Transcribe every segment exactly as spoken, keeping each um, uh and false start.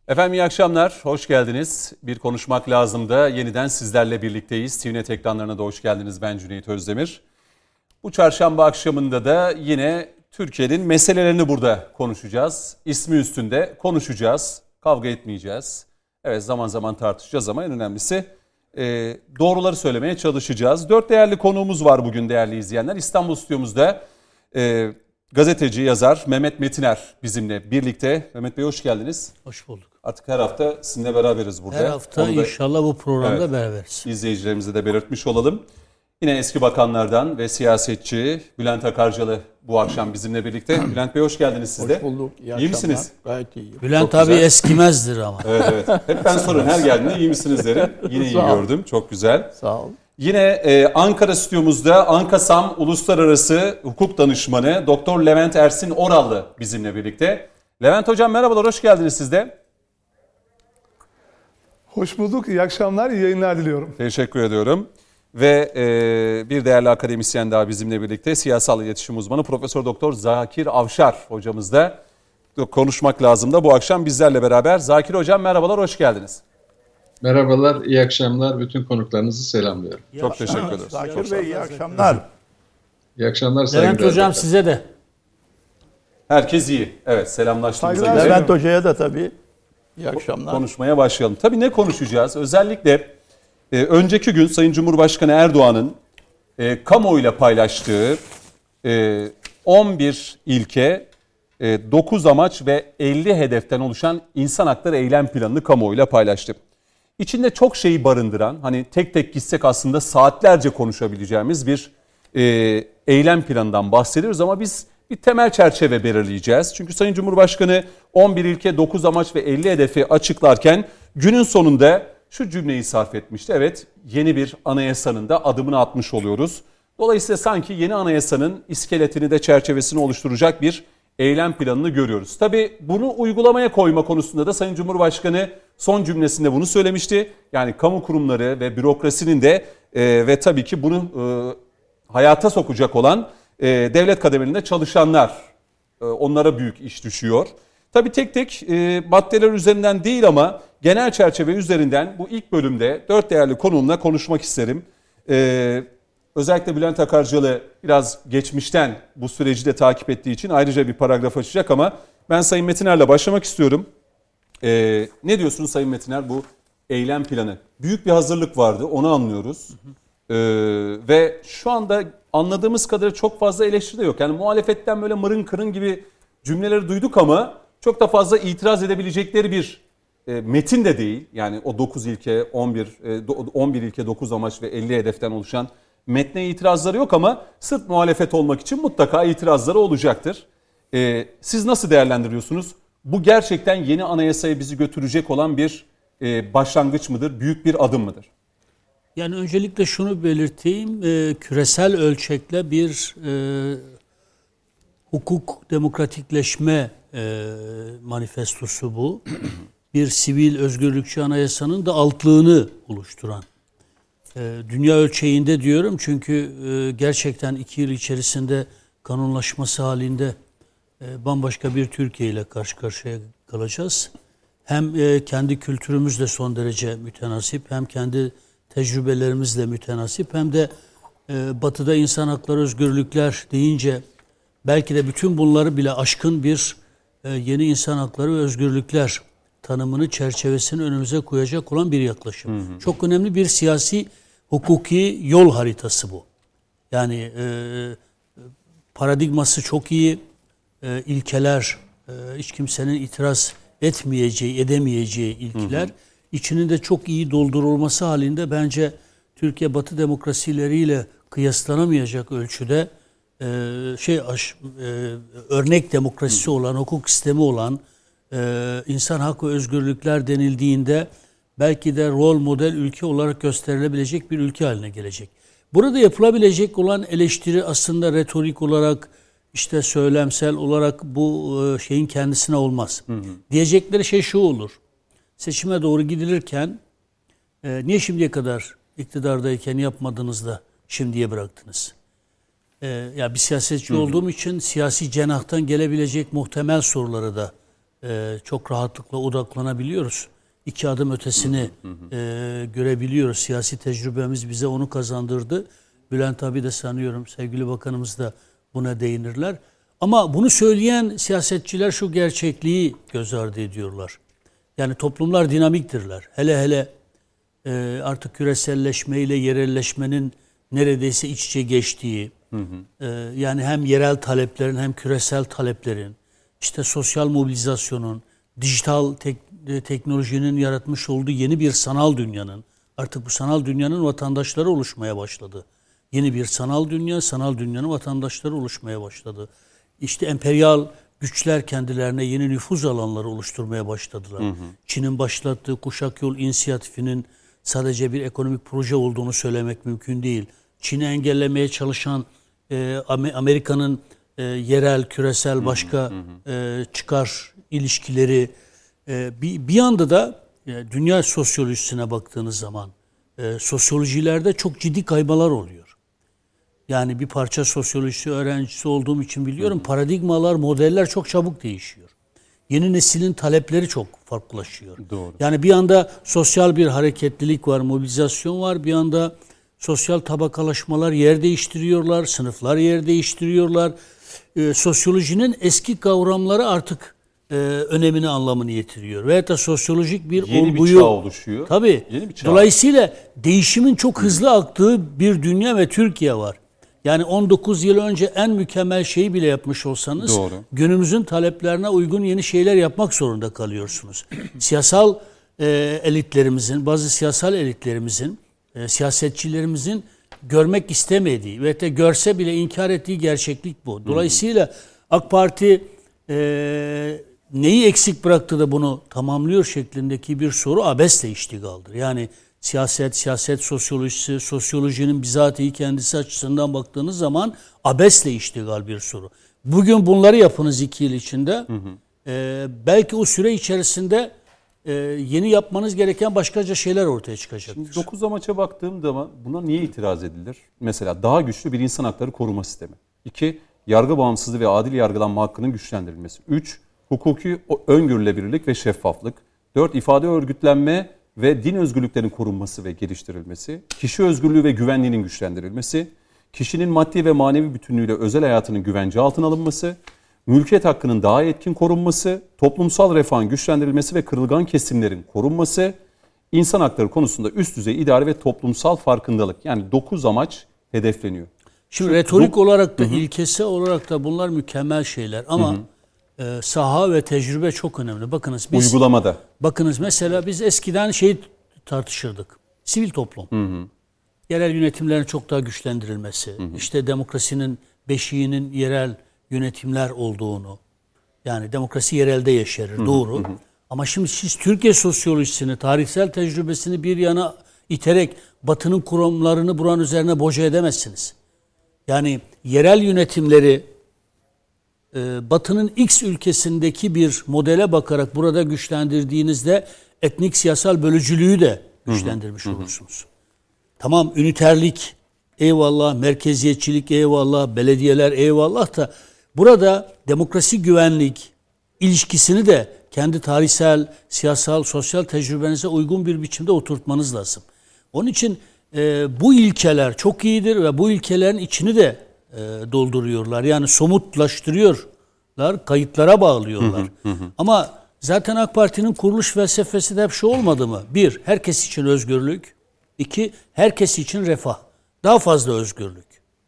Efendim iyi akşamlar, hoş geldiniz. Bir Konuşmak Lazım'da yeniden sizlerle birlikteyiz. T V Net ekranlarına da hoş geldiniz. Ben Cüneyt Özdemir. Bu çarşamba akşamında da yine Türkiye'nin meselelerini burada konuşacağız. İsmi üstünde konuşacağız, kavga etmeyeceğiz. Evet, zaman zaman tartışacağız ama en önemlisi e, doğruları söylemeye çalışacağız. Dört değerli konuğumuz var bugün değerli izleyenler. İstanbul stüdyomuzda e, gazeteci, yazar Mehmet Metiner bizimle birlikte. Mehmet Bey hoş geldiniz. Hoş bulduk. Artık her hafta sizinle beraberiz burada. Her hafta da, inşallah bu programda evet, beraberiz. İzleyicilerimize de belirtmiş olalım. Yine eski bakanlardan ve siyasetçi Bülent Akarcalı bu akşam bizimle birlikte. Bülent Bey hoş geldiniz siz de. Hoş bulduk. İyi, iyi misiniz? Gayet iyiyim. Bülent abi eskimezdir ama. Evet evet. Hep ben sorun her geldiğinde iyi misiniz derim. Yine iyi gördüm. Çok güzel. Sağ ol. Yine e, Ankara stüdyomuzda Ankasam Uluslararası Hukuk Danışmanı Doktor Levent Ersin Orallı bizimle birlikte. Levent Hocam merhabalar, hoş geldiniz siz de. Hoş bulduk, iyi akşamlar, iyi yayınlar diliyorum. Teşekkür ediyorum. Ve e, bir değerli akademisyen daha bizimle birlikte, siyasal iletişim uzmanı Profesör Doktor Zakir Avşar hocamız da Konuşmak Lazım da bu akşam bizlerle beraber. Zakir Hocam merhabalar, hoş geldiniz. Merhabalar, iyi akşamlar. Bütün konuklarınızı selamlıyorum. İyi Çok teşekkür ederim. Zakir Bey iyi akşamlar. İyi akşamlar saygılar. Levent Hocam size de. Herkes iyi. Evet, selamlaştığımıza göre. Levent Hoca'ya da tabii. İyi akşamlar. Konuşmaya başlayalım. Tabii ne konuşacağız? Özellikle e, önceki gün Sayın Cumhurbaşkanı Erdoğan'ın e, kamuoyuyla paylaştığı e, on bir ilke, e, dokuz amaç ve elli hedeften oluşan insan hakları eylem planını kamuoyuyla paylaştı. İçinde çok şeyi barındıran, hani tek tek gitsek aslında saatlerce konuşabileceğimiz bir e, eylem planından bahsediyoruz ama biz bir temel çerçeve belirleyeceğiz. Çünkü Sayın Cumhurbaşkanı on bir ilke, dokuz amaç ve elli hedefi açıklarken günün sonunda şu cümleyi sarf etmişti. Evet, yeni bir anayasanın da adımını atmış oluyoruz. Dolayısıyla sanki yeni anayasanın iskeletini de çerçevesini oluşturacak bir eylem planını görüyoruz. Tabii bunu uygulamaya koyma konusunda da Sayın Cumhurbaşkanı son cümlesinde bunu söylemişti. Yani kamu kurumları ve bürokrasinin de e, ve tabii ki bunu e, hayata sokacak olan e, devlet kademelerinde çalışanlar, e, onlara büyük iş düşüyor. Tabii tek tek e, maddeler üzerinden değil ama genel çerçeve üzerinden bu ilk bölümde dört değerli konuğumla konuşmak isterim. E, özellikle Bülent Akarcalı biraz geçmişten bu süreci de takip ettiği için ayrıca bir paragraf açacak ama ben Sayın Metiner'le başlamak istiyorum. E, ne diyorsunuz Sayın Metiner bu eylem planı? Büyük bir hazırlık vardı, onu anlıyoruz. E, ve şu anda anladığımız kadarıyla çok fazla eleştiri de yok. Yani muhalefetten böyle mırın kırın gibi cümleleri duyduk ama çok da fazla itiraz edebilecekleri bir e, metin de değil. Yani o dokuz ilke, on bir, e, on bir ilke, dokuz amaç ve elli hedeften oluşan metne itirazları yok ama sırf muhalefet olmak için mutlaka itirazları olacaktır. E, siz nasıl değerlendiriyorsunuz? Bu gerçekten yeni anayasaya bizi götürecek olan bir e, başlangıç mıdır? Büyük bir adım mıdır? Yani öncelikle şunu belirteyim. E, küresel ölçekle bir e, hukuk demokratikleşme e, manifestosu bu. Bir sivil özgürlükçü anayasanın da altlığını oluşturan. E, dünya ölçeğinde diyorum çünkü e, gerçekten iki yıl içerisinde kanunlaşması halinde e, bambaşka bir Türkiye ile karşı karşıya kalacağız. Hem e, kendi kültürümüzle son derece mütenasip, hem kendi tecrübelerimizle mütenasip, hem de e, Batı'da insan hakları, özgürlükler deyince belki de bütün bunları bile aşkın bir e, yeni insan hakları ve özgürlükler tanımını, çerçevesini önümüze koyacak olan bir yaklaşım. Hı hı. Çok önemli bir siyasi, hukuki yol haritası bu. Yani e, paradigması çok iyi, e, ilkeler, e, hiç kimsenin itiraz etmeyeceği, edemeyeceği ilkeler. Hı hı. İçinin de çok iyi doldurulması halinde bence Türkiye Batı demokrasileriyle kıyaslanamayacak ölçüde e, şey aş, e, örnek demokrasisi olan, hukuk sistemi olan, e, insan hak ve özgürlükler denildiğinde belki de rol model ülke olarak gösterilebilecek bir ülke haline gelecek. Burada yapılabilecek olan eleştiri aslında retorik olarak, işte söylemsel olarak bu şeyin kendisine olmaz. Hı hı. Diyecekleri şey şu olur. Seçime doğru gidilirken e, niye şimdiye kadar iktidardayken yapmadınız da şimdiye bıraktınız? E, ya bir siyasetçi hı hı. olduğum için siyasi cenahtan gelebilecek muhtemel soruları da e, çok rahatlıkla odaklanabiliyoruz. İki adım ötesini e, görebiliyoruz. Siyasi tecrübemiz bize onu kazandırdı. Bülent abi de sanıyorum, sevgili bakanımız da buna değinirler. Ama bunu söyleyen siyasetçiler şu gerçekliği göz ardı ediyorlar. Yani toplumlar dinamiktirler. Hele hele e, artık küreselleşme ile yerelleşmenin neredeyse iç içe geçtiği, hı hı. E, yani hem yerel taleplerin hem küresel taleplerin, işte sosyal mobilizasyonun, dijital tek, e, teknolojinin yaratmış olduğu yeni bir sanal dünyanın, artık bu sanal dünyanın vatandaşları oluşmaya başladı. Yeni bir sanal dünya, sanal dünyanın vatandaşları oluşmaya başladı. İşte emperyal güçler kendilerine yeni nüfuz alanları oluşturmaya başladılar. Hı hı. Çin'in başlattığı Kuşak Yol İnisiyatifi'nin sadece bir ekonomik proje olduğunu söylemek mümkün değil. Çin'i engellemeye çalışan e, Amerika'nın e, yerel, küresel başka hı hı. E, çıkar ilişkileri, e, bir, bir yanda da e, dünya sosyolojisine baktığınız zaman e, sosyolojilerde çok ciddi kaymalar oluyor. Yani bir parça sosyolojisi öğrencisi olduğum için biliyorum, hı hı. paradigmalar, modeller çok çabuk değişiyor. Yeni neslin talepleri çok farklılaşıyor. Doğru. Yani bir anda sosyal bir hareketlilik var, mobilizasyon var. Bir anda sosyal tabakalaşmalar yer değiştiriyorlar, sınıflar yer değiştiriyorlar. Ee, sosyolojinin eski kavramları artık e, önemini, anlamını yitiriyor. Veyahut da sosyolojik bir yeni olguyu... bir çağ oluşuyor. Tabii. Yeni bir çağ. Dolayısıyla değişimin çok hızlı aktığı bir dünya ve Türkiye var. Yani on dokuz yıl önce en mükemmel şeyi bile yapmış olsanız, doğru. günümüzün taleplerine uygun yeni şeyler yapmak zorunda kalıyorsunuz. Siyasal e, elitlerimizin, bazı siyasal elitlerimizin, e, siyasetçilerimizin görmek istemediği ve de görse bile inkar ettiği gerçeklik bu. Dolayısıyla AK Parti e, neyi eksik bıraktı da bunu tamamlıyor şeklindeki bir soru abesle iştigaldir. Yani siyaset, siyaset sosyolojisi, sosyolojinin bizatihi kendisi açısından baktığınız zaman abesle iştigal bir soru. Bugün bunları yapınız iki yıl içinde. Hı hı. E, belki o süre içerisinde e, yeni yapmanız gereken başkaca şeyler ortaya çıkacaktır. Şimdi dokuz amaça baktığım zaman buna niye itiraz edilir? Mesela daha güçlü bir insan hakları koruma sistemi. İki, yargı bağımsızlığı ve adil yargılanma hakkının güçlendirilmesi. Üç, hukuki öngörülebilirlik ve şeffaflık. Dört, ifade örgütlenme ve din özgürlüklerinin korunması ve geliştirilmesi, kişi özgürlüğü ve güvenliğinin güçlendirilmesi, kişinin maddi ve manevi bütünlüğüyle özel hayatının güvence altına alınması, mülkiyet hakkının daha etkin korunması, toplumsal refahın güçlendirilmesi ve kırılgan kesimlerin korunması, insan hakları konusunda üst düzey idare ve toplumsal farkındalık, yani dokuz amaç hedefleniyor. Şimdi Şu, retorik bu, olarak da, hı-hı. ilkesi olarak da bunlar mükemmel şeyler ama hı-hı. e, saha ve tecrübe çok önemli. Bakınız biz uygulamada. Bakınız mesela biz eskiden şey tartışırdık. Sivil toplum. Hı hı. Yerel yönetimlerin çok daha güçlendirilmesi, hı hı. işte demokrasinin beşiğinin yerel yönetimler olduğunu. Yani demokrasi yerelde yeşerir, hı hı. doğru. Hı hı. Ama şimdi siz Türkiye sosyolojisini, tarihsel tecrübesini bir yana iterek Batı'nın kuramlarını buranın üzerine boca edemezsiniz. Yani yerel yönetimleri Batı'nın X ülkesindeki bir modele bakarak burada güçlendirdiğinizde etnik siyasal bölücülüğü de güçlendirmiş hı hı. olursunuz. Tamam, üniterlik eyvallah, merkeziyetçilik eyvallah, belediyeler eyvallah da burada demokrasi güvenlik ilişkisini de kendi tarihsel, siyasal, sosyal tecrübenize uygun bir biçimde oturtmanız lazım. Onun için e, bu ilkeler çok iyidir ve bu ilkelerin içini de e, dolduruyorlar. Yani somutlaştırıyorlar, kayıtlara bağlıyorlar. Hı hı hı. Ama zaten AK Parti'nin kuruluş felsefesi de hep şu olmadı mı? Bir, herkes için özgürlük. İki, herkes için refah. Daha fazla özgürlük.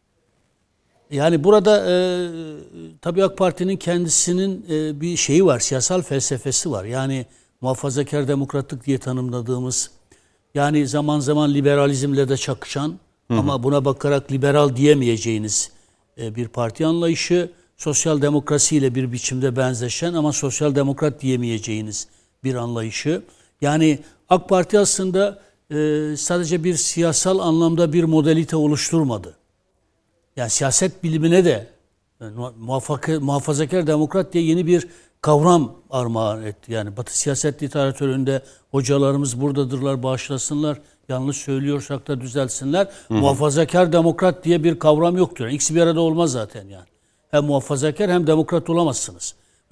Yani burada e, tabii AK Parti'nin kendisinin e, bir şeyi var, siyasal felsefesi var. Yani muhafazakar demokratlık diye tanımladığımız, yani zaman zaman liberalizmle de çakışan hı hı. ama buna bakarak liberal diyemeyeceğiniz e, bir parti anlayışı, sosyal demokrasiyle bir biçimde benzeşen ama sosyal demokrat diyemeyeceğiniz bir anlayışı. Yani AK Parti aslında e, sadece bir siyasal anlamda bir modalite oluşturmadı. Yani siyaset bilimine de yani muhafazakar demokrat diye yeni bir kavram armağan etti. Yani Batı siyaset literatüründe hocalarımız buradadırlar, bağışlasınlar. Yanlış söylüyorsak da düzelsinler. Hı hı. Muhafazakar demokrat diye bir kavram yoktur. Yani İkisi bir arada olmaz zaten yani. Hem muhafazakar hem demokrat olamazsınız.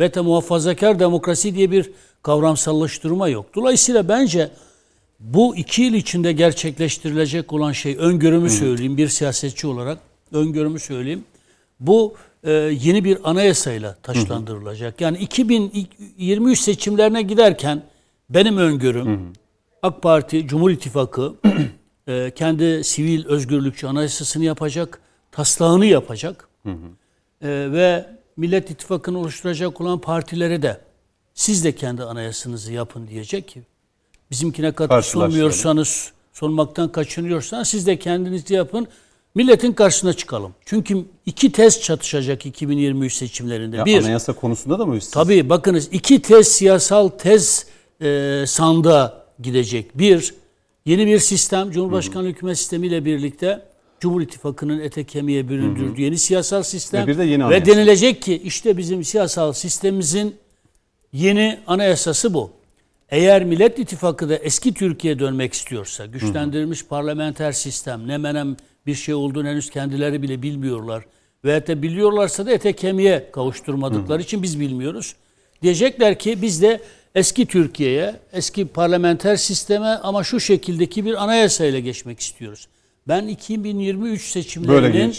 ve de muhafazakar demokrasi diye bir kavramsallaştırma yok. Dolayısıyla bence bu iki yıl içinde gerçekleştirilecek olan şey, öngörümü söyleyeyim bir siyasetçi olarak, öngörümü söyleyeyim. Bu e, yeni bir anayasayla taşlandırılacak. Yani iki bin yirmi üç seçimlerine giderken benim öngörüm, hı hı. AK Parti, Cumhur İttifakı e, kendi sivil özgürlükçü anayasasını yapacak, taslağını yapacak hı hı. E, ve Millet İttifakı'nı oluşturacak olan partilere de siz de kendi anayasanızı yapın diyecek ki bizimkine katkı sunmuyorsanız, sunmaktan kaçınıyorsanız siz de kendinizi yapın. Milletin karşısına çıkalım. Çünkü iki tez çatışacak iki bin yirmi üç seçimlerinde. Ya bir, anayasa konusunda da mı üstüz? Tabii bakınız iki tez siyasal tez e, sandığa gidecek. Bir, yeni bir sistem, Cumhurbaşkanlığı hükümet sistemiyle birlikte Cumhur İttifakı'nın ete kemiğe büründürdüğü hı hı. yeni siyasal sistem. Ve, bir de yeni ve denilecek ki işte bizim siyasal sistemimizin yeni anayasası bu. Eğer Millet İttifakı da eski Türkiye'ye dönmek istiyorsa, güçlendirilmiş hı hı. parlamenter sistem, ne menem bir şey olduğunu henüz kendileri bile bilmiyorlar. Veyahut da biliyorlarsa da ete kemiğe kavuşturmadıkları hı hı. için biz bilmiyoruz. Diyecekler ki biz de eski Türkiye'ye, eski parlamenter sisteme ama şu şekildeki bir anayasayla geçmek istiyoruz. Ben iki bin yirmi üç seçimlerinin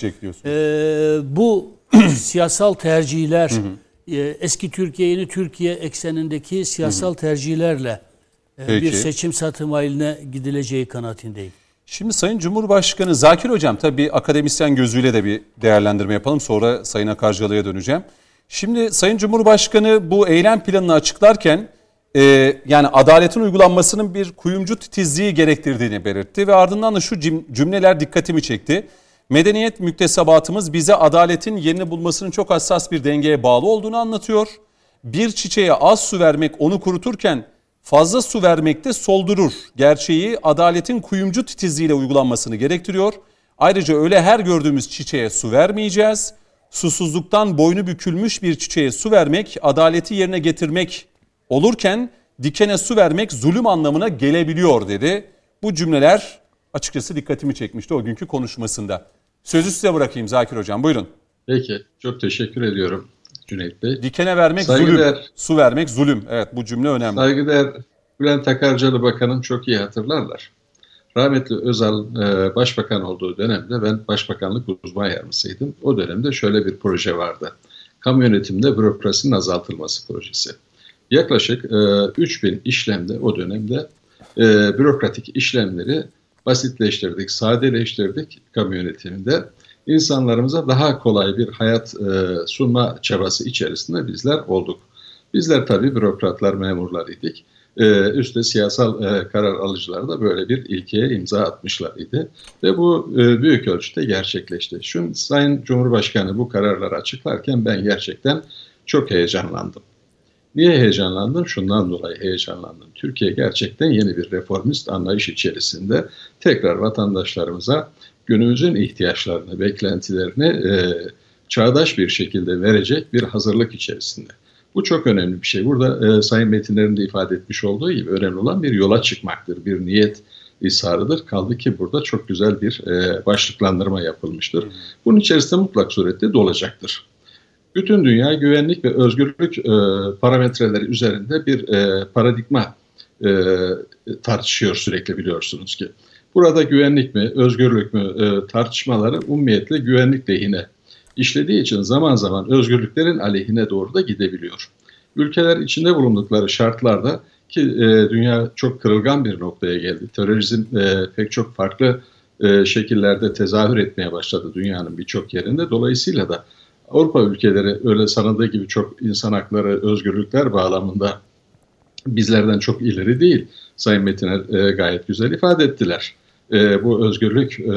e, bu siyasal tercihler, hı hı. E, eski Türkiye, yeni Türkiye eksenindeki siyasal hı hı. tercihlerle e, bir seçim satım haline gidileceği kanaatindeyim. Şimdi Sayın Cumhurbaşkanı Zakir Hocam, tabii akademisyen gözüyle de bir değerlendirme yapalım. Sonra Sayın Akarcalı'ya döneceğim. Şimdi Sayın Cumhurbaşkanı bu eylem planını açıklarken e, yani adaletin uygulanmasının bir kuyumcu titizliği gerektirdiğini belirtti. Ve ardından da şu cümleler dikkatimi çekti. Medeniyet müktesebatımız bize adaletin yerini bulmasının çok hassas bir dengeye bağlı olduğunu anlatıyor. Bir çiçeğe az su vermek onu kuruturken fazla su vermekte soldurur. Gerçeği adaletin kuyumcu titizliğiyle uygulanmasını gerektiriyor. Ayrıca öyle her gördüğümüz çiçeğe su vermeyeceğiz. Susuzluktan boynu bükülmüş bir çiçeğe su vermek, adaleti yerine getirmek olurken dikene su vermek zulüm anlamına gelebiliyor dedi. Bu cümleler açıkçası dikkatimi çekmişti o günkü konuşmasında. Sözü size bırakayım Zakir Hocam, buyurun. Peki, çok teşekkür ediyorum Cüneyt Bey. Dikene vermek Saygıdeğer, zulüm, su vermek zulüm. Evet, bu cümle önemli. Saygıdeğer Bülent Akarcalı Bakanım çok iyi hatırlarlar. Rahmetli Özal e, başbakan olduğu dönemde ben başbakanlık uzman yardımcısıydım. O dönemde şöyle bir proje vardı. Kamu yönetiminde bürokrasinin azaltılması projesi. Yaklaşık e, üç bin işlemde o dönemde e, bürokratik işlemleri basitleştirdik, sadeleştirdik kamu yönetiminde. İnsanlarımıza daha kolay bir hayat e, sunma çabası içerisinde bizler olduk. Bizler tabii bürokratlar, memurlar idik. Ee, üstte siyasal e, karar alıcılar da böyle bir ilkeye imza atmışlar idi. Ve bu e, büyük ölçüde gerçekleşti. Şu Sayın Cumhurbaşkanı bu kararları açıklarken ben gerçekten çok heyecanlandım. Niye heyecanlandım? Şundan dolayı heyecanlandım. Türkiye gerçekten yeni bir reformist anlayış içerisinde tekrar vatandaşlarımıza günümüzün ihtiyaçlarını, beklentilerini e, çağdaş bir şekilde verecek bir hazırlık içerisinde. Bu çok önemli bir şey. Burada e, Sayın Metinler'in de ifade etmiş olduğu gibi önemli olan bir yola çıkmaktır, bir niyet isharıdır. Kaldı ki burada çok güzel bir e, başlıklandırma yapılmıştır. Bunun içerisinde mutlak surette dolacaktır. Bütün dünya güvenlik ve özgürlük e, parametreleri üzerinde bir e, paradigma e, tartışıyor sürekli, biliyorsunuz ki. Burada güvenlik mi, özgürlük mü e, tartışmaları ummiyetle güvenlik lehine işlediği için zaman zaman özgürlüklerin aleyhine doğru da gidebiliyor. Ülkeler içinde bulundukları şartlarda ki e, dünya çok kırılgan bir noktaya geldi. Terörizm e, pek çok farklı e, şekillerde tezahür etmeye başladı dünyanın birçok yerinde. Dolayısıyla da Avrupa ülkeleri öyle sanıldığı gibi çok insan hakları, özgürlükler bağlamında bizlerden çok ileri değil. Sayın Metiner e, gayet güzel ifade ettiler. E, bu özgürlük e,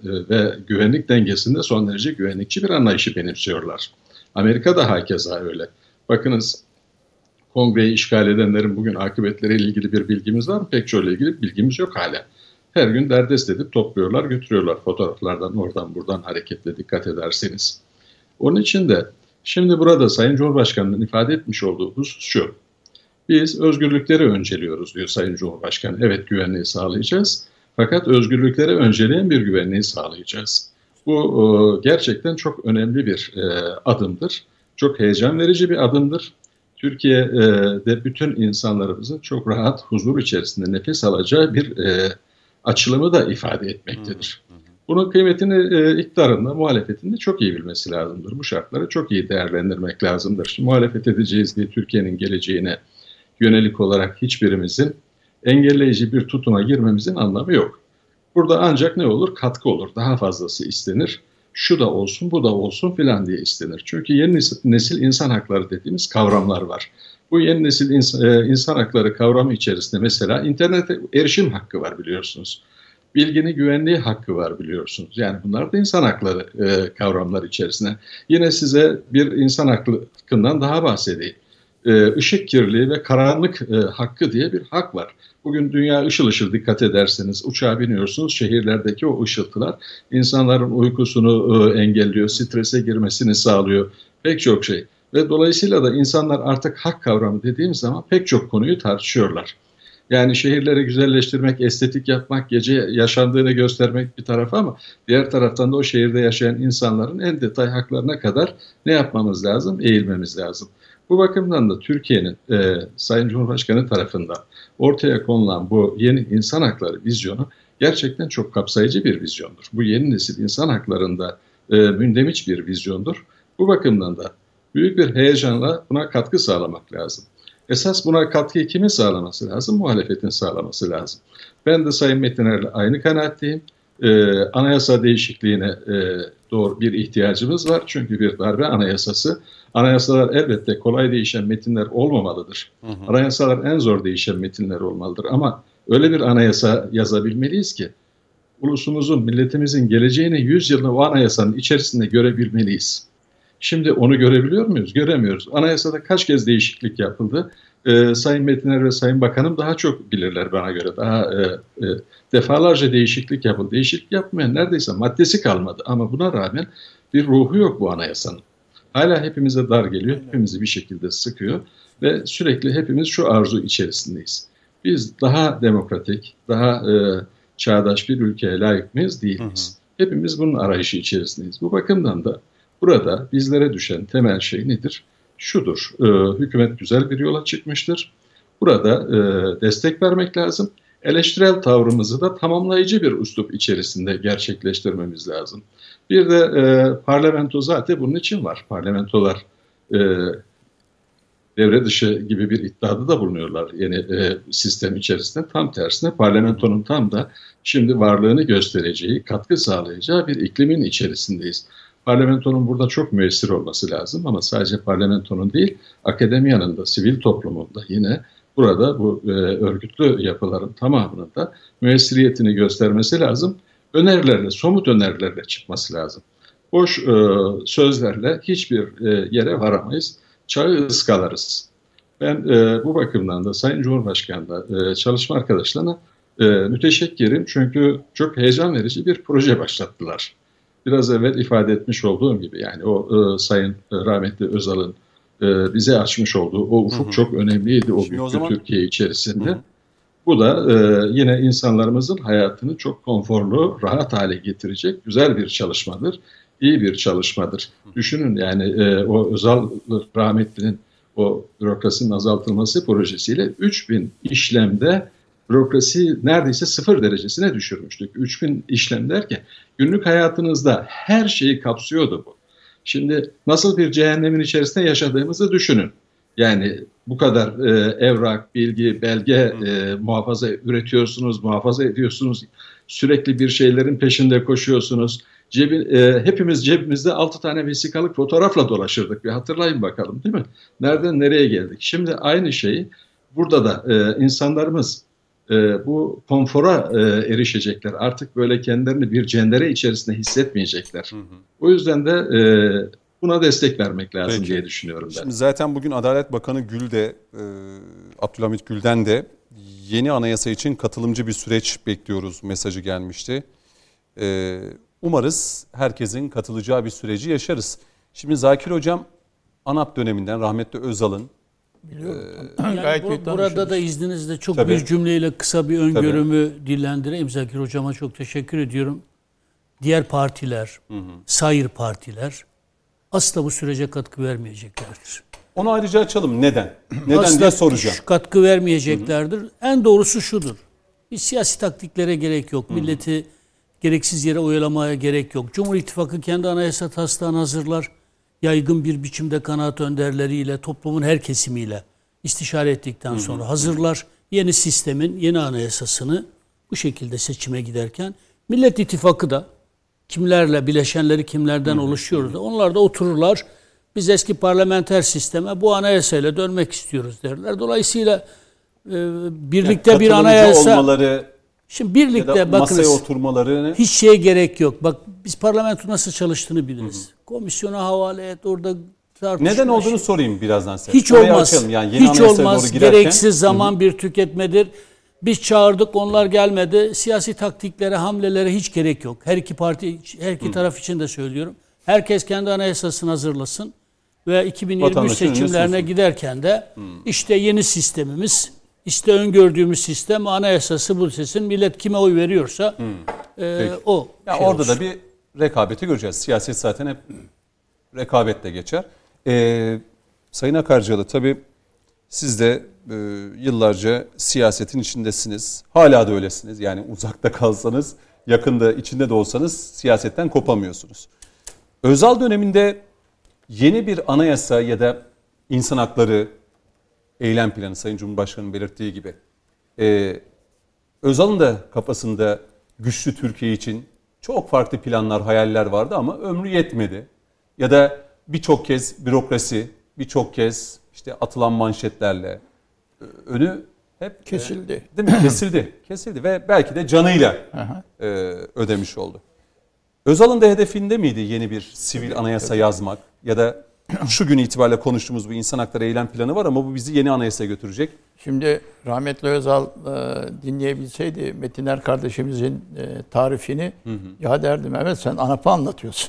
ve güvenlik dengesinde son derece güvenlikçi bir anlayışı benimsiyorlar. Amerika da hakeza öyle. Bakınız, Kongre'yi işgal edenlerin bugün akıbetleriyle ilgili bir bilgimiz var mı? Pek çoğuyla ilgili bilgimiz yok hala. Her gün derdest edip topluyorlar, götürüyorlar fotoğraflardan oradan buradan hareketle dikkat ederseniz. Onun için de şimdi burada Sayın Cumhurbaşkanı'nın ifade etmiş olduğu husus şu. Biz özgürlükleri önceliyoruz diyor Sayın Cumhurbaşkanı. Evet, güvenliği sağlayacağız. Fakat özgürlükleri önceleyen bir güvenliği sağlayacağız. Bu e, gerçekten çok önemli bir e, adımdır. Çok heyecan verici bir adımdır. Türkiye'de bütün insanlarımızın çok rahat, huzur içerisinde nefes alacağı bir e, açılımı da ifade etmektedir. Bunun kıymetini e, iktidarın muhalefetinde çok iyi bilmesi lazımdır. Bu şartları çok iyi değerlendirmek lazımdır. Şimdi muhalefet edeceğiz diye Türkiye'nin geleceğine yönelik olarak hiçbirimizin engelleyici bir tutuma girmemizin anlamı yok. Burada ancak ne olur? Katkı olur. Daha fazlası istenir. Şu da olsun, bu da olsun filan diye istenir. Çünkü yeni nesil insan hakları dediğimiz kavramlar var. Bu yeni nesil insan, insan hakları kavramı içerisinde mesela internete erişim hakkı var biliyorsunuz. Bilginin güvenliği hakkı var biliyorsunuz. Yani bunlar da insan hakları e, kavramlar içerisinde. Yine size bir insan hakkından daha bahsedeyim. E, ışık kirliliği ve karanlık e, hakkı diye bir hak var. Bugün dünya ışıl ışıl dikkat ederseniz uçağa biniyorsunuz, şehirlerdeki o ışıltılar insanların uykusunu e, engelliyor, strese girmesini sağlıyor, pek çok şey. Ve dolayısıyla da insanlar artık hak kavramı dediğimiz zaman pek çok konuyu tartışıyorlar. Yani şehirleri güzelleştirmek, estetik yapmak, gece yaşandığını göstermek bir tarafa ama diğer taraftan da o şehirde yaşayan insanların en detay haklarına kadar ne yapmamız lazım? Eğilmemiz lazım. Bu bakımdan da Türkiye'nin e, Sayın Cumhurbaşkanı tarafından ortaya konulan bu yeni insan hakları vizyonu gerçekten çok kapsayıcı bir vizyondur. Bu yeni nesil insan haklarında e, mündemiş bir vizyondur. Bu bakımdan da büyük bir heyecanla buna katkı sağlamak lazım. Esas buna katkıyı kimin sağlaması lazım? Muhalefetin sağlaması lazım. Ben de Sayın Metiner'le aynı kanaatteyim. Ee, anayasa değişikliğine e, doğru bir ihtiyacımız var. Çünkü bir darbe anayasası. Anayasalar elbette kolay değişen metinler olmamalıdır. Hı hı. Anayasalar en zor değişen metinler olmalıdır. Ama öyle bir anayasa yazabilmeliyiz ki ulusumuzun, milletimizin geleceğini yüz yılda o anayasanın içerisinde görebilmeliyiz. Şimdi onu görebiliyor muyuz? Göremiyoruz. Anayasada kaç kez değişiklik yapıldı? Ee, Sayın Metiner ve Sayın Bakanım daha çok bilirler bana göre. Daha e, e, defalarca değişiklik yapıldı. Değişiklik yapmayan neredeyse maddesi kalmadı. Ama buna rağmen bir ruhu yok bu anayasanın. Hala hepimize dar geliyor. Hepimizi bir şekilde sıkıyor. Ve sürekli hepimiz şu arzu içerisindeyiz. Biz daha demokratik, daha e, çağdaş bir ülkeye layık mıyız? Değiliz. Hı hı. Hepimiz bunun arayışı içerisindeyiz. Bu bakımdan da burada bizlere düşen temel şey nedir? Şudur, e, hükümet güzel bir yola çıkmıştır. Burada e, destek vermek lazım. Eleştirel tavrımızı da tamamlayıcı bir üslup içerisinde gerçekleştirmemiz lazım. Bir de e, parlamento zaten bunun için var. Parlamentolar e, devre dışı gibi bir iddiada da bulunuyorlar yeni e, sistem içerisinde. Tam tersine parlamentonun tam da şimdi varlığını göstereceği, katkı sağlayacağı bir iklimin içerisindeyiz. Parlamentonun burada çok müessir olması lazım ama sadece parlamentonun değil, akademiyanın da, sivil toplumun da yine burada bu e, örgütlü yapıların tamamının da müessiriyetini göstermesi lazım. Önerilerle, somut önerilerle çıkması lazım. Boş e, sözlerle hiçbir e, yere varamayız, çağı ıskalarız. Ben e, bu bakımdan da Sayın Cumhurbaşkanı'na, e, çalışma arkadaşlarına e, müteşekkirim çünkü çok heyecan verici bir proje başlattılar. Biraz evvel ifade etmiş olduğum gibi yani o e, Sayın e, rahmetli Özal'ın e, bize açmış olduğu o ufuk hı hı. çok önemliydi o Şimdi günkü o zaman... Türkiye içerisinde. Hı hı. Bu da e, yine insanlarımızın hayatını çok konforlu, rahat hale getirecek güzel bir çalışmadır, iyi bir çalışmadır. Hı hı. Düşünün yani e, o Özal rahmetlinin o bürokrasinin azaltılması projesiyle üç bin işlemde bürokrasi neredeyse sıfır derecesine düşürmüştük. üç bin işlem derken günlük hayatınızda her şeyi kapsıyordu bu. Şimdi nasıl bir cehennemin içerisinde yaşadığımızı düşünün. Yani bu kadar e, evrak, bilgi, belge e, muhafaza üretiyorsunuz, muhafaza ediyorsunuz. Sürekli bir şeylerin peşinde koşuyorsunuz. Cebi, e, hepimiz cebimizde altı tane vesikalık fotoğrafla dolaşırdık. Bir hatırlayın bakalım değil mi? Nereden nereye geldik? Şimdi aynı şeyi burada da e, insanlarımız e, bu konfora e, erişecekler. Artık böyle kendilerini bir cendere içerisinde hissetmeyecekler. Hı hı. O yüzden de e, buna destek vermek lazım Peki. diye düşünüyorum ben. Şimdi zaten bugün Adalet Bakanı Gül de, e, Abdülhamit Gül'den de yeni anayasa için katılımcı bir süreç bekliyoruz mesajı gelmişti. E, umarız herkesin katılacağı bir süreci yaşarız. Şimdi Zakir Hocam ANAP döneminden rahmetli Özal'ın Biliyorum. Ee, yani bu, burada da izninizle çok Tabii. bir cümleyle kısa bir öngörümü Tabii. dillendireyim. Zakir Hocama çok teşekkür ediyorum. Diğer partiler, hı hı. sair partiler asla bu sürece katkı vermeyeceklerdir. Onu ayrıca açalım. Neden? Neden Asla diye soracağım. katkı vermeyeceklerdir. Hı hı. En doğrusu şudur. Bir siyasi taktiklere gerek yok. Hı hı. Milleti gereksiz yere oyalamaya gerek yok. Cumhur İttifakı kendi anayasa taslağını hazırlar. Yaygın bir biçimde kanaat önderleriyle, toplumun her kesimiyle istişare ettikten hı hı. sonra hazırlar. Yeni sistemin, yeni anayasasını bu şekilde seçime giderken Millet İttifakı da kimlerle, bileşenleri kimlerden oluşuyoruz da onlar da otururlar. Biz eski parlamenter sisteme bu anayasayla dönmek istiyoruz derler. Dolayısıyla e, birlikte yani bir anayasa olmaları, şimdi birlikte ya da bakınız masaya oturmalarını hiç şeye gerek yok. Bak biz parlamento nasıl çalıştığını biliriz. Hı hı. Komisyona havale et, orada tartışma. Neden olduğunu şey. sorayım birazdan size. Hiç Oraya olmaz. Açalım. Yani yeni hiç olmaz. Doğru girerken, gereksiz zaman hı hı. bir tüketmedir. Biz çağırdık, onlar gelmedi. Siyasi taktiklere, hamlelere hiç gerek yok. Her iki parti, her iki Hı. taraf için de söylüyorum. Herkes kendi anayasasını hazırlasın ve iki bin yirmi üç seçimlerine giderken de Hı. işte yeni sistemimiz, işte öngördüğümüz sistem, anayasası bu sesin. Millet kime oy veriyorsa e, o. Ya şey orada olsun. da bir rekabeti göreceğiz. Siyaset zaten hep rekabetle geçer. Ee, Sayın Akarcalı, tabii siz de e, yıllarca siyasetin içindesiniz. Hala da öylesiniz. Yani uzakta kalsanız, yakında içinde de olsanız siyasetten kopamıyorsunuz. Özal döneminde yeni bir anayasa ya da insan hakları eylem planı, Sayın Cumhurbaşkanı'nın belirttiği gibi, e, Özal'ın da kafasında güçlü Türkiye için çok farklı planlar, hayaller vardı ama ömrü yetmedi. Ya da birçok kez bürokrasi, birçok kez işte atılan manşetlerle önü hep kesildi. E, değil mi? Kesildi. Kesildi ve belki de canıyla e, ödemiş oldu. Özal'ın da hedefinde miydi yeni bir sivil anayasa yazmak ya da şu gün itibariyle konuştuğumuz bu insan hakları eylem planı var ama bu bizi yeni anayasaya götürecek? Şimdi rahmetli Özal e, dinleyebilseydi Metiner kardeşimizin e, tarifini hı hı. ya derdim Mehmet sen ANAP'ı anlatıyorsun.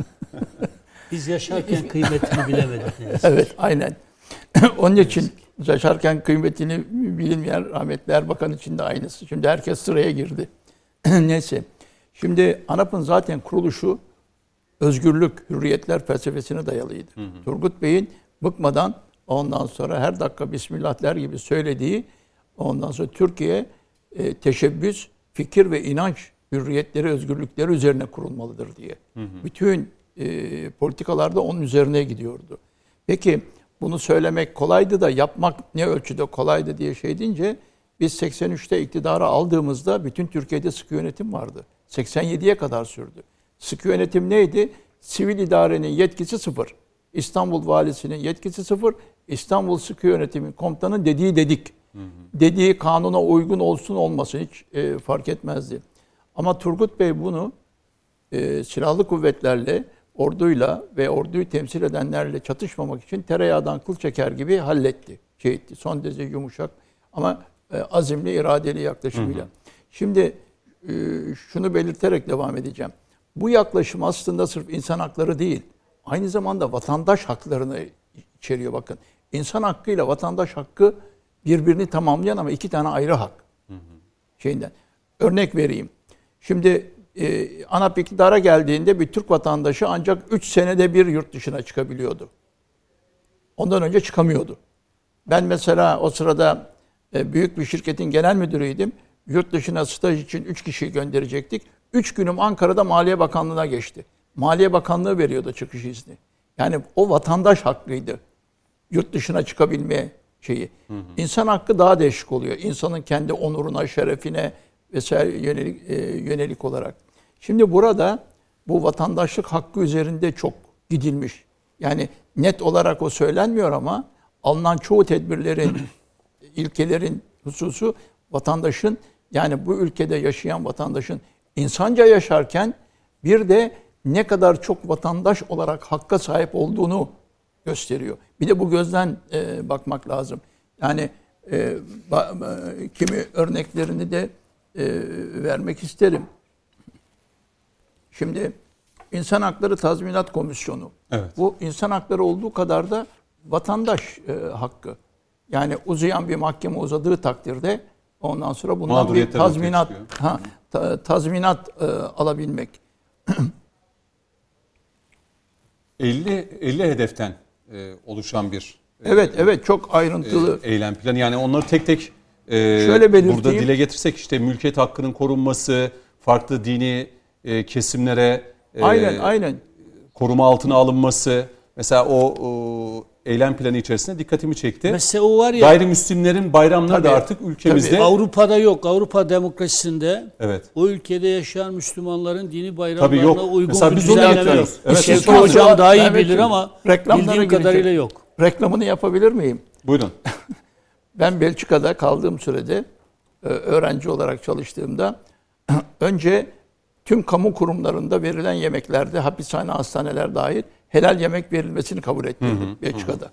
Biz yaşarken kıymetini bilemedik. Evet, aynen. Onun için yaşarken kıymetini bilinmeyen rahmetli Erbakan için de aynısı. Şimdi herkes sıraya girdi. Neyse. Şimdi ANAP'ın zaten kuruluşu özgürlük, hürriyetler felsefesine dayalıydı. Hı hı. Turgut Bey'in bıkmadan ondan sonra her dakika Bismillahler gibi söylediği, ondan sonra Türkiye e, teşebbüs, fikir ve inanç hürriyetleri, özgürlükleri üzerine kurulmalıdır diye. Hı hı. Bütün e, politikalarda onun üzerine gidiyordu. Peki bunu söylemek kolaydı da yapmak ne ölçüde kolaydı diye şey deyince biz seksen üçte iktidara aldığımızda bütün Türkiye'de sıkı yönetim vardı. seksen yediye kadar sürdü. Sıkı yönetim neydi? Sivil idarenin yetkisi sıfır. İstanbul valisinin yetkisi sıfır. İstanbul Sıkı Yönetimi komutanın dediği dedik. Hı hı. Dediği kanuna uygun olsun olmasın hiç e, fark etmezdi. Ama Turgut Bey bunu e, silahlı kuvvetlerle, orduyla ve orduyu temsil edenlerle çatışmamak için tereyağdan kıl çeker gibi halletti. Şey etti, son derece yumuşak ama e, azimli, iradeli yaklaşımıyla. Hı hı. Şimdi e, şunu belirterek devam edeceğim. Bu yaklaşım aslında sırf insan hakları değil, aynı zamanda vatandaş haklarını içeriyor bakın. İnsan hakkıyla vatandaş hakkı birbirini tamamlayan ama iki tane ayrı hak. Hı hı. Şeyinden. Örnek vereyim. Şimdi e, ANAP iktidara geldiğinde bir Türk vatandaşı ancak üç senede bir yurt dışına çıkabiliyordu. Ondan önce çıkamıyordu. Ben mesela o sırada e, büyük bir şirketin genel müdürüydüm. Yurt dışına staj için üç kişiyi gönderecektik. Üç günüm Ankara'da Maliye Bakanlığı'na geçti. Maliye Bakanlığı veriyordu çıkış izni. Yani o vatandaş hakkıydı. Yurt dışına çıkabilme şeyi. Hı hı. İnsan hakkı daha değişik oluyor. İnsanın kendi onuruna, şerefine vesaire yönelik, e, yönelik olarak. Şimdi burada bu vatandaşlık hakkı üzerinde çok gidilmiş. Yani net olarak o söylenmiyor ama alınan çoğu tedbirlerin, ilkelerin hususu vatandaşın, yani bu ülkede yaşayan vatandaşın insanca yaşarken bir de ne kadar çok vatandaş olarak hakka sahip olduğunu gösteriyor. Bir de bu gözden e, bakmak lazım. Yani e, ba, kimi örneklerini de e, vermek isterim. Şimdi İnsan Hakları Tazminat Komisyonu. Evet. Bu insan hakları olduğu kadar da vatandaş e, hakkı. Yani uzayan bir mahkeme uzadığı takdirde ondan sonra bundan bir tazminat ha, ta, tazminat e, alabilmek. elli elli hedeften e, oluşan bir Evet, evet çok ayrıntılı. E, eylem planı. Yani onları tek tek e, Şöyle belirteyim. burada dile getirsek işte mülkiyet hakkının korunması, farklı dini e, kesimlere e, Aynen, aynen. koruma altına alınması. Mesela o, o eylem planı içerisinde dikkatimi çekti. Mesela o var ya. Gayrimüslimlerin bayramları Tabii, da artık ülkemizde. tabii. Avrupa'da yok. Avrupa demokrasisinde Evet. o ülkede yaşayan Müslümanların dini Tabii bayramlarına yok. uygun Mesela bir biz onu düzenleme yapıyoruz. yok. Evet. Şevki Şu anda Hocam daha iyi Mehmetciğim, bilir ama reklamlara bildiğim girecek. kadarıyla yok. Reklamını yapabilir miyim? Buyurun. Ben Belçika'da kaldığım sürede e, öğrenci olarak çalıştığımda önce tüm kamu kurumlarında verilen yemeklerde hapishane, hastaneler dahil helal yemek verilmesini kabul ettirdim Belçika'da. Hı.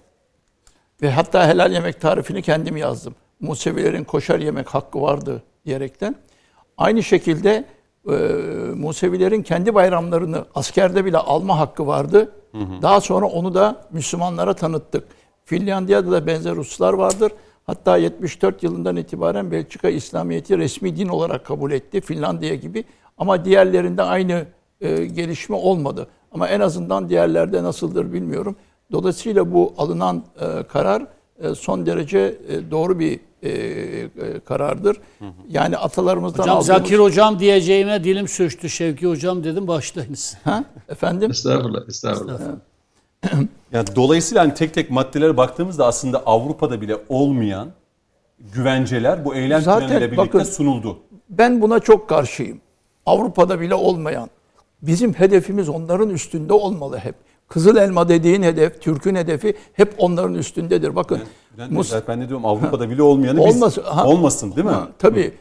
Ve hatta helal yemek tarifini kendim yazdım. Musevilerin koşar yemek hakkı vardı diyerekten. Aynı şekilde e, Musevilerin kendi bayramlarını askerde bile alma hakkı vardı. Hı hı. Daha sonra onu da Müslümanlara tanıttık. Finlandiya'da da benzer hususlar vardır. Hatta yetmiş dört yılından itibaren Belçika İslamiyet'i resmi din olarak kabul etti. Finlandiya gibi. Ama diğerlerinde aynı e, gelişme olmadı. Ama en azından diğerlerde nasıldır bilmiyorum. Dolayısıyla bu alınan e, karar e, son derece e, doğru bir e, e, karardır. Hı hı. Yani atalarımızdan hocam, aldığımız... Zakir Hocam diyeceğime dilim sürçtü. Şevki Hocam dedim başlayınız. Ha? Efendim? Estağfurullah, estağfurullah. estağfurullah. Yani dolayısıyla hani tek tek maddelere baktığımızda aslında Avrupa'da bile olmayan güvenceler bu eylem Zaten planıyla birlikte bakın, sunuldu. Ben buna çok karşıyım. Avrupa'da bile olmayan. Bizim hedefimiz onların üstünde olmalı hep. Kızıl elma dediğin hedef, Türk'ün hedefi hep onların üstündedir. Bakın. Ben, ben, Mus- ben ne diyorum Avrupa'da bile olmayanı olmasın, biz ha, olmasın değil mi? Ha, tabii.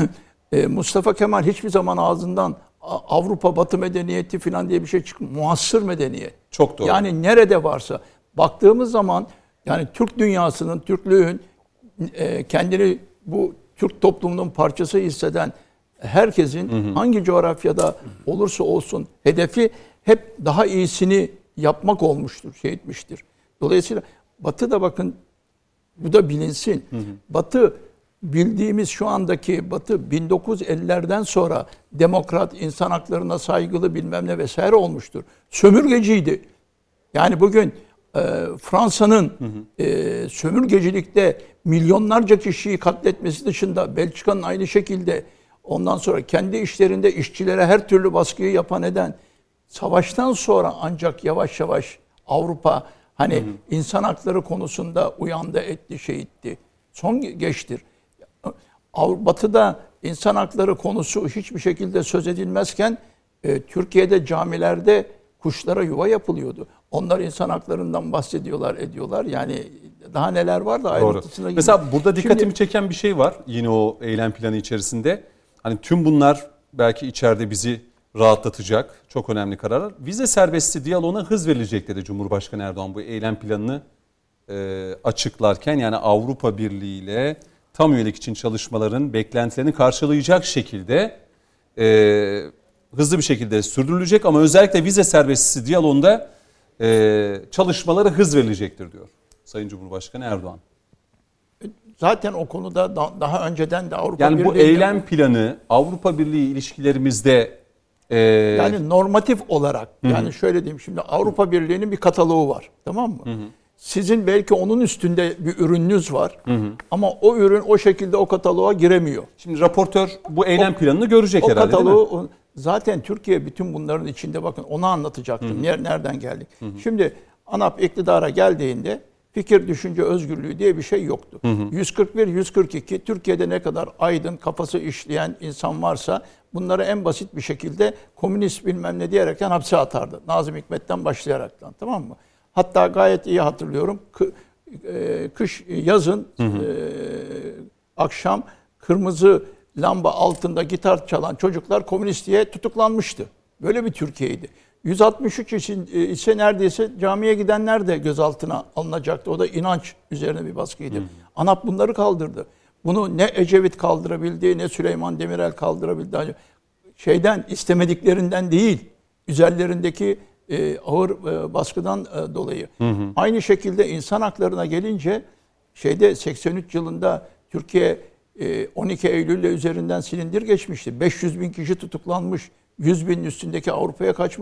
e, Mustafa Kemal hiçbir zaman ağzından Avrupa Batı medeniyeti falan diye bir şey çıkmıyor. Muhassır medeniyet. Çok doğru. Yani nerede varsa baktığımız zaman yani Türk dünyasının, Türklüğün e, kendini bu Türk toplumunun parçası hisseden herkesin hı hı. hangi coğrafyada olursa olsun hedefi hep daha iyisini yapmak olmuştur, şey etmiştir. Dolayısıyla Batı da bakın bu da bilinsin. Hı hı. Batı bildiğimiz şu andaki Batı bin dokuz yüz ellilerden sonra demokrat, insan haklarına saygılı bilmem ne vesaire olmuştur. Sömürgeciydi. Yani bugün e, Fransa'nın e, sömürgecilikte milyonlarca kişiyi katletmesi dışında Belçika'nın aynı şekilde ondan sonra kendi işlerinde işçilere her türlü baskıyı yapan eden savaştan sonra ancak yavaş yavaş Avrupa hani hı hı. insan hakları konusunda uyandı, etti, şey etti. Son geçtir. Batı'da insan hakları konusu hiçbir şekilde söz edilmezken e, Türkiye'de camilerde kuşlara yuva yapılıyordu. Onlar insan haklarından bahsediyorlar, ediyorlar. Yani daha neler var da ayrıntısına. Mesela burada dikkatimi Şimdi, çeken bir şey var yine o eylem planı içerisinde. Hani tüm bunlar belki içeride bizi rahatlatacak çok önemli kararlar. Vize serbestliği diyaloğuna hız verilecek dedi Cumhurbaşkanı Erdoğan bu eylem planını e, açıklarken. Yani Avrupa Birliği ile tam üyelik için çalışmaların beklentilerini karşılayacak şekilde e, hızlı bir şekilde sürdürülecek ama özellikle vize serbestliği diyaloğunda e, çalışmalara hız verilecektir diyor Sayın Cumhurbaşkanı Erdoğan. Zaten o konuda daha önceden de Avrupa yani Birliği... Yani bu eylem planı Avrupa Birliği ilişkilerimizde... E, yani normatif olarak, hı-hı. yani şöyle diyeyim şimdi Avrupa Birliği'nin bir kataloğu var, tamam mı? Hı-hı. Sizin belki onun üstünde bir ürününüz var, hı-hı. ama o ürün o şekilde o kataloğa giremiyor. Şimdi raportör bu eylem o, planını görecek o herhalde kataloğu, değil mi? Zaten Türkiye bütün bunların içinde bakın onu anlatacaktım. Hı-hı. Nereden geldik? Hı-hı. Şimdi ANAP iktidara geldiğinde fikir, düşünce özgürlüğü diye bir şey yoktu. Hı hı. yüz kırk bir yüz kırk iki Türkiye'de ne kadar aydın, kafası işleyen insan varsa bunları en basit bir şekilde komünist bilmem ne diyerekten hapse atardı. Nazım Hikmet'ten başlayaraktan, tamam mı? Hatta gayet iyi hatırlıyorum. Kış, yazın hı hı. E, akşam kırmızı lamba altında gitar çalan çocuklar komünist diye tutuklanmıştı. Böyle bir Türkiye'ydi. yüz altmış üç için ise neredeyse camiye gidenler de gözaltına alınacaktı. O da inanç üzerine bir baskıydı. Hmm. ANAP bunları kaldırdı. Bunu ne Ecevit kaldırabildi, ne Süleyman Demirel kaldırabildi. Şeyden, istemediklerinden değil, üzerlerindeki e, ağır e, baskıdan e, dolayı. Hı hı. Aynı şekilde insan haklarına gelince, şeyde seksen üç yılında Türkiye e, on iki Eylül'le üzerinden silindir geçmişti. beş yüz bin kişi tutuklanmış. yüz binin üstündeki Avrupa'ya kaçmış.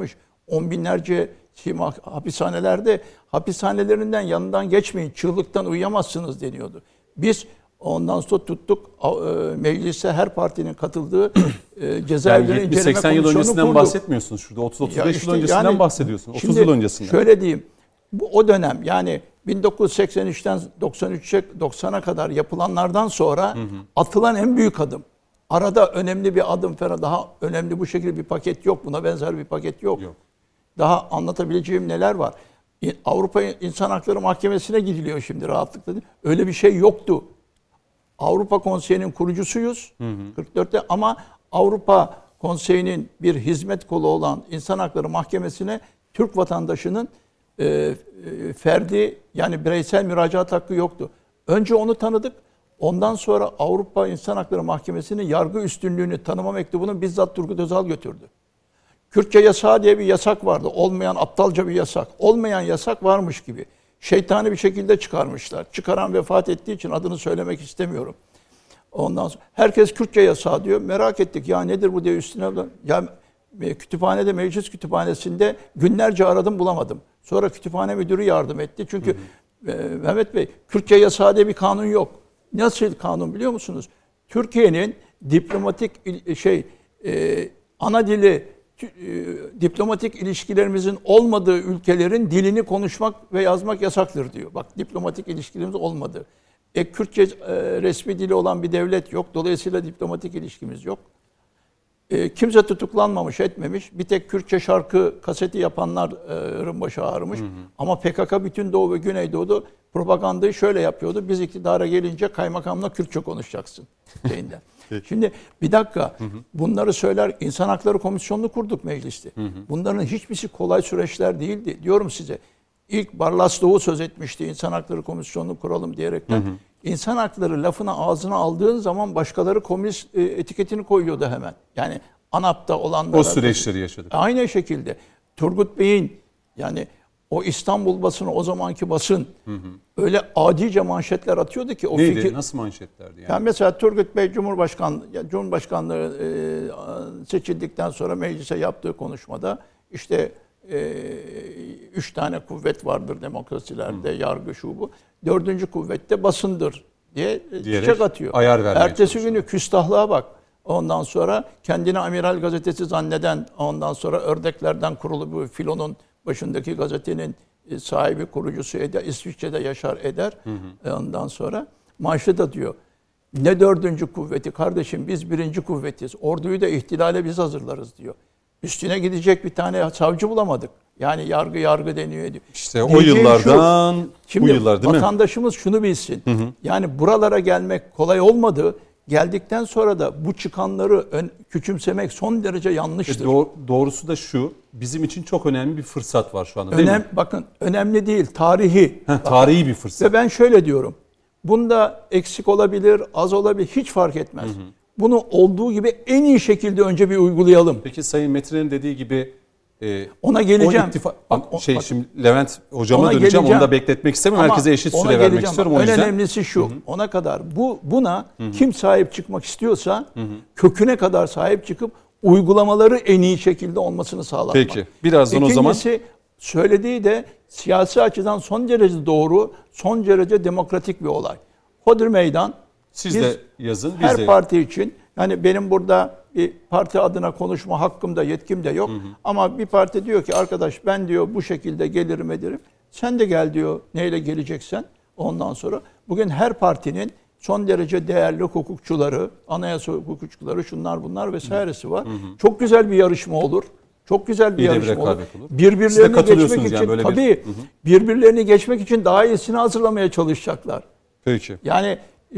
On binlerce hapishanelerde hapishanelerinden yanından geçmeyin, çığlıktan uyuyamazsınız deniyordu. Biz ondan sonra tuttuk meclise her partinin katıldığı cezaevleri yani inceleme seksen yıl komisyonu öncesinden kurduk. bahsetmiyorsunuz şurada. otuz otuz beş işte yıl öncesinden yani, bahsediyorsun. otuz yıl öncesinden. Şöyle diyeyim. Bu o dönem yani bin dokuz yüz seksen üçten doksan üçe doksana kadar yapılanlardan sonra hı hı. atılan en büyük adım. Arada önemli bir adım falan, daha önemli bu şekilde bir paket yok. Buna benzer bir paket yok. yok. Daha anlatabileceğim neler var. Avrupa İnsan Hakları Mahkemesi'ne gidiliyor şimdi rahatlıkla. Öyle bir şey yoktu. Avrupa Konseyi'nin kurucusuyuz hı hı. kırk dörtte ama Avrupa Konseyi'nin bir hizmet kolu olan İnsan Hakları Mahkemesi'ne Türk vatandaşının e, e, ferdi yani bireysel müracaat hakkı yoktu. Önce onu tanıdık. Ondan sonra Avrupa İnsan Hakları Mahkemesi'nin yargı üstünlüğünü tanıma mektubunu bizzat Turgut Özal götürdü. Kürtçe yasağı diye bir yasak vardı. Olmayan aptalca bir yasak. Olmayan yasak varmış gibi. Şeytani bir şekilde çıkarmışlar. Çıkaran vefat ettiği için adını söylemek istemiyorum. Ondan sonra herkes Kürtçe yasağı diyor. Merak ettik ya nedir bu diye üstüne. Ya kütüphanede, meclis kütüphanesinde günlerce aradım bulamadım. Sonra kütüphane müdürü yardım etti. Çünkü hı hı. E, Mehmet Bey Kürtçe yasağı diye bir kanun yok. Nasıl kanun biliyor musunuz? Türkiye'nin diplomatik şey e, ana dili e, diplomatik ilişkilerimizin olmadığı ülkelerin dilini konuşmak ve yazmak yasaktır diyor. Bak diplomatik ilişkilerimiz olmadı. E, Kürtçe e, resmi dili olan bir devlet yok. Dolayısıyla diplomatik ilişkimiz yok. E, kimse tutuklanmamış, etmemiş. Bir tek Kürtçe şarkı kaseti yapanların başı ağrımış. Hı hı. Ama P K K bütün Doğu ve Güneydoğu'da propagandayı şöyle yapıyordu. Biz iktidara gelince kaymakamla Kürtçe konuşacaksın şeyinden. Şimdi bir dakika hı hı. bunları söyler. İnsan Hakları Komisyonu'nu kurduk mecliste. Hı hı. Bunların hiçbirisi kolay süreçler değildi. Diyorum size. İlk Barlas Doğu söz etmişti. İnsan Hakları Komisyonu'nu kuralım diyerekten. Hı hı. İnsan hakları lafını ağzına aldığın zaman başkaları komünist etiketini koyuyordu hemen. Yani ANAP'ta olanlara. O süreçleri yaşadık. Aynı şekilde Turgut Bey'in yani o İstanbul basını, o zamanki basın hı hı. öyle adice manşetler atıyordu ki. O Neydi? Fikir, nasıl manşetlerdi? Yani? yani mesela Turgut Bey Cumhurbaşkanlığı, Cumhurbaşkanlığı e, seçildikten sonra meclise yaptığı konuşmada işte e, üç tane kuvvet vardır demokrasilerde, hı. yargı şu bu. Dördüncü kuvvette basındır diye çiçek atıyor. Ayar vermeye Ertesi günü küstahlığa bak. Ondan sonra kendini Amiral Gazetesi zanneden, ondan sonra ördeklerden kurulu bu filonun başındaki gazetenin sahibi, kurucusu Eder, İsviçre'de Yaşar Eder. Hı hı. Ondan sonra manşet atıyor. Ne dördüncü kuvveti kardeşim, biz birinci kuvvetiz. Orduyu da ihtilale biz hazırlarız diyor. Üstüne gidecek bir tane savcı bulamadık. Yani yargı yargı deniyor. İşte o yıllardan şu, şimdi bu yıllar değil mi? Vatandaşımız şunu bilsin. Hı hı. Yani buralara gelmek kolay olmadı. Geldikten sonra da bu çıkanları ön, küçümsemek son derece yanlıştır. E doğ, doğrusu da şu, bizim için çok önemli bir fırsat var şu anda değil Önem, mi? Bakın önemli değil, tarihi. Heh, tarihi bakın, bir fırsat. Ve ben şöyle diyorum, bunda eksik olabilir, az olabilir, hiç fark etmez. Hı hı. Bunu olduğu gibi en iyi şekilde önce bir uygulayalım. Peki Sayın Metin'in dediği gibi e, ona geleceğim. Ittifa- bak, o, şey bak, şimdi Levent hocama döneceğim. geleceğim. Onu da bekletmek istemiyorum. Herkese eşit süre vermek geleceğim. istiyorum o en yüzden. En önemlisi şu. Hı-hı. Ona kadar bu buna Hı-hı. kim sahip çıkmak istiyorsa Hı-hı. köküne kadar sahip çıkıp uygulamaları en iyi şekilde olmasını sağlamak. Peki. Birazdan İkincisi, o zaman söylediği de siyasi açıdan son derece doğru, son derece demokratik bir olay. Hodri meydan. Siz de yazın. Biz her de. parti için yani benim burada bir parti adına konuşma hakkım da yetkim de yok. Hı hı. Ama bir parti diyor ki arkadaş ben diyor bu şekilde gelirim ederim. Sen de gel diyor neyle geleceksen ondan sonra. Bugün her partinin son derece değerli hukukçuları, anayasa hukukçuları şunlar bunlar vesairesi var. Hı hı. Çok güzel bir yarışma olur. Çok güzel bir İyi yarışma bir olur. olur. Birbirlerini geçmek için yani tabii bir, hı hı. birbirlerini geçmek için daha iyisini hazırlamaya çalışacaklar. Peki. Yani e,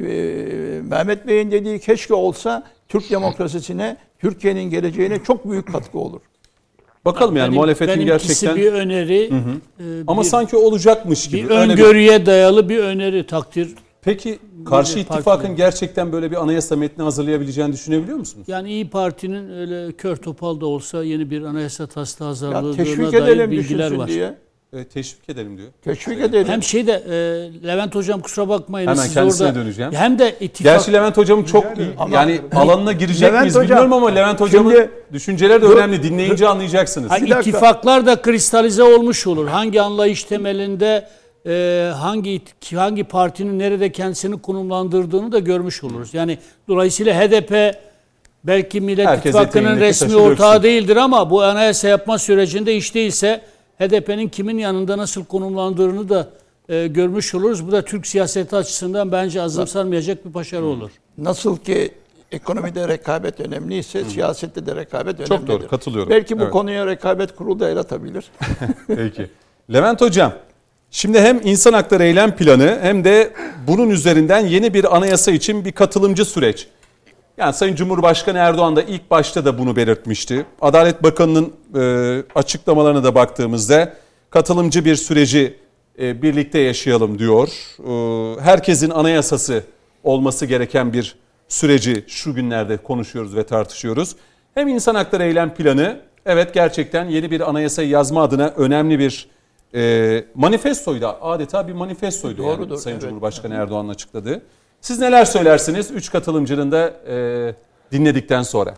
Mehmet Bey'in dediği keşke olsa Türk demokrasisine, Türkiye'nin geleceğine çok büyük katkı olur. Bakalım yani, yani muhalefetin gerçekten bir öneri. Hı hı. E, Ama bir, sanki olacakmış gibi. Bir öngörüye bir... dayalı bir öneri takdir. Peki karşı ittifakın gerçekten böyle bir anayasa metni hazırlayabileceğini düşünebiliyor musunuz? Yani İYİ Parti'nin öyle kör topal da olsa yeni bir anayasa taslağı hazırladığına teşvik dair edelim, bilgiler var. Diye. e, teşvik edelim diyor. Teşvik edelim. Hem şeyde e, Levent Hocam kusura bakmayın. Hemen siz kendisine orada, döneceğim. Hem de ittifak. Gerçi Levent Hocam'ın çok iyi, Ama- yani alanına girecek Levent miyiz Hocam, bilmiyorum ama Levent Hocam'ın şimdi- düşünceleri de Dur. önemli. Dinleyince anlayacaksınız. Hani Bir dakika. ittifaklar da kristalize olmuş olur. Hangi anlayış temelinde e, hangi it- hangi partinin nerede kendisini konumlandırdığını da görmüş oluruz. Yani dolayısıyla H D P belki Millet Herkes İttifakı'nın eteğindeki resmi taşı ortağı döksün. değildir ama bu anayasa yapma sürecinde hiç değilse H D P'nin kimin yanında nasıl konumlandığını da e, görmüş oluruz. Bu da Türk siyaseti açısından bence azımsanmayacak bir başarı olur. Nasıl ki ekonomide rekabet önemliyse siyasette de rekabet önemlidir. Çok doğru, katılıyorum. Belki bu Evet. konuya rekabet kurulu da el atabilir. Peki. Levent Hocam, şimdi hem insan hakları eylem planı hem de bunun üzerinden yeni bir anayasa için bir katılımcı süreç. Yani Sayın Cumhurbaşkanı Erdoğan da ilk başta da bunu belirtmişti. Adalet Bakanı'nın e, açıklamalarına da baktığımızda katılımcı bir süreci e, birlikte yaşayalım diyor. E, herkesin anayasası olması gereken bir süreci şu günlerde konuşuyoruz ve tartışıyoruz. Hem insan hakları eylem planı, evet gerçekten yeni bir anayasayı yazma adına önemli bir e, manifestoydu. Adeta bir manifestoydu yani Doğrudur, Sayın evet. Cumhurbaşkanı Erdoğan'ın açıkladığı. Siz neler söylersiniz üç katılımcının da e, dinledikten sonra?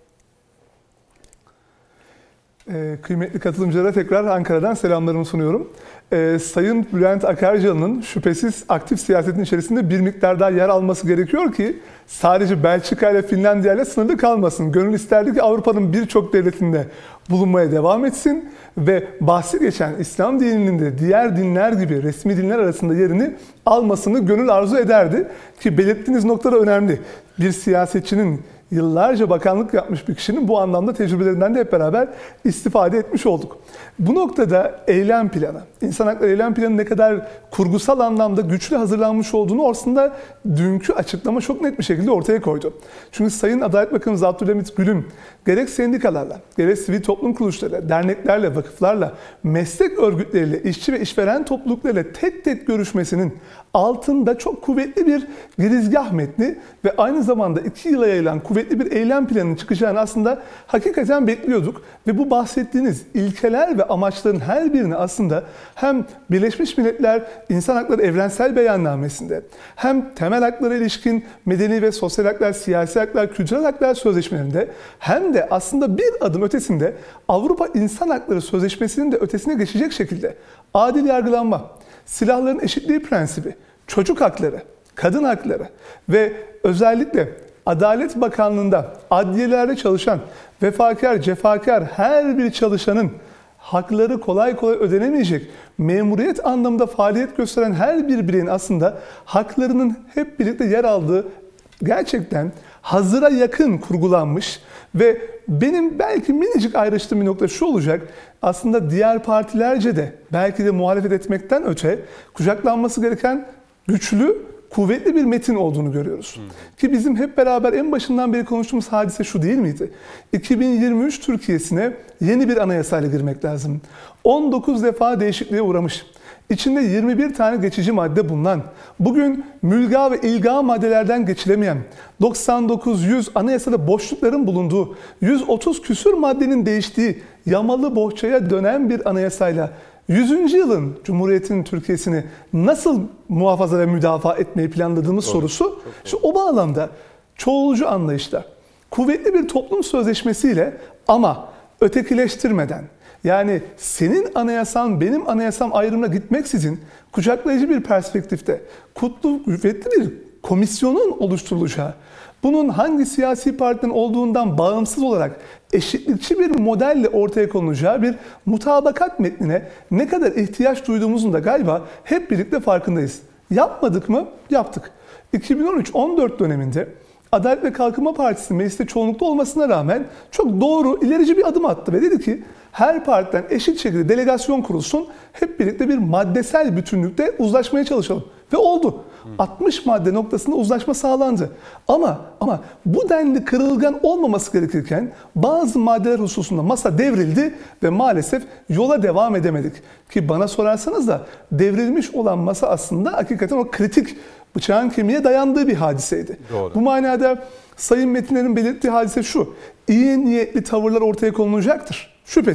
Ee, kıymetli katılımcılara tekrar Ankara'dan selamlarımı sunuyorum. Ee, Sayın Bülent Akarcalı'nın şüphesiz aktif siyasetin içerisinde bir miktar daha yer alması gerekiyor ki sadece Belçika ile Finlandiya ile sınırlı kalmasın. Gönül isterdi ki Avrupa'nın birçok devletinde bulunmaya devam etsin ve bahsi geçen İslam dininin de diğer dinler gibi resmi dinler arasında yerini almasını gönül arzu ederdi. Ki belirttiğiniz nokta da önemli. Bir siyasetçinin, yıllarca bakanlık yapmış bir kişinin bu anlamda tecrübelerinden de hep beraber istifade etmiş olduk. Bu noktada eylem planı, insan hakları eylem planı ne kadar kurgusal anlamda güçlü hazırlanmış olduğunu aslında dünkü açıklama çok net bir şekilde ortaya koydu. Çünkü Sayın Adalet Bakanımız Abdülhamit Gül'ün gerek sendikalarla, gerek sivil toplum kuruluşlarıyla, derneklerle, vakıflarla, meslek örgütleriyle, işçi ve işveren topluluklarıyla tek tek görüşmesinin altında çok kuvvetli bir girizgah metni ve aynı zamanda iki yıla yayılan kuvvetli bir eylem planının çıkacağını aslında hakikaten bekliyorduk. Ve bu bahsettiğiniz ilkeler ve amaçların her birini aslında hem Birleşmiş Milletler İnsan Hakları Evrensel Beyannamesi'nde hem temel haklara ilişkin medeni ve sosyal haklar, siyasi haklar, kültürel haklar sözleşmelerinde hem de aslında bir adım ötesinde Avrupa İnsan Hakları Sözleşmesi'nin de ötesine geçecek şekilde adil yargılanma, silahların eşitliği prensibi, çocuk hakları, kadın hakları ve özellikle Adalet Bakanlığı'nda adliyelerde çalışan vefakar, cefakar her bir çalışanın hakları kolay kolay ödenemeyecek, memuriyet anlamında faaliyet gösteren her bir bireyin aslında haklarının hep birlikte yer aldığı gerçekten hazıra yakın kurgulanmış ve benim belki minicik ayrıştığım bir nokta şu olacak. Aslında diğer partilerce de belki de muhalefet etmekten öte kucaklanması gereken güçlü, kuvvetli bir metin olduğunu görüyoruz. Hmm. Ki bizim hep beraber en başından beri konuştuğumuz hadise şu değil miydi? iki bin yirmi üç Türkiye'sine yeni bir anayasayla girmek lazım. on dokuz defa değişikliğe uğramış. İçinde yirmi bir tane geçici madde bulunan, bugün mülga ve ilga maddelerden geçilemeyen, doksan dokuz yüz anayasada boşlukların bulunduğu, yüz otuz küsür maddenin değiştiği, yamalı bohçaya dönen bir anayasayla yüzüncü yılın Cumhuriyet'in Türkiye'sini nasıl muhafaza ve müdafaa etmeyi planladığımız doğru, sorusu, işte o bağlamda çoğulcu anlayışta, kuvvetli bir toplum sözleşmesiyle ama ötekileştirmeden, yani senin anayasan benim anayasam ayrımına gitmeksizin kucaklayıcı bir perspektifte kutlu, kuvvetli bir komisyonun oluşturulacağı, bunun hangi siyasi partinin olduğundan bağımsız olarak eşitlikçi bir modelle ortaya konulacağı bir mutabakat metnine ne kadar ihtiyaç duyduğumuzun da galiba hep birlikte farkındayız. Yapmadık mı? Yaptık. iki bin on üç on dört döneminde Adalet ve Kalkınma Partisi mecliste çoğunlukta olmasına rağmen çok doğru, ilerici bir adım attı ve dedi ki her partiden eşit şekilde delegasyon kurulsun, hep birlikte bir maddesel bütünlükte uzlaşmaya çalışalım. Ve oldu. altmış madde noktasında uzlaşma sağlandı. Ama ama bu denli kırılgan olmaması gerekirken bazı maddeler hususunda masa devrildi ve maalesef yola devam edemedik. Ki bana sorarsanız da devrilmiş olan masa aslında hakikaten o kritik bıçağın kemiğe dayandığı bir hadiseydi. Doğru. Bu manada Sayın Metinler'in belirttiği hadise şu: İyi niyetli tavırlar ortaya konulacaktır. Şüphesiz.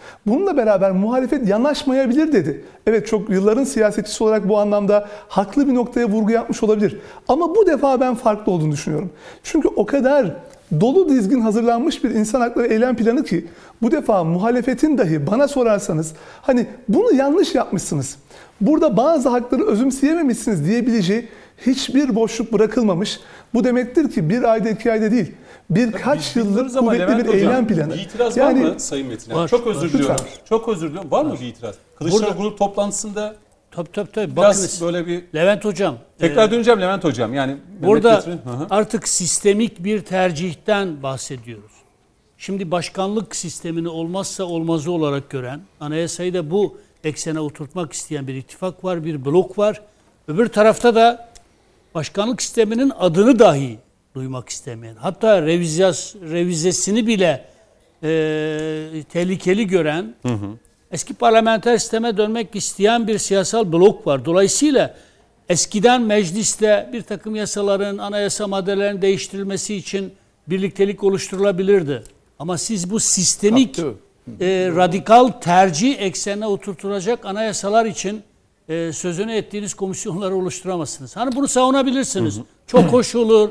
Bununla beraber muhalefet yanaşmayabilir dedi. Evet, çok yılların siyasetçisi olarak bu anlamda haklı bir noktaya vurgu yapmış olabilir. Ama bu defa ben farklı olduğunu düşünüyorum. Çünkü o kadar dolu dizgin hazırlanmış bir insan hakları eylem planı ki bu defa muhalefetin dahi bana sorarsanız hani bunu yanlış yapmışsınız, burada bazı hakları özümseyememişsiniz diyebileceği hiçbir boşluk bırakılmamış. Bu demektir ki bir ayda iki ayda değil, birkaç yıllık kuvvetli bir eylem planı. Bir itiraz yani, var mı Sayın Metin? Var, Çok özür var. diliyorum. Lütfen. Çok özür diliyorum. Var mı bir itiraz? Kılıçdaroğlu Burada- grup toplantısında Tabii tabii tabii. biraz Bakınız, böyle bir... Levent Hocam. Tekrar e, döneceğim Levent Hocam. Yani Burada Mehmet Getirin- Hı hı. artık sistemik bir tercihten bahsediyoruz. Şimdi başkanlık sistemini olmazsa olmazı olarak gören, anayasayı da bu eksene oturtmak isteyen bir ittifak var, bir blok var. Öbür tarafta da başkanlık sisteminin adını dahi duymak istemeyen, hatta revizyas, revizesini bile e, tehlikeli gören, hı hı. eski parlamenter sisteme dönmek isteyen bir siyasal blok var. Dolayısıyla eskiden mecliste bir takım yasaların, anayasa maddelerinin değiştirilmesi için birliktelik oluşturulabilirdi. Ama siz bu sistemik, e, radikal tercih eksenine oturtulacak anayasalar için e, sözünü ettiğiniz komisyonları oluşturamazsınız. Hani bunu savunabilirsiniz. Hı hı. Çok hoş olur.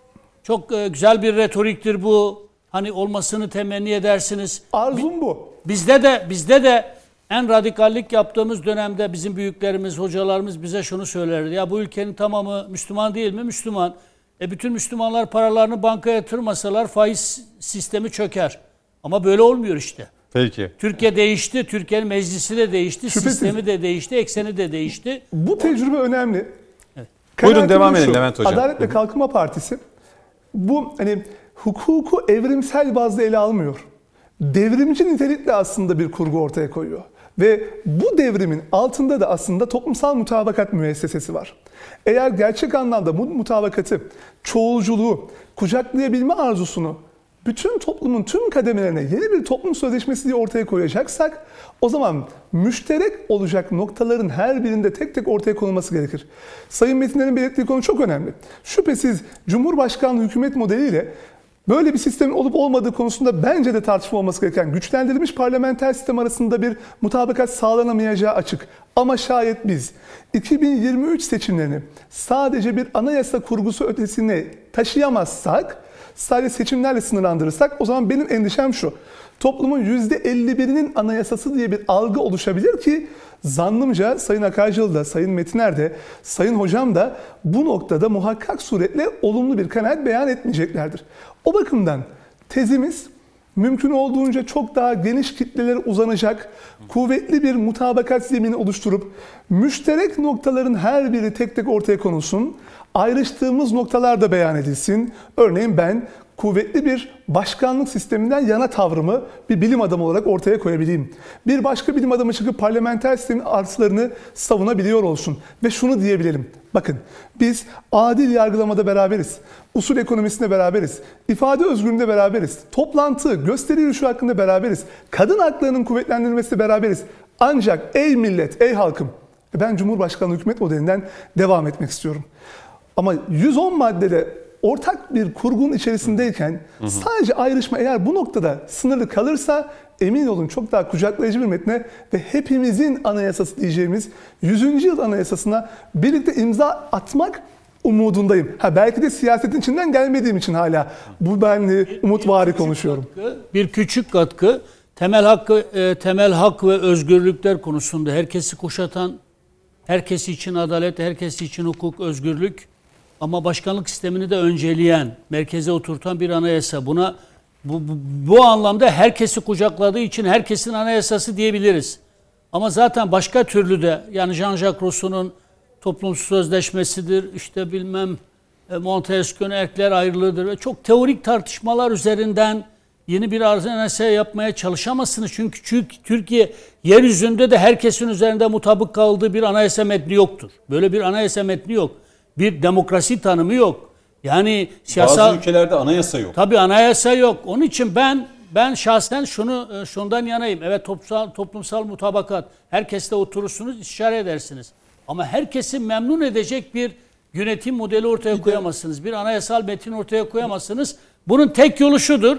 Çok e, güzel bir retoriktir bu. Hani olmasını temenni edersiniz. Arzum bu. Bizde de bizde de en radikallik yaptığımız dönemde bizim büyüklerimiz, hocalarımız bize şunu söylerdi. Ya bu ülkenin tamamı Müslüman değil mi? Müslüman. E bütün Müslümanlar paralarını bankaya yatırmasalar faiz sistemi çöker. Ama böyle olmuyor işte. Peki. Türkiye değişti, Türkiye'nin meclisi de değişti, Şüphesiz. sistemi de değişti, ekseni de değişti. Bu tecrübe önemli. Evet. Buyurun, Kanaatim devam şu, edin Levent Hocam. Adalet ve Kalkınma Partisi bu hani hukuku evrimsel bazda ele almıyor. Devrimci nitelikle aslında bir kurgu ortaya koyuyor. Ve bu devrimin altında da aslında toplumsal mutabakat müessesesi var. Eğer gerçek anlamda bu mutabakatı, çoğulculuğu, kucaklayabilme arzusunu bütün toplumun tüm kademelerine yeni bir toplum sözleşmesi diye ortaya koyacaksak o zaman müşterek olacak noktaların her birinde tek tek ortaya konulması gerekir. Sayın Metinler'in belirttiği konu çok önemli. Şüphesiz Cumhurbaşkanlığı hükümet modeliyle böyle bir sistemin olup olmadığı konusunda bence de tartışma olması gereken güçlendirilmiş parlamenter sistem arasında bir mutabakat sağlanamayacağı açık. Ama şayet biz iki bin yirmi üç seçimlerini sadece bir anayasa kurgusu ötesine taşıyamazsak, sadece seçimlerle sınırlandırırsak o zaman benim endişem şu. Toplumun yüzde elli birinin anayasası diye bir algı oluşabilir ki zannımca Sayın Akarcalı da, Sayın Metiner de, Sayın Hocam da bu noktada muhakkak suretle olumlu bir kanaat beyan etmeyeceklerdir. O bakımdan tezimiz mümkün olduğunca çok daha geniş kitlelere uzanacak, kuvvetli bir mutabakat zemini oluşturup müşterek noktaların her biri tek tek ortaya konulsun, ayrıştığımız noktalar da beyan edilsin. Örneğin ben kuvvetli bir başkanlık sisteminden yana tavrımı bir bilim adamı olarak ortaya koyabileyim. Bir başka bilim adamı çıkıp parlamenter sistemin artılarını savunabiliyor olsun. Ve şunu diyebilelim. Bakın biz adil yargılamada beraberiz. Usul ekonomisinde beraberiz. İfade özgürlüğünde beraberiz. Toplantı, gösteri yürüyüşü hakkında beraberiz. Kadın haklarının kuvvetlendirilmesinde beraberiz. Ancak ey millet, ey halkım, ben Cumhurbaşkanlığı hükümet modelinden devam etmek istiyorum. Ama yüz on maddede ortak bir kurgunun içerisindeyken hı hı. sadece ayrışma eğer bu noktada sınırlı kalırsa emin olun çok daha kucaklayıcı bir metne ve hepimizin anayasası diyeceğimiz yüzüncü yıl anayasasına birlikte imza atmak umudundayım. Ha belki de siyasetin içinden gelmediğim için hala bu benli umutvari konuşuyorum. Katkı, bir küçük katkı temel hakkı e, temel hak ve özgürlükler konusunda herkesi kuşatan, herkes için adalet, herkes için hukuk, özgürlük ama başkanlık sistemini de önceleyen, merkeze oturtan bir anayasa. Buna bu, bu, bu anlamda herkesi kucakladığı için herkesin anayasası diyebiliriz. Ama zaten başka türlü de yani Jean-Jacques Rousseau'nun toplumsuz sözleşmesidir, işte bilmem Montesquieu'nun erkler ayrılığıdır ve çok teorik tartışmalar üzerinden yeni bir anayasa yapmaya çalışamazsınız. Çünkü, çünkü Türkiye yeryüzünde de herkesin üzerinde mutabık kaldığı bir anayasa metni yoktur. Böyle bir anayasa metni yok. Bir demokrasi tanımı yok. Yani siyasal bazı ülkelerde anayasa yok. Tabii anayasa yok. Onun için ben ben şahsen şunu şundan yanayım. Evet toplumsal toplumsal mutabakat. Herkesle oturursunuz, istişare edersiniz. Ama herkesi memnun edecek bir yönetim modeli ortaya koyamazsınız. Bir anayasal metin ortaya koyamazsınız. Bunun tek yolu şudur.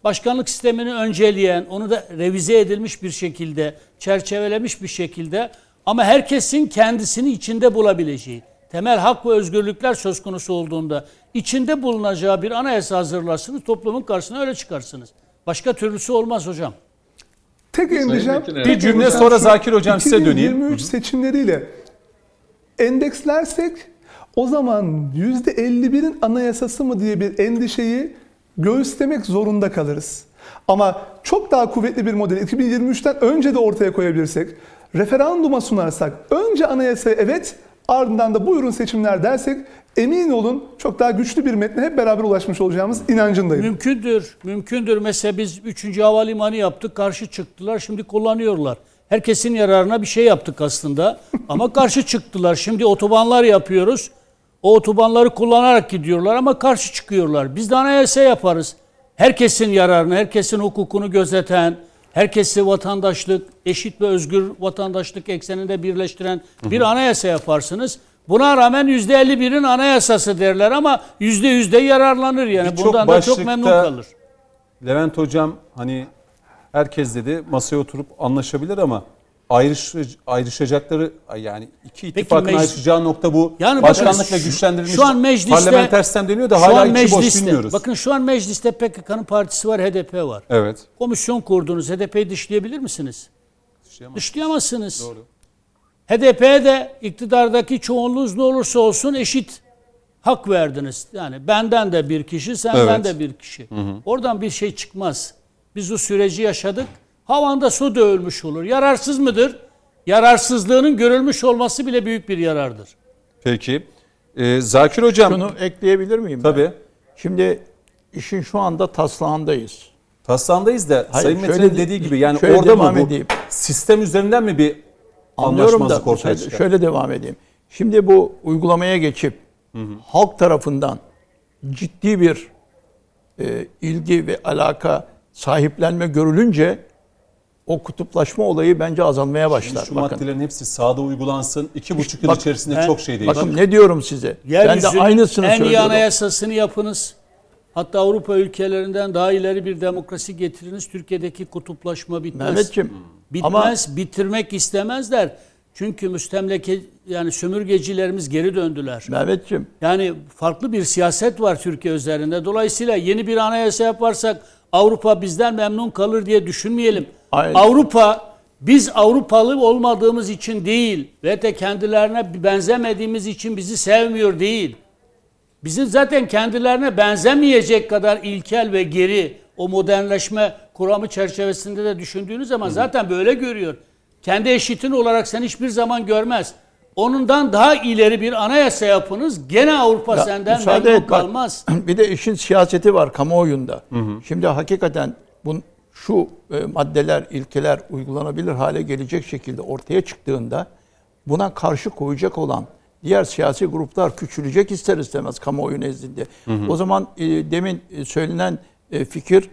başkanlık sistemini önceleyen, onu da revize edilmiş bir şekilde, çerçevelemiş bir şekilde ama herkesin kendisini içinde bulabileceği, temel hak ve özgürlükler söz konusu olduğunda içinde bulunacağı bir anayasa hazırlarsınız, toplumun karşısına öyle çıkarsınız. Başka türlüsü olmaz hocam. Tek endişem, bir cümle sonra Zakir Hocam size döneyim. iki bin yirmi üç seçimleriyle endekslersek o zaman yüzde elli birin anayasası mı diye bir endişeyi göğüslemek zorunda kalırız. Ama çok daha kuvvetli bir model iki bin yirmi üçten önce de ortaya koyabilirsek, referanduma sunarsak, önce anayasaya evet, ardından da buyurun seçimler dersek, emin olun çok daha güçlü bir metne hep beraber ulaşmış olacağımız inancındayım. Mümkündür, mümkündür. Mesela biz üçüncü havalimanı yaptık, karşı çıktılar, şimdi kullanıyorlar. Herkesin yararına bir şey yaptık aslında ama karşı çıktılar. Şimdi otobanlar yapıyoruz, o otobanları kullanarak gidiyorlar ama karşı çıkıyorlar. Biz de anayasa yaparız. Herkesin yararını, herkesin hukukunu gözeten, herkesi vatandaşlık, eşit ve özgür vatandaşlık ekseninde birleştiren bir anayasa yaparsınız. Buna rağmen yüzde elli birin anayasası derler ama yüzde yüzde yararlanır yani. Birçok bundan da çok memnun kalır. Levent Hocam hani herkes dedi masaya oturup anlaşabilir ama ayrış, ayrışacakları yani iki ittifakın meclis, ayrışacağı nokta bu. Yani başkanlıkla şu, güçlendirilmiş şu an mecliste, parlamenter sistem deniyor da hala içi boş bilmiyoruz. Bakın şu an mecliste P K K'nın partisi var, H D P var. Evet. Komisyon kurdunuz. H D P'yi dışlayabilir misiniz? Dışlayamaz. Dışlayamazsınız. Doğru. H D P'ye de iktidardaki çoğunluğunuz ne olursa olsun eşit hak verdiniz. Yani benden de bir kişi, senden evet. de bir kişi. Hı hı. Oradan bir şey çıkmaz. Biz o süreci yaşadık. Havanda su dövülmüş olur. Yararsız mıdır? Yararsızlığının görülmüş olması bile büyük bir yarardır. Peki. Ee, Zakir Hocam. Şunu ekleyebilir miyim? Tabii. Ben? Şimdi işin şu anda taslağındayız. Taslağındayız da Hayır, Sayın Metin'in dediği gibi yani şöyle orada mı bu edeyim. sistem üzerinden mi bir Anlıyorum da ortaya şöyle, şöyle devam edeyim. Şimdi bu uygulamaya geçip hı hı. halk tarafından ciddi bir e, ilgi ve alaka sahiplenme görülünce o kutuplaşma olayı bence azalmaya başlar. Şimdi şu bakın. maddelerin hepsi sahada uygulansın. İki buçuk yıl Bak, içerisinde ben, çok şey değişir. Bakın ne diyorum size. Ben de aynısını en söylüyorum. iyi anayasasını yapınız. Hatta Avrupa ülkelerinden daha ileri bir demokrasi getiriniz. Türkiye'deki kutuplaşma bitmez. Mehmetciğim, bitmez, ama bitirmek istemezler. Çünkü müstemleke yani sömürgecilerimiz geri döndüler. Mehmetciğim. Yani farklı bir siyaset var Türkiye üzerinde. Dolayısıyla yeni bir anayasa yaparsak Avrupa bizden memnun kalır diye düşünmeyelim. Aynen. Avrupa biz Avrupalı olmadığımız için değil ve de kendilerine benzemediğimiz için bizi sevmiyor değil. Bizim zaten kendilerine benzemeyecek kadar ilkel ve geri o modernleşme kuramı çerçevesinde de düşündüğünüz zaman hı hı. zaten böyle görüyor. Kendi eşitin olarak sen hiçbir zaman görmez. Onundan daha ileri bir anayasa yapınız. Gene Avrupa ya, senden memnun et, kalmaz. Bak, bir de işin siyaseti var kamuoyunda. Hı hı. Şimdi hakikaten bu, şu e, maddeler, ilkeler uygulanabilir hale gelecek şekilde ortaya çıktığında buna karşı koyacak olan diğer siyasi gruplar küçülecek ister istemez kamuoyu nezdinde. Hı hı. O zaman e, demin söylenen e, fikir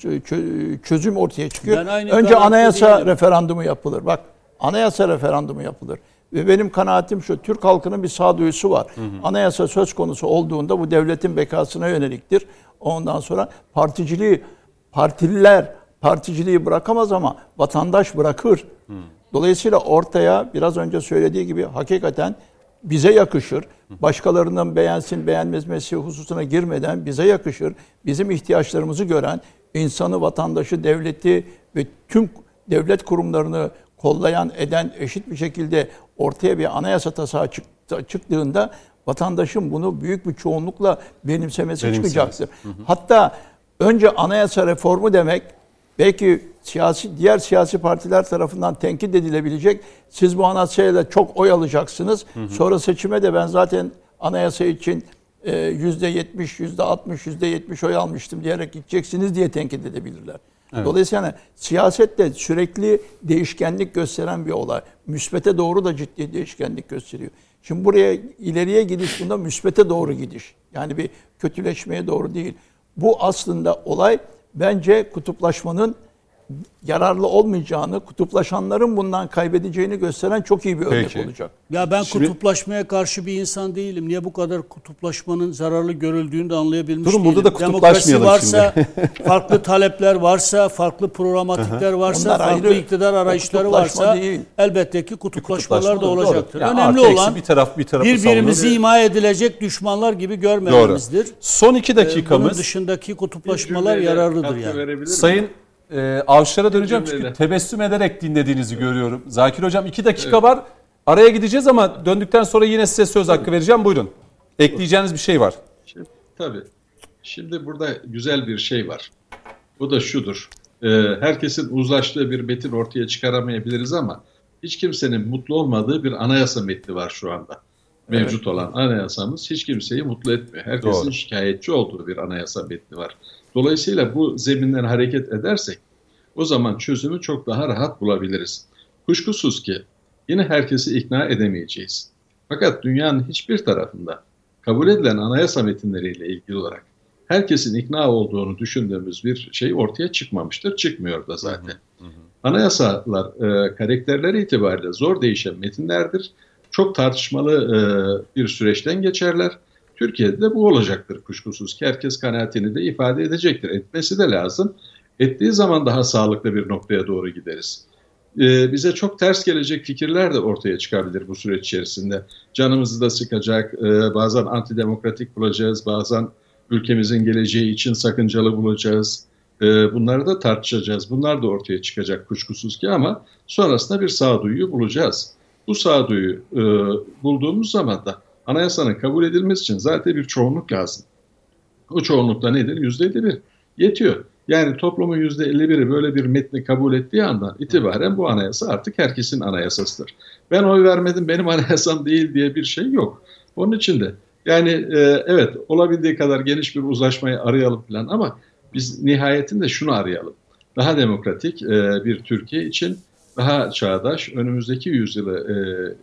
çö, çözüm ortaya çıkıyor. Önce anayasa değilim. referandumu yapılır. Bak anayasa referandumu yapılır. Ve benim kanaatim şu, Türk halkının bir sağduyusu var. Hı hı. Anayasa söz konusu olduğunda bu devletin bekasına yöneliktir. Ondan sonra particiliği, partililer particiliği bırakamaz ama vatandaş bırakır. Hı. Dolayısıyla ortaya biraz önce söylediği gibi hakikaten bize yakışır. Başkalarının beğensin beğenmemesi hususuna girmeden bize yakışır. Bizim ihtiyaçlarımızı gören, insanı, vatandaşı, devleti ve tüm devlet kurumlarını kollayan, eden eşit bir şekilde ortaya bir anayasa taslağı çıktığında vatandaşın bunu büyük bir çoğunlukla benimsemesi Benimsiniz. çıkacaktır. Hı hı. Hatta önce anayasa reformu demek belki siyasi diğer siyasi partiler tarafından tenkit edilebilecek. Siz bu anayasayla çok oy alacaksınız. Hı hı. Sonra seçime de ben zaten anayasa için yüzde yetmiş, yüzde altmış, yüzde yetmiş oy almıştım diyerek gideceksiniz diye tenkit edebilirler. Evet. Dolayısıyla siyasette sürekli değişkenlik gösteren bir olay. Müsbete doğru da ciddi değişkenlik gösteriyor. Şimdi buraya ileriye gidiş bunda müsbete doğru gidiş. Yani bir kötüleşmeye doğru değil. Bu aslında olay bence kutuplaşmanın yararlı olmayacağını, kutuplaşanların bundan kaybedeceğini gösteren çok iyi bir örnek Peki. olacak. Ya ben Şimdi- kutuplaşmaya karşı bir insan değilim. Niye bu kadar kutuplaşmanın zararlı görüldüğünü de anlayabilmiş Durun, değilim. burada da Demokrasi kutuplaşmayalım varsa, farklı talepler varsa, farklı programatikler varsa, Onlar farklı ayrı. iktidar arayışları Kutuplaşma varsa değil. elbette ki kutuplaşmalar da Kutuplaşma, doğru. olacaktır. Yani Önemli artı eksi olan bir taraf bir tarafı birbirimizi savunuyor. ima edilecek düşmanlar gibi görmememizdir. Son iki Bunun dakikamız. dışındaki Bir kutuplaşmalar cümleyle yararlıdır katkı yani. verebilir miyim? Sayın e, Avşar'a döneceğim çünkü cümleyle. tebessüm ederek dinlediğinizi görüyorum. Zakir Hocam iki dakika var. Araya gideceğiz ama döndükten sonra yine size söz hakkı vereceğim. Buyurun. Ekleyeceğiniz bir şey var. Şimdi, tabii. Şimdi burada güzel bir şey var. Bu da şudur. Ee, herkesin uzlaştığı bir metin ortaya çıkaramayabiliriz ama hiç kimsenin mutlu olmadığı bir anayasa metni var şu anda. Mevcut olan anayasamız hiç kimseyi mutlu etmiyor. Herkesin Doğru. şikayetçi olduğu bir anayasa metni var. Dolayısıyla bu zeminden hareket edersek o zaman çözümü çok daha rahat bulabiliriz. Kuşkusuz ki yine herkesi ikna edemeyeceğiz. Fakat dünyanın hiçbir tarafında kabul edilen anayasa metinleriyle ilgili olarak herkesin ikna olduğunu düşündüğümüz bir şey ortaya çıkmamıştır. Çıkmıyor da zaten. Hı hı. Anayasalar e, karakterleri itibariyle zor değişen metinlerdir. Çok tartışmalı e, bir süreçten geçerler. Türkiye'de de bu olacaktır kuşkusuz ki herkes kanaatini de ifade edecektir. Etmesi de lazım. Ettiği zaman daha sağlıklı bir noktaya doğru gideriz. Ee, bize çok ters gelecek fikirler de ortaya çıkabilir bu süreç içerisinde. Canımızı da sıkacak, e, bazen antidemokratik bulacağız, bazen ülkemizin geleceği için sakıncalı bulacağız. E, bunları da tartışacağız. Bunlar da ortaya çıkacak kuşkusuz ki ama sonrasında bir sağduyuyu bulacağız. Bu sağduyu e, bulduğumuz zaman da anayasanın kabul edilmesi için zaten bir çoğunluk lazım. O çoğunluk da nedir? yüzde elli bir. Yetiyor. Yani toplumun yüzde elli biri böyle bir metni kabul ettiği andan itibaren bu anayasa artık herkesin anayasasıdır. Ben oy vermedim, benim anayasam değil diye bir şey yok. Onun için de yani e, evet olabildiği kadar geniş bir uzlaşmayı arayalım falan ama biz nihayetinde şunu arayalım. Daha demokratik e, bir Türkiye için daha çağdaş, önümüzdeki yüzyılı e,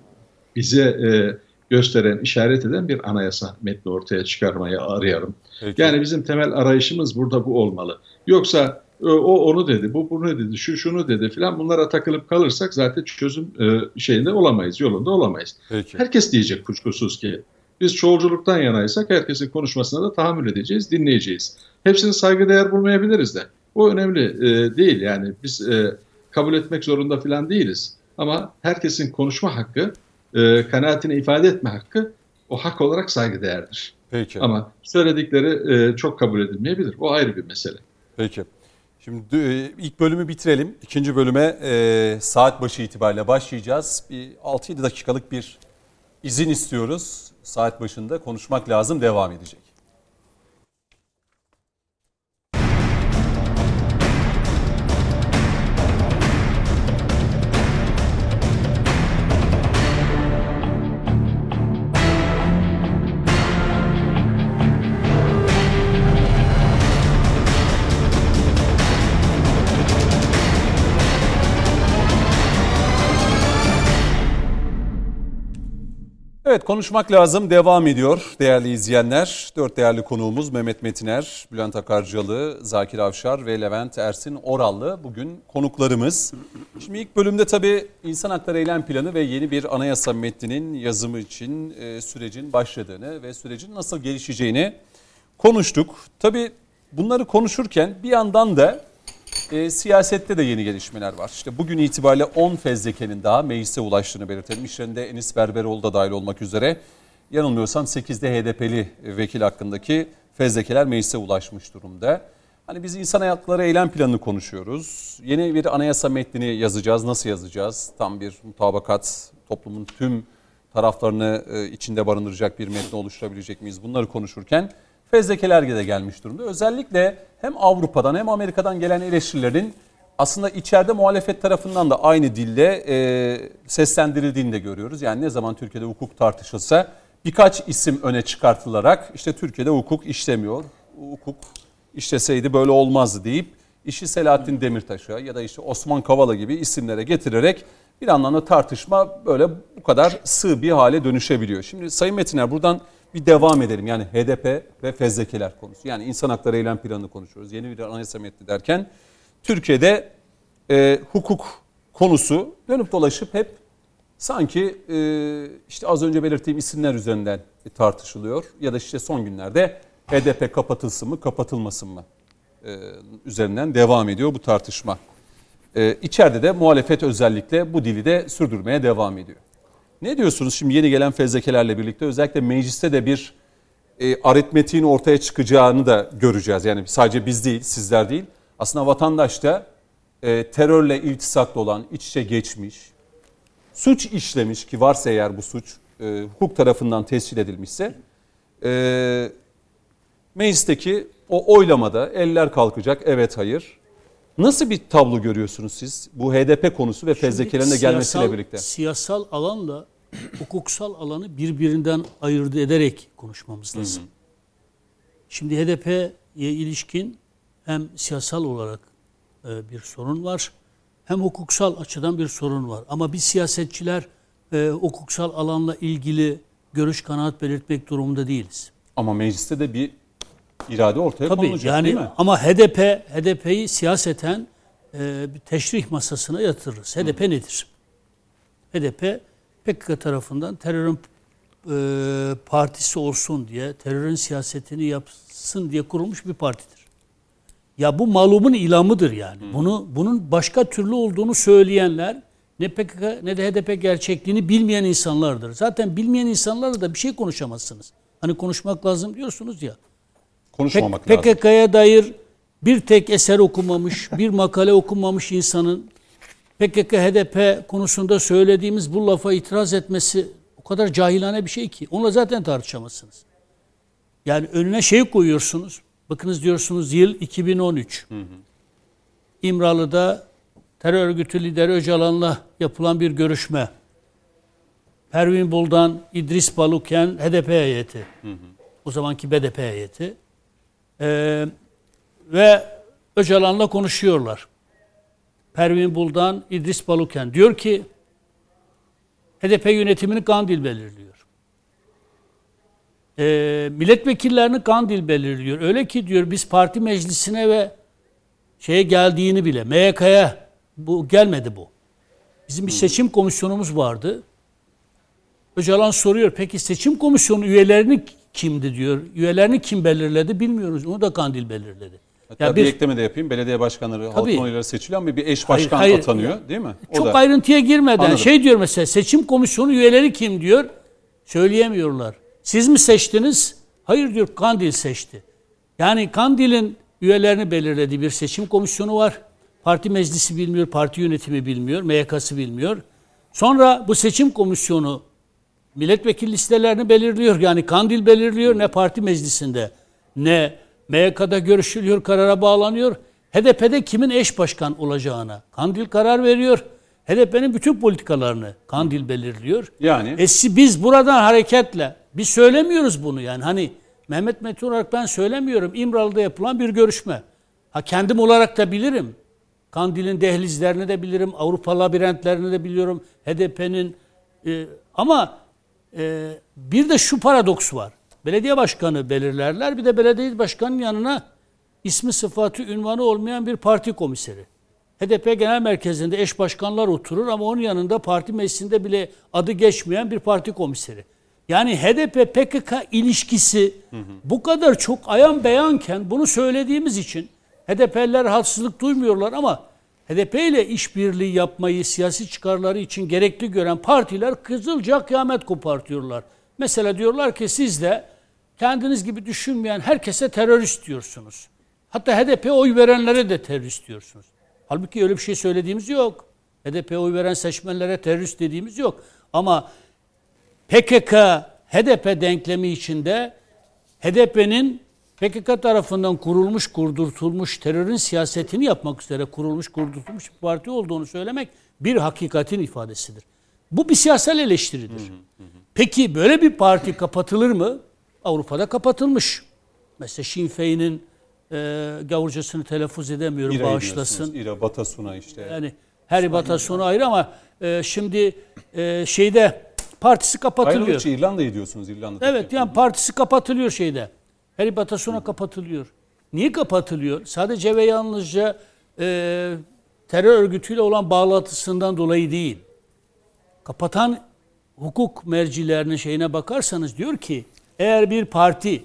bize e, gösteren, işaret eden bir anayasa metni ortaya çıkarmayı arayalım. Peki. Yani bizim temel arayışımız burada bu olmalı. Yoksa o onu dedi, bu bunu dedi, şu şunu dedi filan bunlara takılıp kalırsak zaten çözüm şeyinde olamayız, yolunda olamayız. Peki. Herkes diyecek kuşkusuz ki biz çoğulculuktan yanaysak herkesin konuşmasına da tahammül edeceğiz, dinleyeceğiz. Hepsini saygıdeğer bulmayabiliriz de. O önemli e, değil yani biz e, kabul etmek zorunda filan değiliz. Ama herkesin konuşma hakkı, e, kanaatini ifade etme hakkı o hak olarak saygıdeğerdir. Peki. Ama söyledikleri e, çok kabul edilmeyebilir. O ayrı bir mesele. Peki. Şimdi e, ilk bölümü bitirelim. İkinci bölüme e, saat başı itibariyle başlayacağız. Bir altı yedi dakikalık bir izin istiyoruz. Saat başında konuşmak lazım, devam edecek. Evet, konuşmak lazım devam ediyor değerli izleyenler. Dört değerli konuğumuz Mehmet Metiner, Bülent Akarcalı, Zakir Avşar ve Levent Ersin Orallı bugün konuklarımız. Şimdi ilk bölümde tabii İnsan Hakları Eylem Planı ve yeni bir anayasa metninin yazımı için e, sürecin başladığını ve sürecin nasıl gelişeceğini konuştuk. Tabii bunları konuşurken bir yandan da E, siyasette de yeni gelişmeler var. İşte bugün itibariyle on fezlekenin daha meclise ulaştığını belirtelim. İşlerinde Enis Berberoğlu da dahil olmak üzere. Yanılmıyorsam sekizde H D P'li vekil hakkındaki fezlekeler meclise ulaşmış durumda. Hani biz insan hakları eylem planını konuşuyoruz. Yeni bir anayasa metnini yazacağız. Nasıl yazacağız? Tam bir mutabakat, toplumun tüm taraflarını e, içinde barındıracak bir metni oluşturabilecek miyiz? Bunları konuşurken fezlekeler de gelmiş durumda. Özellikle hem Avrupa'dan hem Amerika'dan gelen eleştirilerin aslında içeride muhalefet tarafından da aynı dille e, seslendirildiğini de görüyoruz. Yani ne zaman Türkiye'de hukuk tartışılsa birkaç isim öne çıkartılarak işte Türkiye'de hukuk işlemiyor, hukuk işleseydi böyle olmazdı deyip işi Selahattin Demirtaş'a ya da işte Osman Kavala gibi isimlere getirerek bir anlamda tartışma böyle bu kadar sığ bir hale dönüşebiliyor. Şimdi Sayın Metiner buradan bir devam edelim. Yani H D P ve fezlekeler konusu. Yani insan hakları eylem planını konuşuyoruz. Yeni bir anayasa metni derken Türkiye'de e, hukuk konusu dönüp dolaşıp hep sanki e, işte az önce belirttiğim isimler üzerinden tartışılıyor. Ya da işte son günlerde H D P kapatılsın mı kapatılmasın mı e, üzerinden devam ediyor bu tartışma. E, içeride de muhalefet özellikle bu dili de sürdürmeye devam ediyor. Ne diyorsunuz şimdi yeni gelen fezlekelerle birlikte özellikle mecliste de bir e, aritmetiğin ortaya çıkacağını da göreceğiz. Yani sadece biz değil, sizler değil. Aslında vatandaş da e, terörle iltisaklı olan, iç içe geçmiş, suç işlemiş ki varsa eğer bu suç e, hukuk tarafından tescil edilmişse e, meclisteki o oylamada eller kalkacak, evet hayır. Nasıl bir tablo görüyorsunuz siz bu H D P konusu ve fezlekelerin de gelmesiyle siyasal, birlikte? Siyasal alanla hukuksal alanı birbirinden ayırt ederek konuşmamız lazım. Hı hı. Şimdi H D P'ye ilişkin hem siyasal olarak e, bir sorun var, hem hukuksal açıdan bir sorun var. Ama biz siyasetçiler e, hukuksal alanla ilgili görüş kanaat belirtmek durumunda değiliz. Ama mecliste de bir irade ortaya Tabii, konulacak yani, değil mi? Ama H D P, H D P'yi siyaseten e, bir teşrih masasına yatırırız. H D P Hı. nedir? H D P P K K tarafından terörün e, partisi olsun diye, terörün siyasetini yapsın diye kurulmuş bir partidir. Ya bu malumun ilamıdır yani. Hı. Bunu bunun başka türlü olduğunu söyleyenler ne P K K ne de H D P gerçekliğini bilmeyen insanlardır. Zaten bilmeyen insanlarla da bir şey konuşamazsınız. Hani konuşmak lazım diyorsunuz ya. Konuşmamak lazım. P K K'ya dair bir tek eser okumamış, bir makale okumamış insanın P K K H D P konusunda söylediğimiz bu lafa itiraz etmesi o kadar cahilane bir şey ki. Onunla zaten tartışamazsınız. Yani önüne şey koyuyorsunuz. Bakınız diyorsunuz yıl iki bin on üç. Hı hı. İmralı'da terör örgütü lideri Öcalan'la yapılan bir görüşme. Pervin Buldan, İdris Baluken, H D P heyeti. Hı hı. O zamanki B D P heyeti. Ee, ve Öcalan'la konuşuyorlar. Pervin Buldan, İdris Baluken diyor ki H D P yönetimini Kandil belirliyor. Ee, milletvekillerini Kandil belirliyor. Öyle ki diyor biz parti meclisine ve şeye geldiğini bile M Y K'ya bu gelmedi bu. Bizim bir seçim komisyonumuz vardı. Öcalan soruyor peki seçim komisyonu üyelerini kimdi diyor. Üyelerini kim belirledi bilmiyoruz. Onu da Kandil belirledi. Hatta ya bir, bir ekleme de yapayım. Belediye başkanları halkın oyları seçiliyor ama bir eş başkan hayır, hayır, atanıyor ya, değil mi? O çok da. ayrıntıya girmeden Anladım. Şey diyor mesela seçim komisyonu üyeleri kim diyor. Söyleyemiyorlar. Siz mi seçtiniz? Hayır diyor Kandil seçti. Yani Kandil'in üyelerini belirlediği bir seçim komisyonu var. Parti meclisi bilmiyor, parti yönetimi bilmiyor, M Y K'sı bilmiyor. Sonra bu seçim komisyonu milletvekili listelerini belirliyor. Yani Kandil belirliyor. Ne parti meclisinde ne M Y K'da görüşülüyor, karara bağlanıyor. H D P'de kimin eş başkan olacağına Kandil karar veriyor. H D P'nin bütün politikalarını Kandil belirliyor. Yani e, biz buradan hareketle biz söylemiyoruz bunu yani. Hani Mehmet Metin olarak ben söylemiyorum. İmralı'da yapılan bir görüşme. Ha kendim olarak da bilirim. Kandil'in dehlizlerini de bilirim. Avrupa labirentlerini de biliyorum. H D P'nin e, ama e, bir de şu paradoks var. Belediye başkanı belirlerler. Bir de belediye başkanının yanına ismi sıfatı ünvanı olmayan bir parti komiseri. H D P Genel Merkezi'nde eş başkanlar oturur ama onun yanında parti meclisinde bile adı geçmeyen bir parti komiseri. Yani H D P P K K ilişkisi hı hı. bu kadar çok ayan beyanken bunu söylediğimiz için H D P'liler rahatsızlık duymuyorlar ama H D P ile işbirliği yapmayı siyasi çıkarları için gerekli gören partiler kızılca kıyamet kopartıyorlar. Mesela diyorlar ki siz de kendiniz gibi düşünmeyen herkese terörist diyorsunuz. Hatta H D P'ye oy verenlere de terörist diyorsunuz. Halbuki öyle bir şey söylediğimiz yok. H D P'ye oy veren seçmenlere terörist dediğimiz yok. Ama P K K H D P denklemi içinde H D P'nin P K K tarafından kurulmuş, kurdurtulmuş, terörün siyasetini yapmak üzere kurulmuş, kurdurtulmuş bir parti olduğunu söylemek bir hakikatin ifadesidir. Bu bir siyasal eleştiridir. Hı hı hı. Peki böyle bir parti kapatılır mı? Avrupa'da kapatılmış. Mesela Sinn Féin'in e, gavurcasını telaffuz edemiyorum, İra'yı bağışlasın. İra Batasuna işte. Yani her Batasuna ayrı ama e, şimdi e, şeyde partisi kapatılıyor. Ayrılıkçı İrlanda'yı diyorsunuz İrlanda. Evet yani partisi kapatılıyor şeyde. Harry Batasuna kapatılıyor. Niye kapatılıyor? Sadece ve yalnızca e, terör örgütüyle olan bağlantısından dolayı değil. Kapatan hukuk mercilerinin şeyine bakarsanız diyor ki eğer bir parti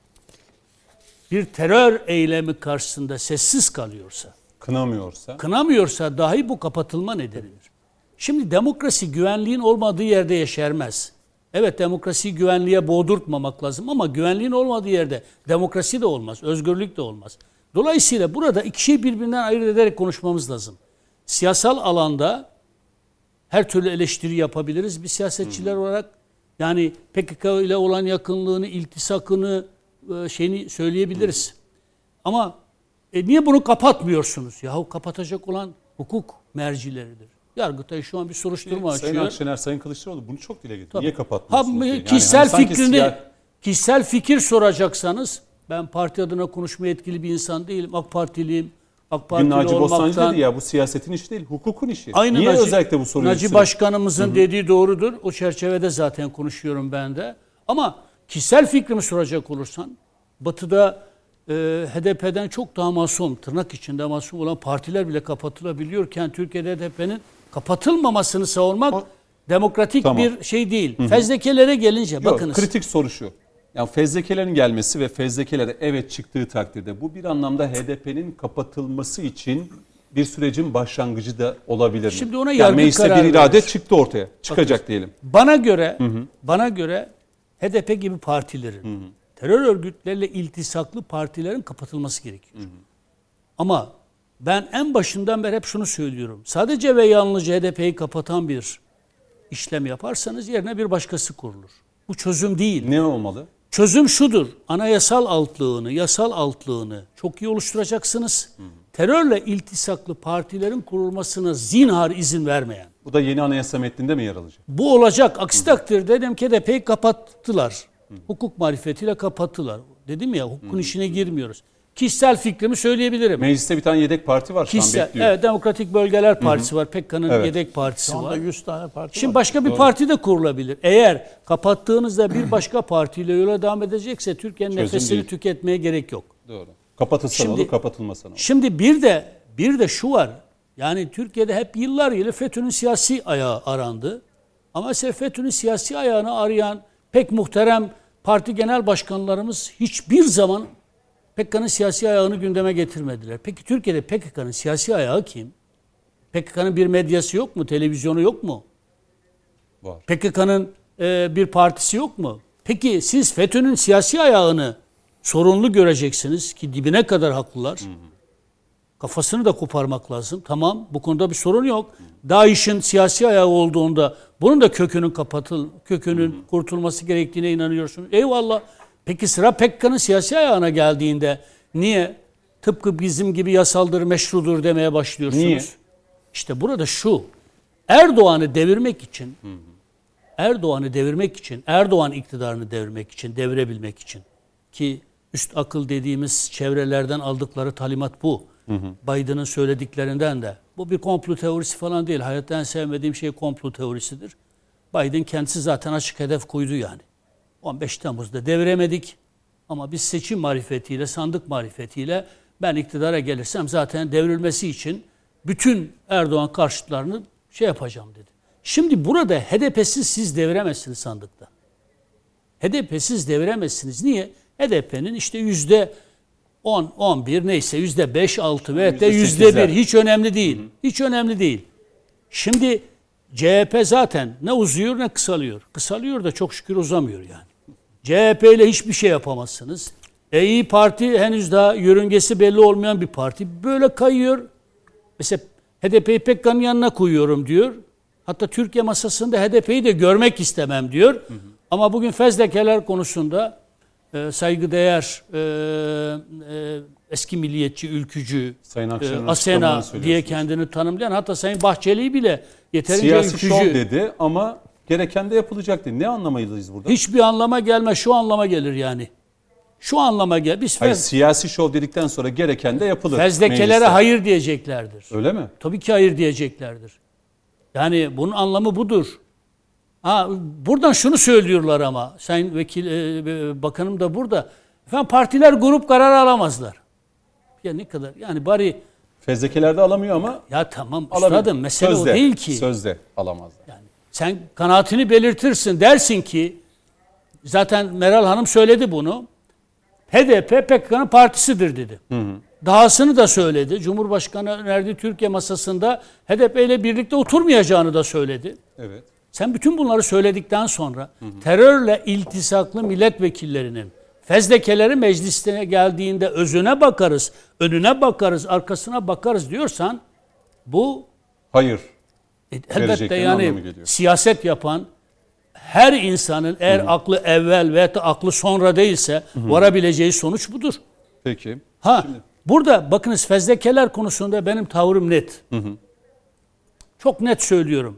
bir terör eylemi karşısında sessiz kalıyorsa, kınamıyorsa, kınamıyorsa dahi bu kapatılma nedenidir. Şimdi demokrasi güvenliğin olmadığı yerde yeşermez. Evet, demokrasiyi güvenliğe boğdurtmamak lazım ama güvenliğin olmadığı yerde demokrasi de olmaz, özgürlük de olmaz. Dolayısıyla burada iki şeyi birbirinden ayırt ederek konuşmamız lazım. Siyasal alanda her türlü eleştiri yapabiliriz bir siyasetçiler olarak. Yani P K K ile olan yakınlığını, iltisakını, şeyini söyleyebiliriz. Ama e, niye bunu kapatmıyorsunuz? Yahu kapatacak olan hukuk mercileridir. Yargıtay şu an bir soruşturma e, açıyor. Sayın Akşener, Sayın Kılıçdaroğlu bunu çok dile getiriyor. Tabii. Niye kapatmıyorsunuz? Ha, yani? kişisel hani fikrini, siyah... kişisel fikir soracaksanız, ben parti adına konuşmaya yetkili bir insan değilim. AK Partiliyim. AK Partili Naci olmaktan... Bostancı dedi ya, bu siyasetin işi değil, hukukun işi. Aynı Niye Naci, özellikle bu soruyu Naci Başkanımızın Hı-hı. dediği doğrudur. O çerçevede zaten konuşuyorum ben de. Ama kişisel fikrimi soracak olursan, Batı'da e, H D P'den çok daha masum, tırnak içinde masum olan partiler bile kapatılabiliyorken Türkiye'de H D P'nin kapatılmamasını savunmak o, demokratik tamam. bir şey değil. Hı-hı. Fezlekelere gelince Yok, bakınız. Kritik soru şu. Yani fezlekelerin gelmesi ve fezlekelere evet çıktığı takdirde bu bir anlamda H D P'nin kapatılması için bir sürecin başlangıcı da olabilir mi? Şimdi ona yani yargı mecliste kararı bir irade verir. çıktı ortaya. Çıkacak Bakın, diyelim. Bana göre hı hı. bana göre H D P gibi partilerin, hı hı. terör örgütlerle iltisaklı partilerin kapatılması gerekiyor. Hı hı. Ama ben en başından beri hep şunu söylüyorum. Sadece ve yalnızca H D P'yi kapatan bir işlem yaparsanız yerine bir başkası kurulur. Bu çözüm değil. Ne olmalı? Çözüm şudur. Anayasal altlığını, yasal altlığını çok iyi oluşturacaksınız. Hı. Terörle iltisaklı partilerin kurulmasına zinhar izin vermeyen. Bu da yeni anayasa metninde mi yer alacak? Bu olacak. Aksi takdirde dedim ki H D P'yi kapattılar. Hı. Hukuk marifetiyle kapattılar. Dedim ya, hukukun Hı. işine girmiyoruz. Kişisel fikrimi söyleyebilirim. Mecliste bir tane yedek parti var şu Kişisel, an bekliyor. Evet, Demokratik Bölgeler Partisi Hı-hı. var. P K K'nın evet. yedek partisi var. yüz tane parti Şimdi var. başka bir Doğru. parti de kurulabilir. Eğer kapattığınızda bir başka partiyle yola devam edecekse Türkiye'nin nefesini değil. tüketmeye gerek yok. Doğru. Kapatılsa olur, kapatılmasa olur. Şimdi bir de bir de şu var. Yani Türkiye'de hep yıllar yılı FETÖ'nün siyasi ayağı arandı. Ama mesela FETÖ'nün siyasi ayağını arayan pek muhterem parti genel başkanlarımız hiçbir zaman P K K'nın siyasi ayağını gündeme getirmediler. Peki Türkiye'de P K K'nın siyasi ayağı kim? P K K'nın bir medyası yok mu? Televizyonu yok mu? Var. P K K'nın e, bir partisi yok mu? Peki siz FETÖ'nün siyasi ayağını sorunlu göreceksiniz ki dibine kadar haklılar. Hı hı. Kafasını da koparmak lazım. Tamam, bu konuda bir sorun yok. DAEŞ'in siyasi ayağı olduğunda bunun da kökünün kapatıl, kökünün hı hı. kurtulması gerektiğine inanıyorsunuz. Eyvallah. Peki sıra P K K'nın siyasi ayağına geldiğinde niye tıpkı bizim gibi yasaldır, meşrudur demeye başlıyorsunuz? Niye? İşte burada şu, Erdoğan'ı devirmek için, hı hı. Erdoğan'ı devirmek için, Erdoğan iktidarını devirmek için, devirebilmek için ki üst akıl dediğimiz çevrelerden aldıkları talimat bu. Hı hı. Biden'ın söylediklerinden de. Bu bir komplo teorisi falan değil. Hayatta en sevmediğim şey komplo teorisidir. Biden kendisi zaten açık hedef koydu yani. on beş Temmuz'da deviremedik ama biz seçim marifetiyle, sandık marifetiyle ben iktidara gelirsem zaten devrilmesi için bütün Erdoğan karşıtlarını şey yapacağım dedi. Şimdi burada H D P'siz siz deviremezsiniz sandıkta. H D P'siz deviremezsiniz. Niye? H D P'nin işte yüzde on, on bir neyse yüzde beş, altı veya da yüzde bir hiç önemli değil. Hı hı. Hiç önemli değil. Şimdi C H P zaten ne uzuyor ne kısalıyor. Kısalıyor da çok şükür uzamıyor yani. C H P ile hiçbir şey yapamazsınız. E, İYİ Parti henüz daha yörüngesi belli olmayan bir parti. Böyle kayıyor. Mesela H D P'yi P K K'nın yanına koyuyorum diyor. Hatta Türkiye masasında H D P'yi de görmek istemem diyor. Hı hı. Ama bugün fezlekeler konusunda e, saygıdeğer e, e, eski milliyetçi, ülkücü, e, Asena diye kendini tanımlayan, hatta Sayın Bahçeli'yi bile yeterince siyasi ülkücü. Siyasi şov dedi ama gereken de yapılacak dedi. Ne anlamalıyız burada? Hiçbir anlama gelmez. Şu anlama gelir yani. Şu anlama gel. Biz hayır, fez... siyasi şov dedikten sonra gereken de yapılır. Fezlekelere mecliste hayır diyeceklerdir. Öyle mi? Tabii ki hayır diyeceklerdir. Yani bunun anlamı budur. Ha, buradan şunu söylüyorlar ama Sayın Vekil e, Bakanım da burada. Efendim partiler grup kararı alamazlar. Ya ne kadar yani bari Fezlekelerde alamıyor ama Ya tamam alabilir. üstadım, mesele Sözde, o değil ki. Sözde alamazlar. Yani sen kanaatini belirtirsin, dersin ki zaten Meral Hanım söyledi bunu. H D P P K K'nın partisidir dedi. Hı hı. Dahasını da söyledi. Cumhurbaşkanı önerdiği Türkiye masasında H D P ile birlikte oturmayacağını da söyledi. Evet. Sen bütün bunları söyledikten sonra hı hı. terörle iltisaklı milletvekillerinin fezlekeleri meclisine geldiğinde özüne bakarız, önüne bakarız, arkasına bakarız diyorsan bu hayır. E, elbette yani siyaset yapan her insanın eğer hı hı. aklı evvel veya da aklı sonra değilse hı hı. varabileceği sonuç budur. Peki. Ha Şimdi... burada bakınız fezlekeler konusunda benim tavrım net. Hı hı. Çok net söylüyorum.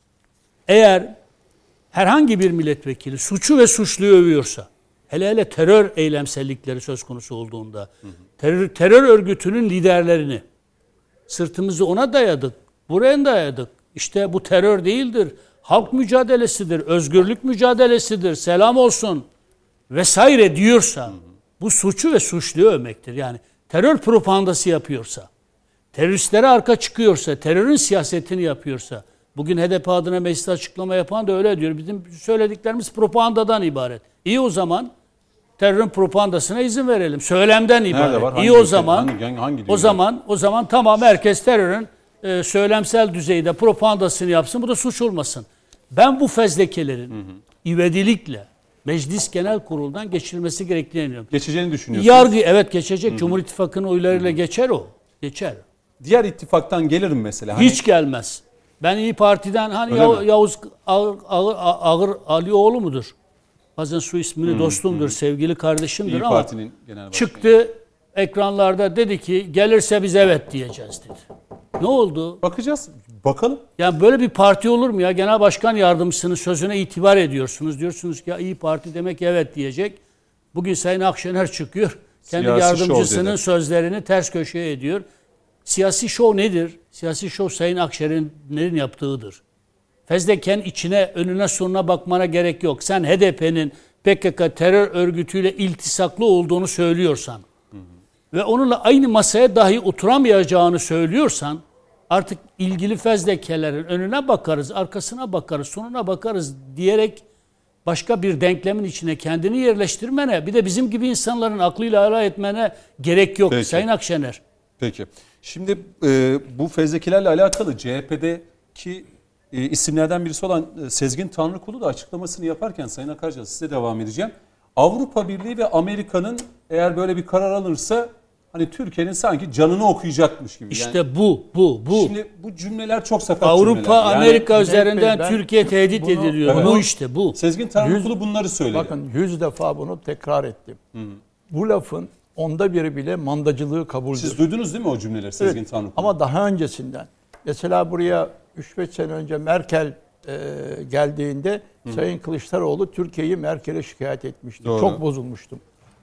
Eğer herhangi bir milletvekili suçu ve suçluyu övüyorsa, hele hele terör eylemsellikleri söz konusu olduğunda, hı hı. terör, terör örgütünün liderlerini sırtımızı ona dayadık, buraya dayadık. İşte bu terör değildir, halk mücadelesidir, özgürlük mücadelesidir, selam olsun vesaire diyorsa, hı hı. bu suçu ve suçluyu övmektir. Yani terör propagandası yapıyorsa, teröristlere arka çıkıyorsa, terörün siyasetini yapıyorsa, bugün H D P adına mecliste açıklama yapan da öyle diyor. Bizim söylediklerimiz propagandadan ibaret. İyi o zaman terörün propagandasına izin verelim. Söylemden ibaret. Var, İyi o zaman hangi, hangi o zaman o zaman tamam herkes terörün e, söylemsel düzeyde propagandasını yapsın. Bu da suç olmasın. Ben bu fezlekelerin hı hı. ivedilikle Meclis Genel Kurulu'ndan geçirilmesi gerektiğini inanıyorum. Geçeceğini düşünüyorsunuz. Yargı evet geçecek. Hı hı. Cumhur İttifakı'nın oylarıyla hı hı. geçer o. Geçer. Diğer ittifaktan gelir mi mesela? Hani... Hiç gelmez. Ben İYİ Parti'den hani Yav, Yavuz Ağır, Ağır, Ağır Alioğlu mudur? Bazen su ismini hmm, dostumdur, hmm. sevgili kardeşimdir İYİ ama Parti'nin genel çıktı ekranlarda dedi ki gelirse biz evet diyeceğiz dedi. Ne oldu? Bakacağız. Bakalım. Yani böyle bir parti olur mu ya? Genel Başkan Yardımcısının sözüne itibar ediyorsunuz. Diyorsunuz ki ya İYİ Parti demek evet diyecek. Bugün Sayın Akşener çıkıyor. Kendi Siyasi yardımcısının sözlerini ters köşeye ediyor. Siyasi şov nedir? Siyasi şov Sayın Akşener'in yaptığıdır. Fezleken içine, önüne sonuna bakmana gerek yok. Sen H D P'nin P K K terör örgütüyle iltisaklı olduğunu söylüyorsan hı hı. ve onunla aynı masaya dahi oturamayacağını söylüyorsan artık ilgili fezlekelerin önüne bakarız, arkasına bakarız, sonuna bakarız diyerek başka bir denklemin içine kendini yerleştirmene, bir de bizim gibi insanların aklıyla alay etmene gerek yok. Peki. Sayın Akşener. Peki. Şimdi e, bu fezlekelerle alakalı C H P'deki e, isimlerden birisi olan e, Sezgin Tanrıkulu da açıklamasını yaparken Sayın Akarca size devam edeceğim. Avrupa Birliği ve Amerika'nın eğer böyle bir karar alırsa hani Türkiye'nin sanki canını okuyacakmış gibi. İşte yani, bu, bu, bu. Şimdi bu cümleler çok sakat Avrupa, cümleler. Avrupa, yani, Amerika üzerinden ben, Türkiye tehdit bunu, ediliyor. Evet. Bu işte bu. Sezgin Tanrıkulu bunları söyledi. Bakın yüz defa bunu tekrar ettim. Hı hı. Bu lafın onda biri bile mandacılığı kabuldür. Siz duydunuz değil mi o cümleleri Sezgin evet, Tanrıkulu? Ama daha öncesinden. Mesela buraya üç beş sene önce Merkel e, geldiğinde hı. Sayın Kılıçdaroğlu Türkiye'yi Merkel'e şikayet etmişti. Doğru. Çok bozulmuştum.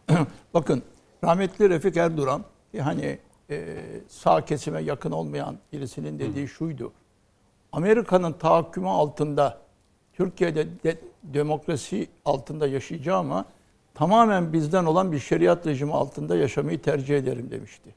Bakın rahmetli Refik Erduran hani e, sağ kesime yakın olmayan birisinin dediği hı. şuydu. Amerika'nın tahakkümü altında Türkiye'de de, demokrasi altında yaşayacağım ama tamamen bizden olan bir şeriat rejimi altında yaşamayı tercih ederim demişti.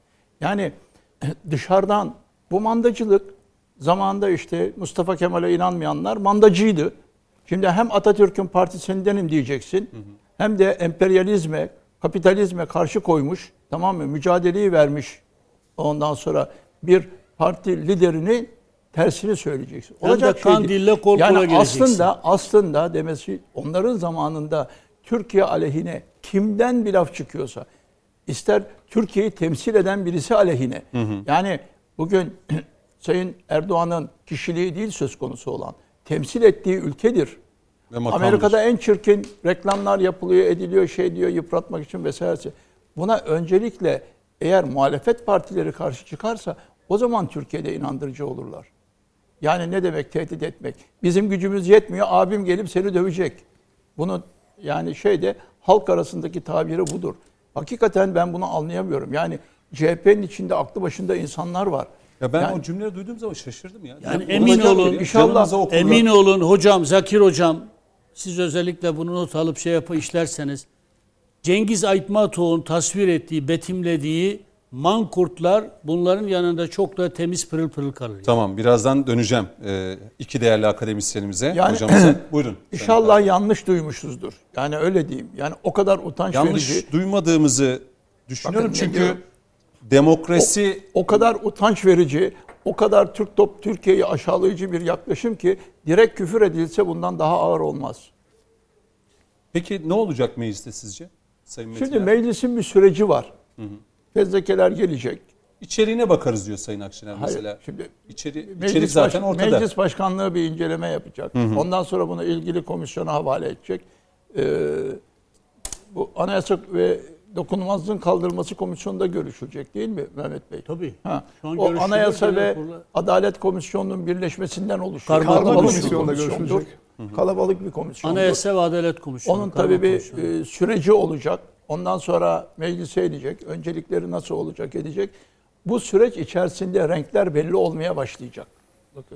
Yani dışarıdan bu mandacılık zamanında işte Mustafa Kemal'e inanmayanlar mandacıydı. Şimdi hem Atatürk'ün partisindenim diyeceksin hı hı. hem de emperyalizme, kapitalizme karşı koymuş, tamam mı? Mücadeleyi vermiş. Ondan sonra bir parti liderini tersini söyleyeceksin. Olacak şey Kandil'le kol kola yani geleceksin. aslında aslında demesi onların zamanında Türkiye aleyhine kimden bir laf çıkıyorsa ister Türkiye'yi temsil eden birisi aleyhine. Hı hı. Yani bugün Sayın Erdoğan'ın kişiliği değil söz konusu olan temsil ettiği ülkedir. Amerika'da en çirkin reklamlar yapılıyor, ediliyor, şey diyor yıpratmak için vesaire. Buna öncelikle eğer muhalefet partileri karşı çıkarsa o zaman Türkiye'de inandırıcı olurlar. Yani ne demek tehdit etmek? Bizim gücümüz yetmiyor, abim gelip seni dövecek. Bunu yani şeyde halk arasındaki tabiri budur. Hakikaten ben bunu anlayamıyorum. Yani C H P'nin içinde aklı başında insanlar var. Ya ben yani, o cümleleri duyduğum zaman şaşırdım ya. Yani yani emin olun, inşallah emin olun hocam, Zakir hocam, siz özellikle bunu not alıp şey yapı işlerseniz Cengiz Aytmatoğlu'nun tasvir ettiği, betimlediği mankurtlar bunların yanında çok da temiz pırıl pırıl kalır. Tamam, birazdan döneceğim ee, iki değerli akademisyenimize, Yani- hocamıza. Buyurun. İnşallah yanlış duymuşuzdur. Yani öyle diyeyim. Yani o kadar utanç Yanlış verici, duymadığımızı düşünüyorum Bakın ne çünkü diyorum? demokrasi o kadar utanç verici, o kadar Türk top Türkiye'yi aşağılayıcı bir yaklaşım ki direkt küfür edilse bundan daha ağır olmaz. Peki ne olacak mecliste sizce? Sayın Metin Şimdi Er? meclisin bir süreci var. Fezlekeler gelecek. İçeriğine bakarız diyor Sayın Akşener Hayır, mesela. şimdi İçeri, içerik Meclis, zaten baş- ortada. meclis başkanlığı bir inceleme yapacak. Ondan sonra bunu ilgili komisyona havale edecek. Ee, bu anayasa ve dokunulmazlığın kaldırılması komisyonunda görüşülecek değil mi Mehmet Bey? Tabii. Ha. Şu an O görüşülüyor, anayasa genel ve kurula- adalet komisyonunun birleşmesinden oluşuyor. Karma Kalabalık bir komisyonda komisyondur. görüşülecek. Kalabalık bir komisyondur. Anayasa ve Adalet Komisyonu. Onun Karma tabii bir komisyonu. e, süreci olacak. Ondan sonra meclise inecek. Öncelikleri nasıl olacak edecek. Bu süreç içerisinde renkler belli olmaya başlayacak. Bakın.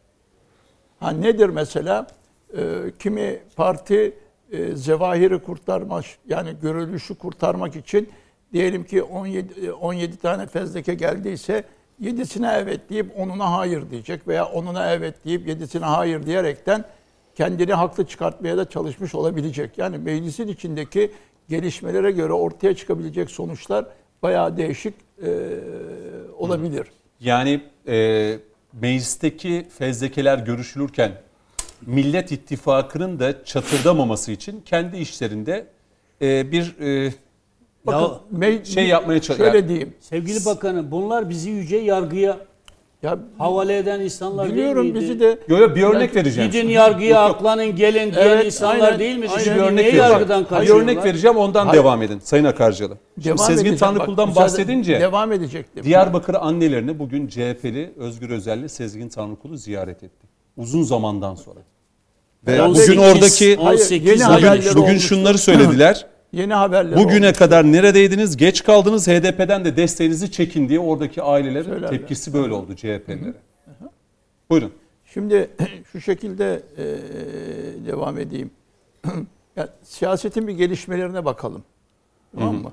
Ha nedir mesela? E, kimi parti e, zevahiri kurtarmak, yani görülüşü kurtarmak için diyelim ki on yedi, on yedi tane fezleke geldiyse yedisine evet deyip onuna hayır diyecek veya onuna evet deyip yedisine hayır diyerekten kendini haklı çıkartmaya da çalışmış olabilecek. Yani meclisin içindeki gelişmelere göre ortaya çıkabilecek sonuçlar bayağı değişik e, olabilir. Yani e, meclisteki fezlekeler görüşülürken Millet İttifakı'nın da çatırdamaması için kendi işlerinde e, bir e, Bakın, Ya, me- şey yapmaya çalış- Şöyle yani- diyeyim. Sevgili Bakanım, bunlar bizi yüce yargıya Ya havale eden insanlar biliyorum değil miydi? bizi de yo, yo, bir örnek vereceğim. Gidin şimdi. yargıya Yok, yok. aklanın gelin diyen Evet, insanlar aynen, değil mi? aynen. Şimdi Bir örnek niye vereceğim. yargıdan Bir kaçıyorlar? örnek vereceğim, ondan Hayır. devam edin Sayın Akarcalı. Şimdi devam Sezgin edeceğim. Tanrıkul'dan Bak, müsaade- bahsedince devam edecektim. Diyarbakır annelerini bugün C H P'li Özgür Özel'le Sezgin Tanrıkul'u ziyaret etti. Uzun zamandan sonra. Ve on bugün sekiz, oradaki Hayır, on sekiz yeni ay haberleri önce. bugün olmuştu. şunları söylediler. Yeni haberler Bugüne olmuş. kadar neredeydiniz? Geç kaldınız. H D P'den de desteğinizi çekin diye oradaki ailelerin Söylerler. tepkisi böyle oldu C H P'lilere. Buyurun. Şimdi şu şekilde e, devam edeyim. Yani siyasetin bir gelişmelerine bakalım. Tamam mı?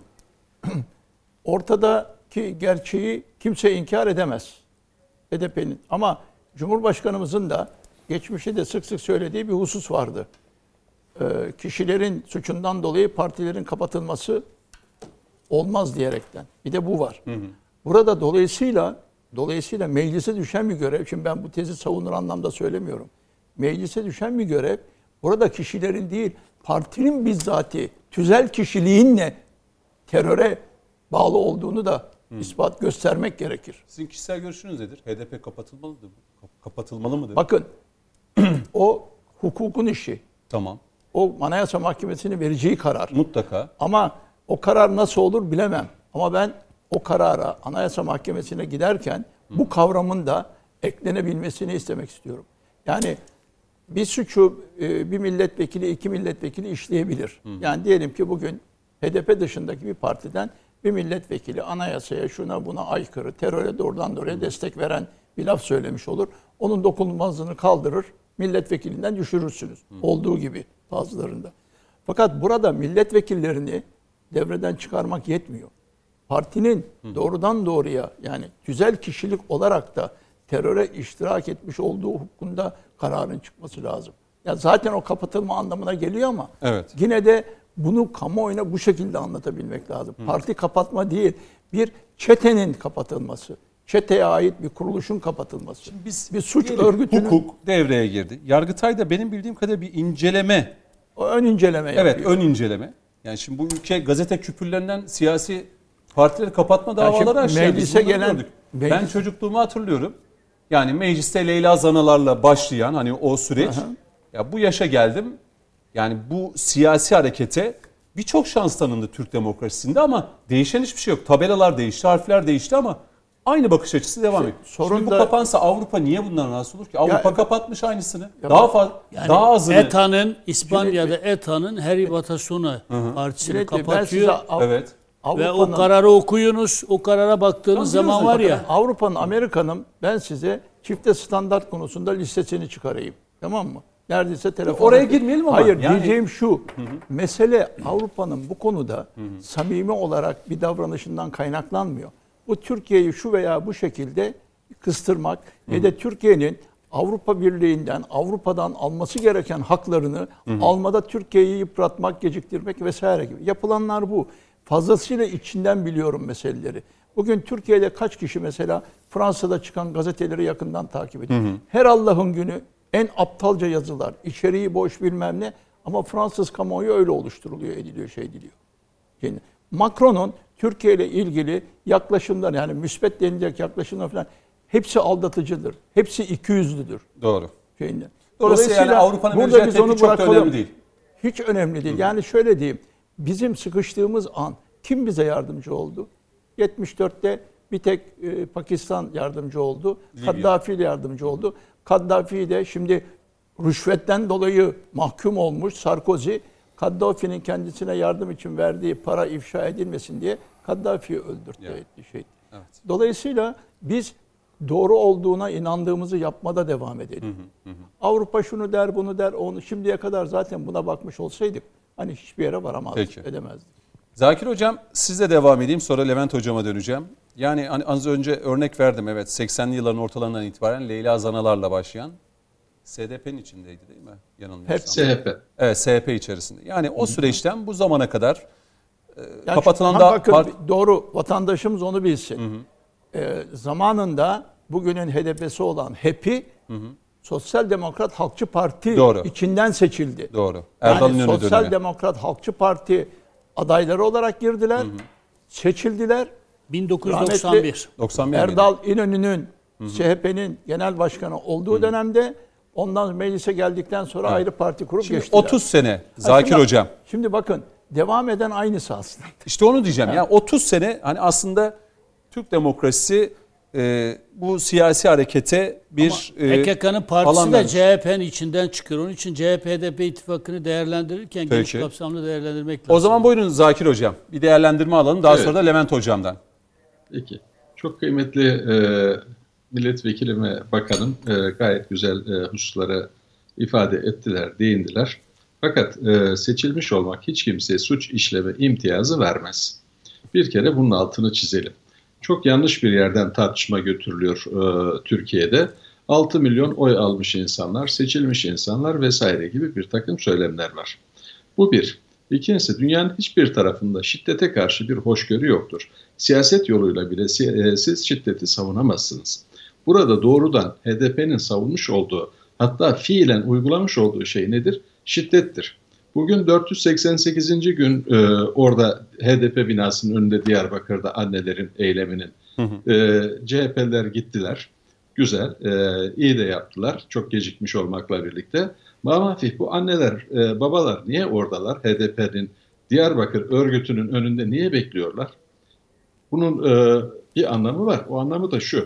Ortadaki gerçeği kimse inkar edemez. H D P'nin. Ama Cumhurbaşkanımızın da geçmişte de sık sık söylediği bir husus vardı. E, kişilerin suçundan dolayı partilerin kapatılması olmaz diyerekten. Bir de bu var. Burada dolayısıyla dolayısıyla meclise düşen bir görev. Şimdi ben bu tezi savunur anlamda söylemiyorum. Meclise düşen bir görev burada kişilerin değil, partinin bizzati tüzel kişiliğinle teröre bağlı olduğunu da ispat göstermek gerekir. Sizin kişisel görüşünüz nedir? H D P kapatılmalı mıdır? Kapatılmalı mıdır? Bakın o hukukun işi. Tamam. O Anayasa Mahkemesi'nin vereceği karar. Mutlaka. Ama o karar nasıl olur bilemem. Ama ben o karara Anayasa Mahkemesi'ne giderken bu kavramın da eklenebilmesini istemek istiyorum. Yani bir suçu e, bir milletvekili, iki milletvekili işleyebilir. Yani diyelim ki bugün H D P dışındaki bir partiden bir milletvekili anayasaya şuna buna aykırı, teröre doğrudan doğruya destek veren bir laf söylemiş olur. Onun dokunulmazlığını kaldırır, milletvekilinden düşürürsünüz. Olduğu gibi bazılarında. Fakat burada milletvekillerini devreden çıkarmak yetmiyor. Partinin doğrudan doğruya yani tüzel kişilik olarak da teröre iştirak etmiş olduğu hukukunda kararın çıkması lazım. Ya zaten o kapatılma anlamına geliyor ama Evet. yine de bunu kamuoyuna bu şekilde anlatabilmek lazım. Parti kapatma değil, bir çetenin kapatılması, çeteye ait bir kuruluşun kapatılması. Biz bir suç diyelim, örgütünün hukuk devreye girdi. Yargıtay'da benim bildiğim kadarıyla bir inceleme. o ön inceleme yapıyor. Evet, ön inceleme. Yani şimdi bu ülke gazete küpürlerinden siyasi partileri kapatma Yani şimdi davaları açıyor. Biz meclise bunları gelen- gördük. meclis- Ben çocukluğumu hatırlıyorum. Yani mecliste Leyla Zanalarla başlayan hani o süreç. Aha. Ya bu yaşa geldim. Yani bu siyasi harekete birçok şans tanındı Türk demokrasisinde ama değişen hiçbir şey yok. Tabelalar değişti, harfler değişti ama aynı bakış açısı devam ediyor. sorun Şimdi bu da- kapansa Avrupa niye bundan rahatsız olur ki? Avrupa Ya- kapatmış aynısını. Ya daha bak- fazla, Yani daha azını. E T A'nın İspanya'da E T A'nın Heri Batasuna partisini Cüneyt Bey, ben size kapatıyor Av- Evet. ve o Avrupa'nın- kararı okuyunuz. O karara baktığınız Tamam, zaman var ya. Avrupa'nın, Amerika'nın ben size çifte standart konusunda listesini çıkarayım. Tamam mı? Neredeyse telefon. Oraya girmeyelim ama Hayır, yani- diyeceğim şu. Mesele Avrupa'nın bu konuda samimi olarak bir davranışından kaynaklanmıyor. bu Türkiye'yi şu veya bu şekilde kıstırmak ve de Türkiye'nin Avrupa Birliği'nden, Avrupa'dan alması gereken haklarını hı hı. almada Türkiye'yi yıpratmak, geciktirmek vesaire gibi. Yapılanlar bu. Fazlasıyla içinden biliyorum meseleleri. Bugün Türkiye'de kaç kişi mesela Fransa'da çıkan gazeteleri yakından takip ediyor. Hı hı. Her Allah'ın günü en aptalca yazılar, içeriği boş bilmem ne ama Fransız kamuoyu öyle oluşturuluyor, ediliyor, şey ediliyor. Yani Macron'un Türkiye ile ilgili yaklaşımlar, yani müspet denilecek yaklaşımlar falan hepsi aldatıcıdır. Hepsi ikiyüzlüdür. Doğru. Şeyinde. Dolayısıyla yani Avrupa'nın vereceği tepki çok da önemli değil. Hiç önemli değil. Hı. Yani şöyle diyeyim. Bizim sıkıştığımız an kim bize yardımcı oldu? yetmiş dörtte bir tek e, Pakistan yardımcı oldu. Kaddafi ile yardımcı oldu. Kaddafi de şimdi rüşvetten dolayı mahkum olmuş Sarkozy, Kaddafi'nin kendisine yardım için verdiği para ifşa edilmesin diye Kaddafi'yi öldürttü. Yeah. Etti, şey. Evet. Dolayısıyla biz doğru olduğuna inandığımızı yapmada devam edelim. Hı hı hı. Avrupa şunu der, bunu der. Onu şimdiye kadar zaten buna bakmış olsaydık hani hiçbir yere varamazdık, Peki. edemezdik. Zakir Hocam sizle devam edeyim, sonra Levent Hocama döneceğim. Yani hani az önce örnek verdim, evet, seksenli yılların ortalarından itibaren Leyla Zanalar'la başlayan S D P'nin içindeydi değil mi? Yanılmıyorsam. Hep S H P. Evet, S H P içerisinde. Yani o süreçten bu zamana kadar e, yani kapatılan şu, da... bakın, part... doğru, vatandaşımız onu bilsin. Hı hı. Ee, zamanında bugünün H D P'si olan H E P'i hı hı. Sosyal Demokrat Halkçı Parti doğru. içinden seçildi. Doğru. Erdal yani İnönü Sosyal dönemi. Demokrat Halkçı Parti adayları olarak girdiler. Hı hı. Seçildiler. bin dokuz yüz doksan bir. doksan bir Erdal İnönü'nün C H P'nin genel başkanı olduğu hı hı. dönemde ondan meclise geldikten sonra evet. ayrı parti kurup şimdi geçtiler. otuz sene Zakir şimdi, Hocam. Şimdi bakın devam eden aynısı aslında. İşte onu diyeceğim. Yani otuz sene hani aslında Türk demokrasisi e, bu siyasi harekete bir e, P K K'nın partisi de C H P'nin içinden çıkıyor. Onun için C H P H D P ittifakını değerlendirirken Peki. geniş kapsamlı değerlendirmek lazım. O zaman buyurun Zakir Hocam. Bir değerlendirme alalım. Daha evet. sonra da Levent Hocam'dan. Peki. Çok kıymetli e, milletvekili ve bakanım e, gayet güzel e, hususları ifade ettiler, değindiler. Fakat e, seçilmiş olmak hiç kimseye suç işleme imtiyazı vermez. Bir kere bunun altını çizelim. Çok yanlış bir yerden tartışma götürülüyor e, Türkiye'de. altı milyon oy almış insanlar, seçilmiş insanlar vesaire gibi bir takım söylemler var. Bu bir. İkincisi, dünyanın hiçbir tarafında şiddete karşı bir hoşgörü yoktur. Siyaset yoluyla bile e, siz şiddeti savunamazsınız. Burada doğrudan H D P'nin savunmuş olduğu, hatta fiilen uygulamış olduğu şey nedir? Şiddettir. Bugün dört yüz seksen sekizinci gün e, orada H D P binasının önünde Diyarbakır'da annelerin eyleminin hı hı. E, C H P'liler gittiler. Güzel, e, iyi de yaptılar. Çok gecikmiş olmakla birlikte. Mamafih bu anneler, e, babalar niye oradalar? H D P'nin Diyarbakır örgütünün önünde niye bekliyorlar? Bunun e, bir anlamı var. O anlamı da şu.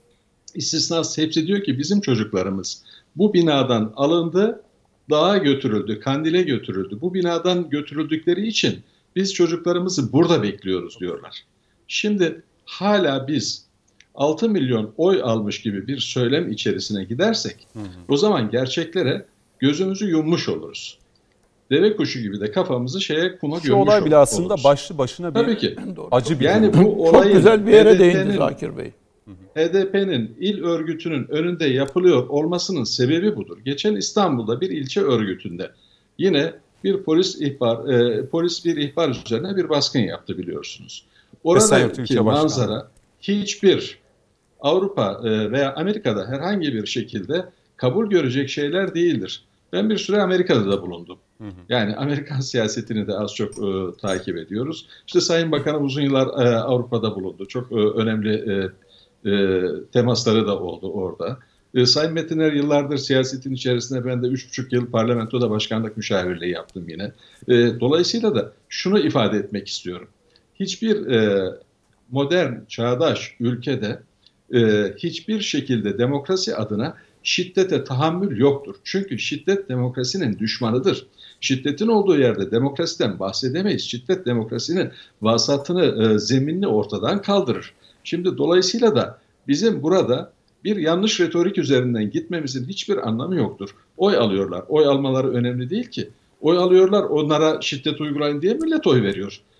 İstisnası hepsi diyor ki bizim çocuklarımız bu binadan alındı, dağa götürüldü, Kandil'e götürüldü. Bu binadan götürüldükleri için biz çocuklarımızı burada bekliyoruz diyorlar. Şimdi hala biz altı milyon oy almış gibi bir söylem içerisine gidersek hı hı. o zaman gerçeklere gözümüzü yummuş oluruz. Deve kuşu gibi de kafamızı şeye kuma gömmüş oluruz. Şu olay bile aslında oluruz. başlı başına bir Tabii ki. acı bir yani konu. bu olayın çok güzel bir yere değindi Zakir Bey. H D P'nin il örgütünün önünde yapılıyor olmasının sebebi budur. Geçen İstanbul'da bir ilçe örgütünde yine bir polis ihbar e, polis bir ihbar üzerine bir baskın yaptı biliyorsunuz. Oradaki manzara hiçbir Avrupa e, veya Amerika'da herhangi bir şekilde kabul görecek şeyler değildir. Ben bir süre Amerika'da da bulundum. Hı hı. Yani Amerikan siyasetini de az çok e, takip ediyoruz. İşte Sayın Bakanım uzun yıllar e, Avrupa'da bulundu. Çok e, önemli e, E, temasları da oldu orada. E, Sayın Metiner yıllardır siyasetin içerisinde, ben de üç buçuk yıl parlamentoda başkanlık müşavirliği yaptım yine. E, dolayısıyla da şunu ifade etmek istiyorum. Hiçbir e, modern, çağdaş ülkede e, hiçbir şekilde demokrasi adına şiddete tahammül yoktur. Çünkü şiddet demokrasinin düşmanıdır. Şiddetin olduğu yerde demokrasiden bahsedemeyiz. Şiddet demokrasinin vasatını, e, zeminini ortadan kaldırır. Şimdi dolayısıyla da bizim burada bir yanlış retorik üzerinden gitmemizin hiçbir anlamı yoktur. Oy alıyorlar. Oy almaları önemli değil ki. Oy alıyorlar, onlara şiddet uygulayın diye millet oy veriyor.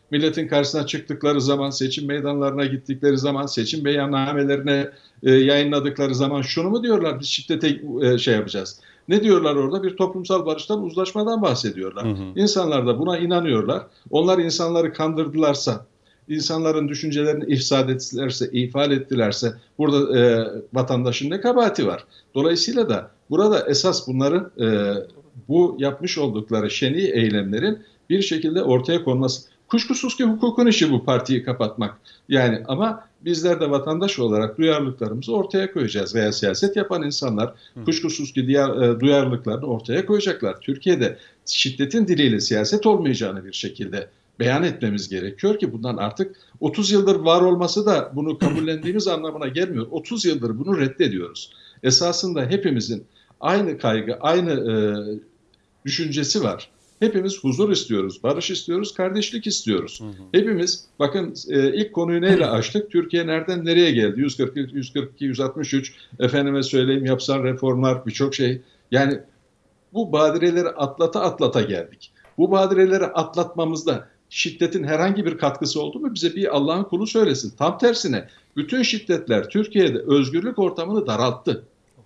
Milletin karşısına çıktıkları zaman, seçim meydanlarına gittikleri zaman, seçim beyannamelerini e, yayınladıkları zaman şunu mu diyorlar? Biz şiddete e, şey yapacağız. Ne diyorlar orada? Bir toplumsal barıştan, uzlaşmadan bahsediyorlar. Hı hı. İnsanlar da buna inanıyorlar. Onlar insanları kandırdılarsa, insanların düşüncelerini ifsad ettilerse, ifade ettilerse burada e, vatandaşın ne kabahati var? Dolayısıyla da burada esas bunların e, bu yapmış oldukları şeni eylemlerin bir şekilde ortaya konması. Kuşkusuz ki hukukun işi bu partiyi kapatmak. Yani ama bizler de vatandaş olarak duyarlılıklarımızı ortaya koyacağız veya siyaset yapan insanlar kuşkusuz ki diğer e, duyarlılıklarını ortaya koyacaklar. Türkiye'de şiddetin diliyle siyaset olmayacağını bir şekilde beyan etmemiz gerekiyor ki bundan artık otuz yıldır var olması da bunu kabullendiğimiz anlamına gelmiyor. otuz yıldır bunu reddediyoruz. Esasında hepimizin aynı kaygı, aynı e, düşüncesi var. Hepimiz huzur istiyoruz, barış istiyoruz, kardeşlik istiyoruz. Hı hı. Hepimiz, bakın e, ilk konuyu neyle açtık? Türkiye nereden nereye geldi? yüz kırk iki, yüz kırk iki, yüz altmış üç, efendime söyleyeyim yapısal reformlar, birçok şey. Yani bu badireleri atlata atlata geldik. Bu badireleri atlatmamızda şiddetin herhangi bir katkısı oldu mu bize bir Allah'ın kulu söylesin. Tam tersine bütün şiddetler Türkiye'de özgürlük ortamını daralttı.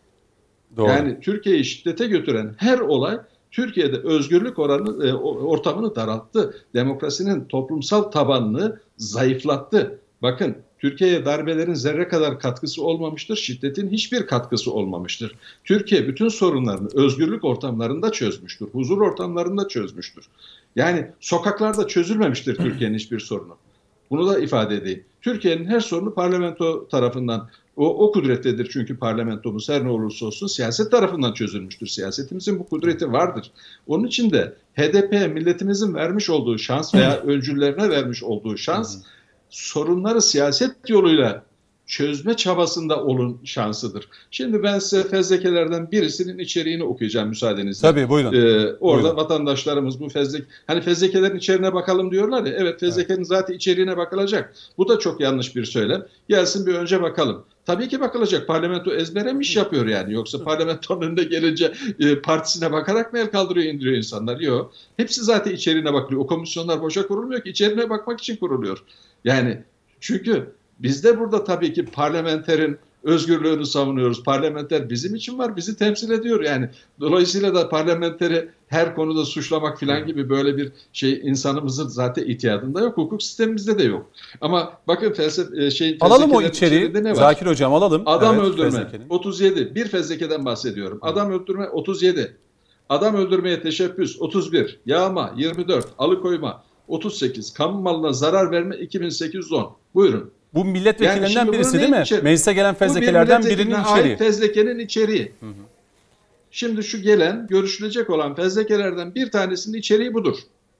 Doğru. Yani Türkiye'yi şiddete götüren her olay Türkiye'de özgürlük oranı, e, ortamını daralttı. Demokrasinin toplumsal tabanını zayıflattı. Bakın Türkiye'ye darbelerin zerre kadar katkısı olmamıştır. Şiddetin hiçbir katkısı olmamıştır. Türkiye bütün sorunlarını özgürlük ortamlarında çözmüştür. Huzur ortamlarında çözmüştür. Yani sokaklarda çözülmemiştir Türkiye'nin hiçbir sorunu. Bunu da ifade edeyim. Türkiye'nin her sorunu parlamento tarafından, o, o kudrettedir çünkü parlamentomuz her ne olursa olsun siyaset tarafından çözülmüştür. Siyasetimizin bu kudreti vardır. Onun için de H D P milletimizin vermiş olduğu şans veya öncüllerine vermiş olduğu şans sorunları siyaset yoluyla çözme çabasında olun şansıdır. Şimdi ben size fezlekelerden birisinin içeriğini okuyacağım müsaadenizle. Tabii buyurun. Ee, orada buyurun. Vatandaşlarımız bu fezlek, hani fezlekelerin içeriğine bakalım diyorlar ya. Evet fezlekenin evet. zaten içeriğine bakılacak. Bu da çok yanlış bir söylem. Gelsin bir önce bakalım. Tabii ki bakılacak. Parlamento ezbere mi iş yapıyor yani? Yoksa parlamentonun önünde gelince e, partisine bakarak mı el kaldırıyor indiriyor insanlar? Yok. Hepsi zaten içeriğine bakılıyor. O komisyonlar boşa kurulmuyor ki. İçeriğine bakmak için kuruluyor. Yani çünkü biz de burada tabii ki parlamenterin özgürlüğünü savunuyoruz. Parlamenter bizim için var, bizi temsil ediyor. Yani dolayısıyla da parlamenteri her konuda suçlamak falan gibi böyle bir şey insanımızın zaten ihtiyacında yok. Hukuk sistemimizde de yok. Ama bakın felsefe şey alalım o içeriği. Ne var? Zakir hocam alalım. Adam evet, öldürme fezlekenin. otuz yedi. Bir fezlekeden bahsediyorum. Adam öldürme otuz yedi. Adam öldürmeye teşebbüs otuz bir. Yağma yirmi dört. Alıkoyma otuz sekiz. Kamu malına zarar verme iki bin sekiz yüz on. Buyurun. Bu milletvekilinden yani birisi değil mi? İçeri? Meclise gelen fezlekelerden bir birinin içeriği. Fezlekenin içeriği. Hı hı. Şimdi şu gelen, görüşülecek olan fezlekelerden bir tanesinin içeriği budur.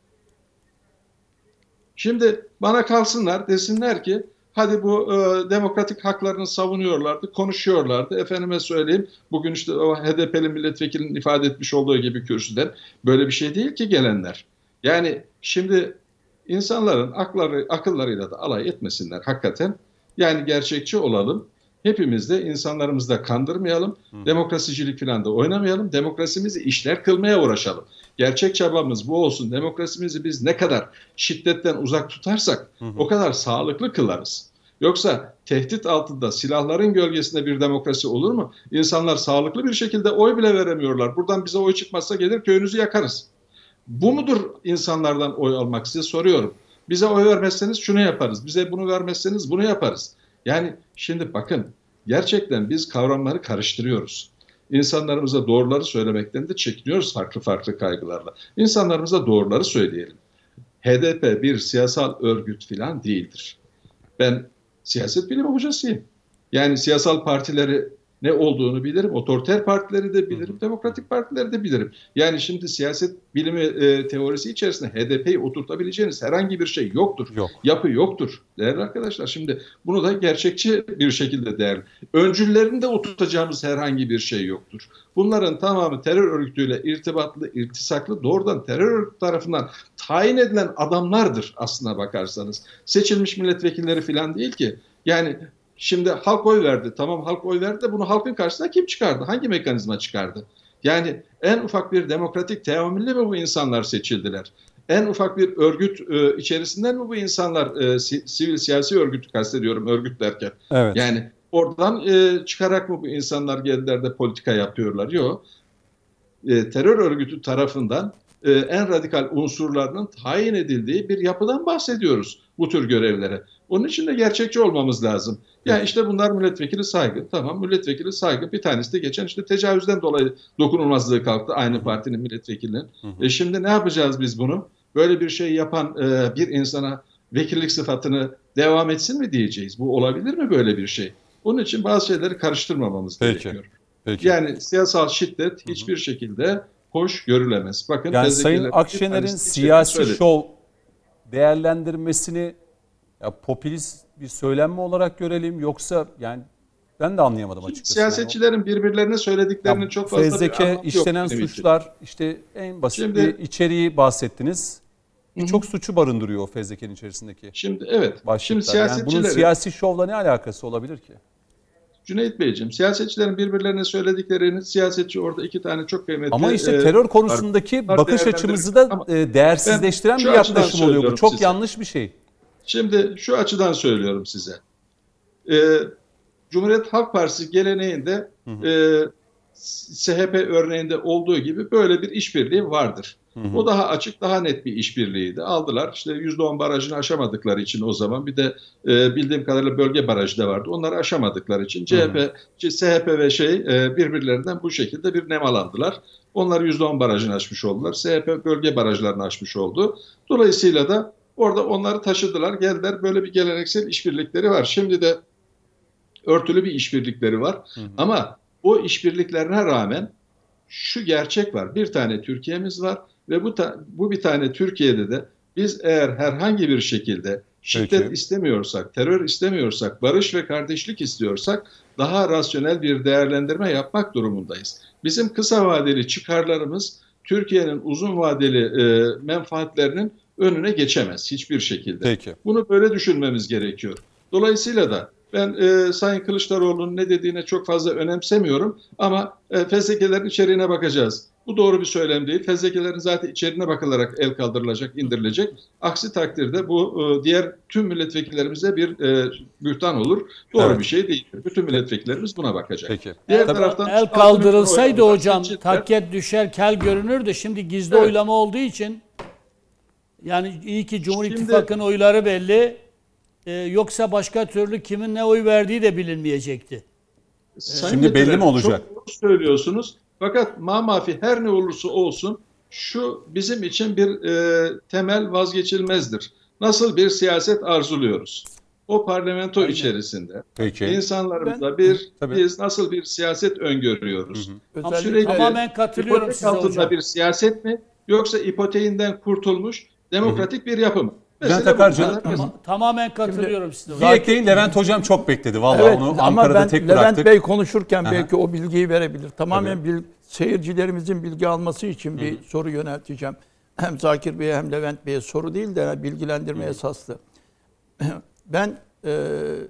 Şimdi bana kalsınlar desinler ki hadi bu e, demokratik haklarını savunuyorlardı, konuşuyorlardı. Efendime söyleyeyim bugün işte o H D P'li milletvekilinin ifade etmiş olduğu gibi kürsüden böyle bir şey değil ki gelenler. Yani şimdi İnsanların akılları, akıllarıyla da alay etmesinler hakikaten. Yani gerçekçi olalım. Hepimiz de insanlarımızı da kandırmayalım. Hı. Demokrasicilik falan da oynamayalım. Demokrasimizi işler kılmaya uğraşalım. Gerçek çabamız bu olsun. Demokrasimizi biz ne kadar şiddetten uzak tutarsak hı hı. o kadar sağlıklı kılarız. Yoksa tehdit altında silahların gölgesinde bir demokrasi olur mu? İnsanlar sağlıklı bir şekilde oy bile veremiyorlar. Buradan bize oy çıkmazsa gelir köyünüzü yakarız. Bu mudur insanlardan oy almak? Size soruyorum. Bize oy vermezseniz şunu yaparız. Bize bunu vermezseniz bunu yaparız. Yani şimdi bakın gerçekten biz kavramları karıştırıyoruz. İnsanlarımıza doğruları söylemekten de çekiniyoruz farklı farklı kaygılarla. İnsanlarımıza doğruları söyleyelim. H D P bir siyasal örgüt falan değildir. Ben siyaset bilimi hocasıyım. Yani siyasal partileri ne olduğunu bilirim. Otoriter partileri de bilirim. Hı. Demokratik partileri de bilirim. Yani şimdi siyaset bilimi e, teorisi içerisinde H D P'yi oturtabileceğiniz herhangi bir şey yoktur. Yok. Yapı yoktur. Değerli arkadaşlar şimdi bunu da gerçekçi bir şekilde değerli. Öncüllerinde oturtacağımız herhangi bir şey yoktur. Bunların tamamı terör örgütüyle irtibatlı, irtisaklı, doğrudan terör örgütü tarafından tayin edilen adamlardır aslına bakarsanız. Seçilmiş milletvekilleri falan değil ki. Yani şimdi halk oy verdi. Tamam halk oy verdi de bunu halkın karşısına kim çıkardı? Hangi mekanizma çıkardı? Yani en ufak bir demokratik teamülle mi bu insanlar seçildiler? en ufak bir örgüt e, içerisinden mi bu insanlar e, si, sivil siyasi örgütü kastediyorum örgüt derken. Evet. Yani oradan e, çıkarak mı bu insanlar geldiler de politika yapıyorlar? Yok. E, terör örgütü tarafından e, en radikal unsurlarının tayin edildiği bir yapıdan bahsediyoruz bu tür görevlere. Onun için de gerçekçi olmamız lazım. Yani işte bunlar milletvekili saygı. Tamam, milletvekili saygı. Bir tanesi de geçen işte tecavüzden dolayı dokunulmazlığı kalktı aynı partinin milletvekilinin. E şimdi ne yapacağız biz bunu? Böyle bir şey yapan e, bir insana vekillik sıfatını devam etsin mi diyeceğiz? Bu olabilir mi böyle bir şey? Onun için bazı şeyleri karıştırmamamız Peki. gerekiyor. Peki. Yani siyasal şiddet hiçbir şekilde hoş görülemez. Bakın Yani Sayın Akşener'in siyasi şov değerlendirmesini ya popülist bir söylenme olarak görelim yoksa yani ben de anlayamadım açıkçası. Siyasetçilerin yani. birbirlerine söylediklerini ya, çok fazla fezleke, bir anlamı işlenen yok. suçlar işte en basit Şimdi, bir içeriği bahsettiniz. Birçok suçu barındırıyor o fezlekenin içerisindeki. Şimdi evet. Başlıklar. Şimdi siyasetçilerin, yani bunun siyasi şovla ne alakası olabilir ki? Cüneyt Beyciğim, siyasetçilerin birbirlerine söylediklerini siyasetçi orada iki tane çok kıymetli... Ama işte terör konusundaki var, bakış açımızı da ama değersizleştiren bir yaklaşım oluyor bu. Çok size. yanlış bir şey. Şimdi şu açıdan söylüyorum size. Ee, Cumhuriyet Halk Partisi geleneğinde hı hı. E, S H P örneğinde olduğu gibi böyle bir işbirliği vardır. Hı hı. O daha açık, daha net bir işbirliğiydi. Aldılar işte yüzde on barajını aşamadıkları için o zaman bir de e, bildiğim kadarıyla bölge barajı da vardı. Onları aşamadıkları için C H P, hı hı. S H P ve şey e, birbirlerinden bu şekilde bir nemalandılar. Onlar yüzde on barajını aşmış oldular. S H P bölge barajlarını aşmış oldu. Dolayısıyla da orada onları taşıdılar, geldiler. Böyle bir geleneksel işbirlikleri var. Şimdi de örtülü bir işbirlikleri var. Hı hı. Ama o işbirliklerine rağmen şu gerçek var. Bir tane Türkiye'miz var ve bu ta, bu bir tane Türkiye'de de biz eğer herhangi bir şekilde şiddet Peki. istemiyorsak, terör istemiyorsak, barış ve kardeşlik istiyorsak daha rasyonel bir değerlendirme yapmak durumundayız. Bizim kısa vadeli çıkarlarımız Türkiye'nin uzun vadeli e, menfaatlerinin önüne geçemez hiçbir şekilde. Peki. Bunu böyle düşünmemiz gerekiyor. Dolayısıyla da ben e, Sayın Kılıçdaroğlu'nun ne dediğine çok fazla önemsemiyorum ama e, fezlekelerin içeriğine bakacağız. Bu doğru bir söylem değil. Fezlekelerin zaten içeriğine bakılarak el kaldırılacak, indirilecek. Aksi takdirde bu e, diğer tüm milletvekillerimize bir e, bühtan olur. Doğru evet. bir şey değil. Bütün milletvekillerimiz buna bakacak. Peki. Diğer Tabii taraftan el kaldırılsaydı hocam takket düşer, kel görünürdü. Şimdi gizli evet. oylama olduğu için yani iyi ki Cumhur Şimdi, İttifakı'nın oyları belli. Ee, yoksa başka türlü kimin ne oy verdiği de bilinmeyecekti. Şimdi belli mi olacak? Çok doğru söylüyorsunuz. Fakat mamafi her ne olursa olsun şu bizim için bir e, temel vazgeçilmezdir. Nasıl bir siyaset arzuluyoruz? O parlamento Aynen. içerisinde Peki. insanlarımızla bir Tabii. biz nasıl bir siyaset öngörüyoruz? Hı hı. Sürekli tamamen katılıyorum size altında hocam. bir siyaset mi yoksa ipoteğinden kurtulmuş demokratik hı hı. bir yapı mı? Levent Akarca tamamen katılıyorum size. Bir ekleyin, Levent Hocam çok bekledi. Vallahi evet, onu ama Ankara'da ben tek Levent bıraktık. Bey konuşurken Aha. belki o bilgiyi verebilir. Tamamen bil, seyircilerimizin bilgi alması için bir Hı-hı. soru yönelteceğim. Hem Zakir Bey'e hem Levent Bey'e soru değil de bilgilendirme Hı-hı. esaslı. Ben e,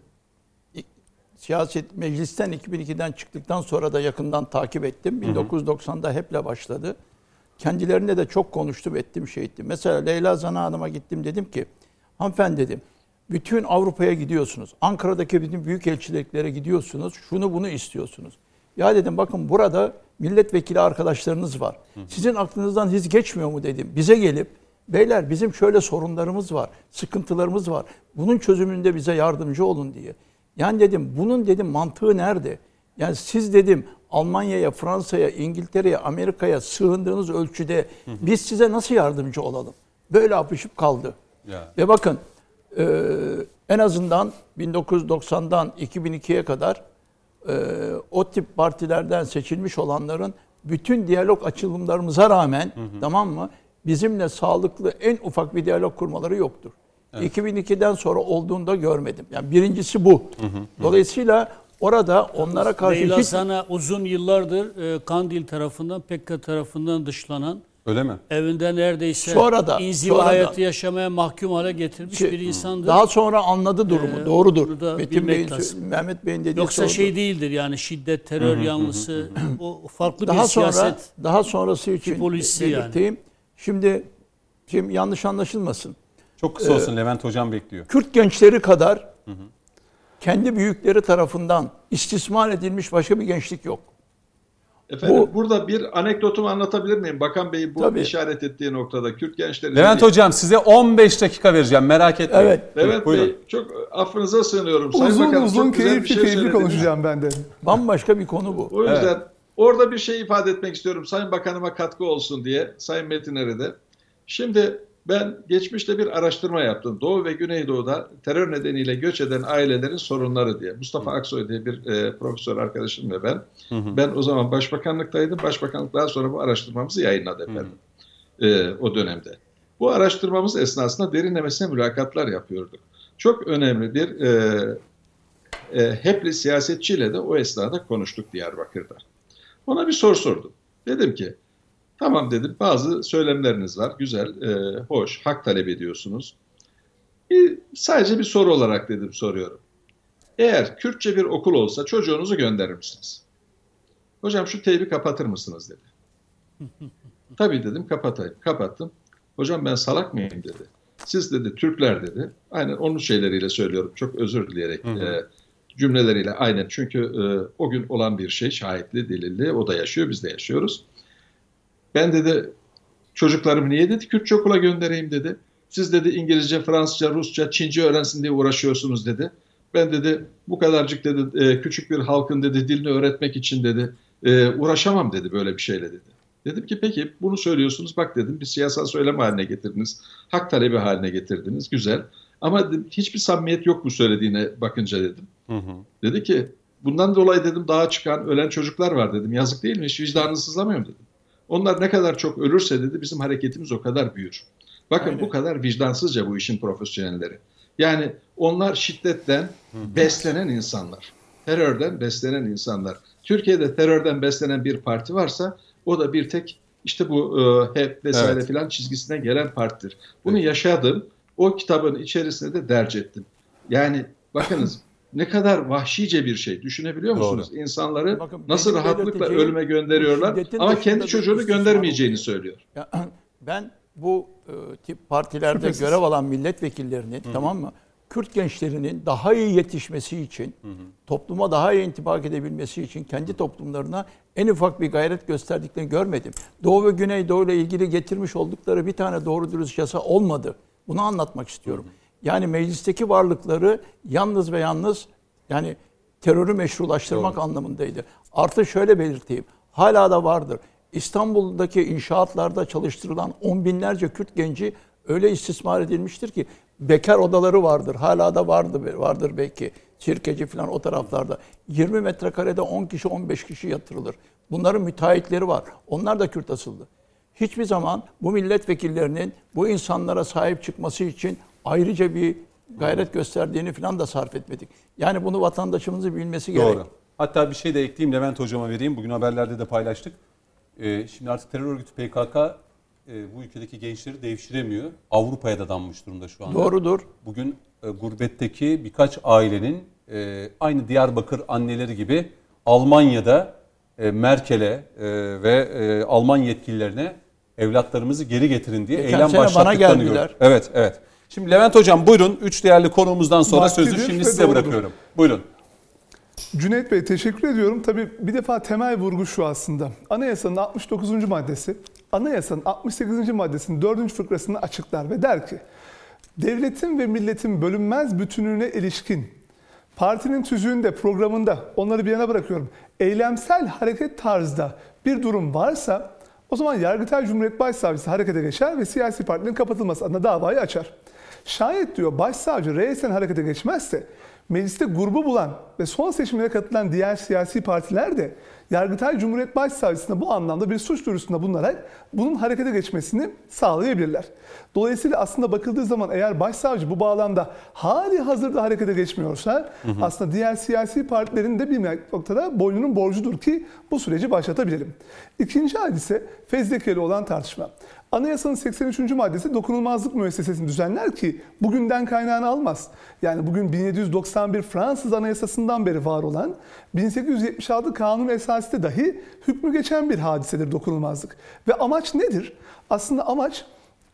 siyaset meclisten iki bin ikiden çıktıktan sonra da yakından takip ettim. bin dokuz yüz doksanda HEP'le başladı. Kendilerine de çok konuştum, ettim, şey ettim. Mesela Leyla Zana Hanım'a gittim, dedim ki hanımefendi dedim, bütün Avrupa'ya gidiyorsunuz. Ankara'daki bütün büyük elçiliklere gidiyorsunuz. Şunu bunu istiyorsunuz. Ya dedim bakın burada milletvekili arkadaşlarınız var. Sizin aklınızdan hiç geçmiyor mu dedim. Bize gelip beyler bizim şöyle sorunlarımız var, sıkıntılarımız var. Bunun çözümünde bize yardımcı olun diye. Yani dedim bunun dedim mantığı nerede? Yani siz dedim Almanya'ya, Fransa'ya, İngiltere'ye, Amerika'ya sığındığınız ölçüde biz size nasıl yardımcı olalım? Böyle apışıp kaldı. Ya. Ve bakın e, en azından bin dokuz yüz doksandan iki bin ikiye kadar e, o tip partilerden seçilmiş olanların bütün diyalog açılımlarımıza rağmen hı hı. tamam mı? Bizimle sağlıklı en ufak bir diyalog kurmaları yoktur. Evet. iki bin ikiden sonra olduğunda görmedim. Yani birincisi bu. Hı hı. Dolayısıyla orada onlara karşı Leyla hiç... Zana uzun yıllardır e, Kandil tarafından, P K K tarafından dışlanan, öyle mi? Evinde neredeyse sonra da, inziva sonra hayatı da, yaşamaya mahkum hale getirmiş şey, bir insandır. Daha sonra anladı durumu. Ee, Doğrudur. Metin Bey'in, Mehmet Bey'in dediği Yoksa sordu. şey değildir yani şiddet, terör yanlısı. O farklı daha bir sonra, siyaset. Daha sonrası için polisi belirteyim. Yani. Şimdi Şimdi yanlış anlaşılmasın. Çok kısa olsun, ee, Levent Hocam bekliyor. Kürt gençleri kadar hı hı. kendi büyükleri tarafından istismar edilmiş başka bir gençlik yok. Efendim bu, burada bir anekdotumu anlatabilir miyim? Bakan Bey bu tabii. işaret ettiği noktada Kürt gençleri... Levent değil. Hocam size on beş dakika vereceğim, merak etmeyin. Evet. Levent Buyurun. Bey çok affınıza sığınıyorum. Uzun Sayın Bakanım, uzun çok keyifli bir şey keyifli konuşacağım ben de. Bambaşka bir konu bu. O yüzden evet. orada bir şey ifade etmek istiyorum. Sayın Bakanıma katkı olsun diye. Sayın Metiner'e de. Şimdi ben geçmişte bir araştırma yaptım. Doğu ve Güneydoğu'da terör nedeniyle göç eden ailelerin sorunları diye. Mustafa Aksoy diye bir e, profesör arkadaşım ve ben. Hı hı. Ben o zaman başbakanlıktaydım. Başbakanlık daha sonra bu araştırmamızı yayınladı efendim. Hı hı. E, o dönemde. Bu araştırmamız esnasında derinlemesine mülakatlar yapıyorduk. Çok önemli bir e, e, Hepli siyasetçiyle de o esnada konuştuk Diyarbakır'da. Ona bir soru sordum. Dedim ki, tamam dedim, bazı söylemleriniz var, güzel, e, hoş, hak talep ediyorsunuz. Bir, sadece bir soru olarak dedim soruyorum. Eğer Kürtçe bir okul olsa çocuğunuzu gönderir misiniz? Hocam şu teybi kapatır mısınız dedi. Tabii dedim, kapatayım. Kapattım. Hocam ben salak mıyım dedi. Siz dedi Türkler dedi. Aynen onun şeyleriyle söylüyorum. Çok özür dileyerek hı hı. E, cümleleriyle aynen. Çünkü e, o gün olan bir şey şahitli, delilli. O da yaşıyor, biz de yaşıyoruz. Ben dedi çocuklarımı niye dedi Kürtçe okula göndereyim dedi. Siz dedi İngilizce, Fransızca, Rusça, Çince öğrensin diye uğraşıyorsunuz dedi. Ben dedi bu kadarcık dedi e, küçük bir halkın dedi dilini öğretmek için dedi e, uğraşamam dedi böyle bir şeyle dedi. Dedim ki peki bunu söylüyorsunuz bak dedim bir siyasal söylem haline getirdiniz. Hak talebi haline getirdiniz güzel. Ama dedim, hiçbir samimiyet yok bu söylediğine bakınca dedim. Hı hı. Dedi ki bundan dolayı dedim dağa çıkan ölen çocuklar var dedim. Yazık değil mi? Hiç vicdanını sızlamıyor mu dedim. Onlar ne kadar çok ölürse dedi bizim hareketimiz o kadar büyür. Bakın aynen. Bu kadar vicdansızca bu işin profesyonelleri. Yani onlar şiddetten hı-hı. beslenen insanlar. Terörden beslenen insanlar. Türkiye'de terörden beslenen bir parti varsa o da bir tek işte bu e, H E P vesaire evet. filan çizgisine gelen partidir. Bunu evet. yaşadım. O kitabın içerisinde de derc ettim. Yani bakınız ne kadar vahşice bir şey. Düşünebiliyor musunuz? Doğru. İnsanları bakın, nasıl rahatlıkla ölüme gönderiyorlar ama kendi çocuğunu göndermeyeceğini söylüyor. Ya, ben bu e, tip partilerde şüphesiz görev alan milletvekillerinin Hı-hı. tamam mı? Kürt gençlerinin daha iyi yetişmesi için, Hı-hı. topluma daha iyi intibak edebilmesi için kendi toplumlarına en ufak bir gayret gösterdiklerini görmedim. Doğu ve Güneydoğu ile ilgili getirmiş oldukları bir tane doğru dürüst yasa olmadı. Bunu anlatmak istiyorum. Hı-hı. Yani meclisteki varlıkları yalnız ve yalnız yani terörü meşrulaştırmak Doğru. anlamındaydı. Artı şöyle belirteyim. Hala da vardır. İstanbul'daki inşaatlarda çalıştırılan on binlerce Kürt genci öyle istismar edilmiştir ki bekar odaları vardır. Hala da vardır, vardır belki. Sirkeci falan o taraflarda. yirmi metrekarede on kişi on beş kişi yatırılır. Bunların müteahhitleri var. Onlar da Kürt asıllı. Hiçbir zaman bu milletvekillerinin bu insanlara sahip çıkması için ayrıca bir gayret gösterdiğini falan da sarf etmedik. Yani bunu vatandaşımızın bilmesi gerek. Doğru. Hatta bir şey de ekleyeyim Levent Hocama vereyim. Bugün haberlerde de paylaştık. Ee, şimdi artık terör örgütü P K K e, bu ülkedeki gençleri devşiremiyor. Avrupa'ya da danmış durumda şu anda. Doğrudur. Bugün e, gurbetteki birkaç ailenin e, aynı Diyarbakır anneleri gibi Almanya'da e, Merkel'e e, ve e, Alman yetkililerine evlatlarımızı geri getirin diye Geçen eylem başlattıklarını gördük. Evet, evet. Şimdi Levent Hocam buyurun. Üç değerli konuğumuzdan sonra Vaktidir sözü şimdi size doğrudur. Bırakıyorum. Buyurun. Cüneyt Bey teşekkür ediyorum. Tabii bir defa temel vurgu şu aslında. Anayasanın altmış dokuzuncu maddesi, anayasanın altmış sekizinci maddesinin dördüncü fıkrasını açıklar ve der ki, devletin ve milletin bölünmez bütünlüğüne ilişkin partinin tüzüğünde, programında, onları bir yana bırakıyorum, eylemsel hareket tarzda bir durum varsa o zaman Yargıtay Cumhuriyet Başsavcısı harekete geçer ve siyasi partinin kapatılması adına davayı açar. Şayet diyor başsavcı reysen harekete geçmezse mecliste grubu bulan ve son seçimlere katılan diğer siyasi partiler de Yargıtay Cumhuriyet Başsavcısına bu anlamda bir suç duyurusunda bulunarak bunun harekete geçmesini sağlayabilirler. Dolayısıyla aslında bakıldığı zaman eğer başsavcı bu bağlamda hali hazırda harekete geçmiyorsa hı hı. aslında diğer siyasi partilerin de bir noktada boynunun borcudur ki bu süreci başlatabilelim. İkinci hadise fezlekeli olan tartışma. Anayasanın seksen üçüncü maddesi dokunulmazlık müessesesini düzenler ki bugünden kaynağını almaz. Yani bugün bin yedi yüz doksan bir Fransız Anayasası'ndan beri var olan bin sekiz yüz yetmiş altı Kanun Esası'da dahi hükmü geçen bir hadisedir dokunulmazlık. Ve amaç nedir? Aslında amaç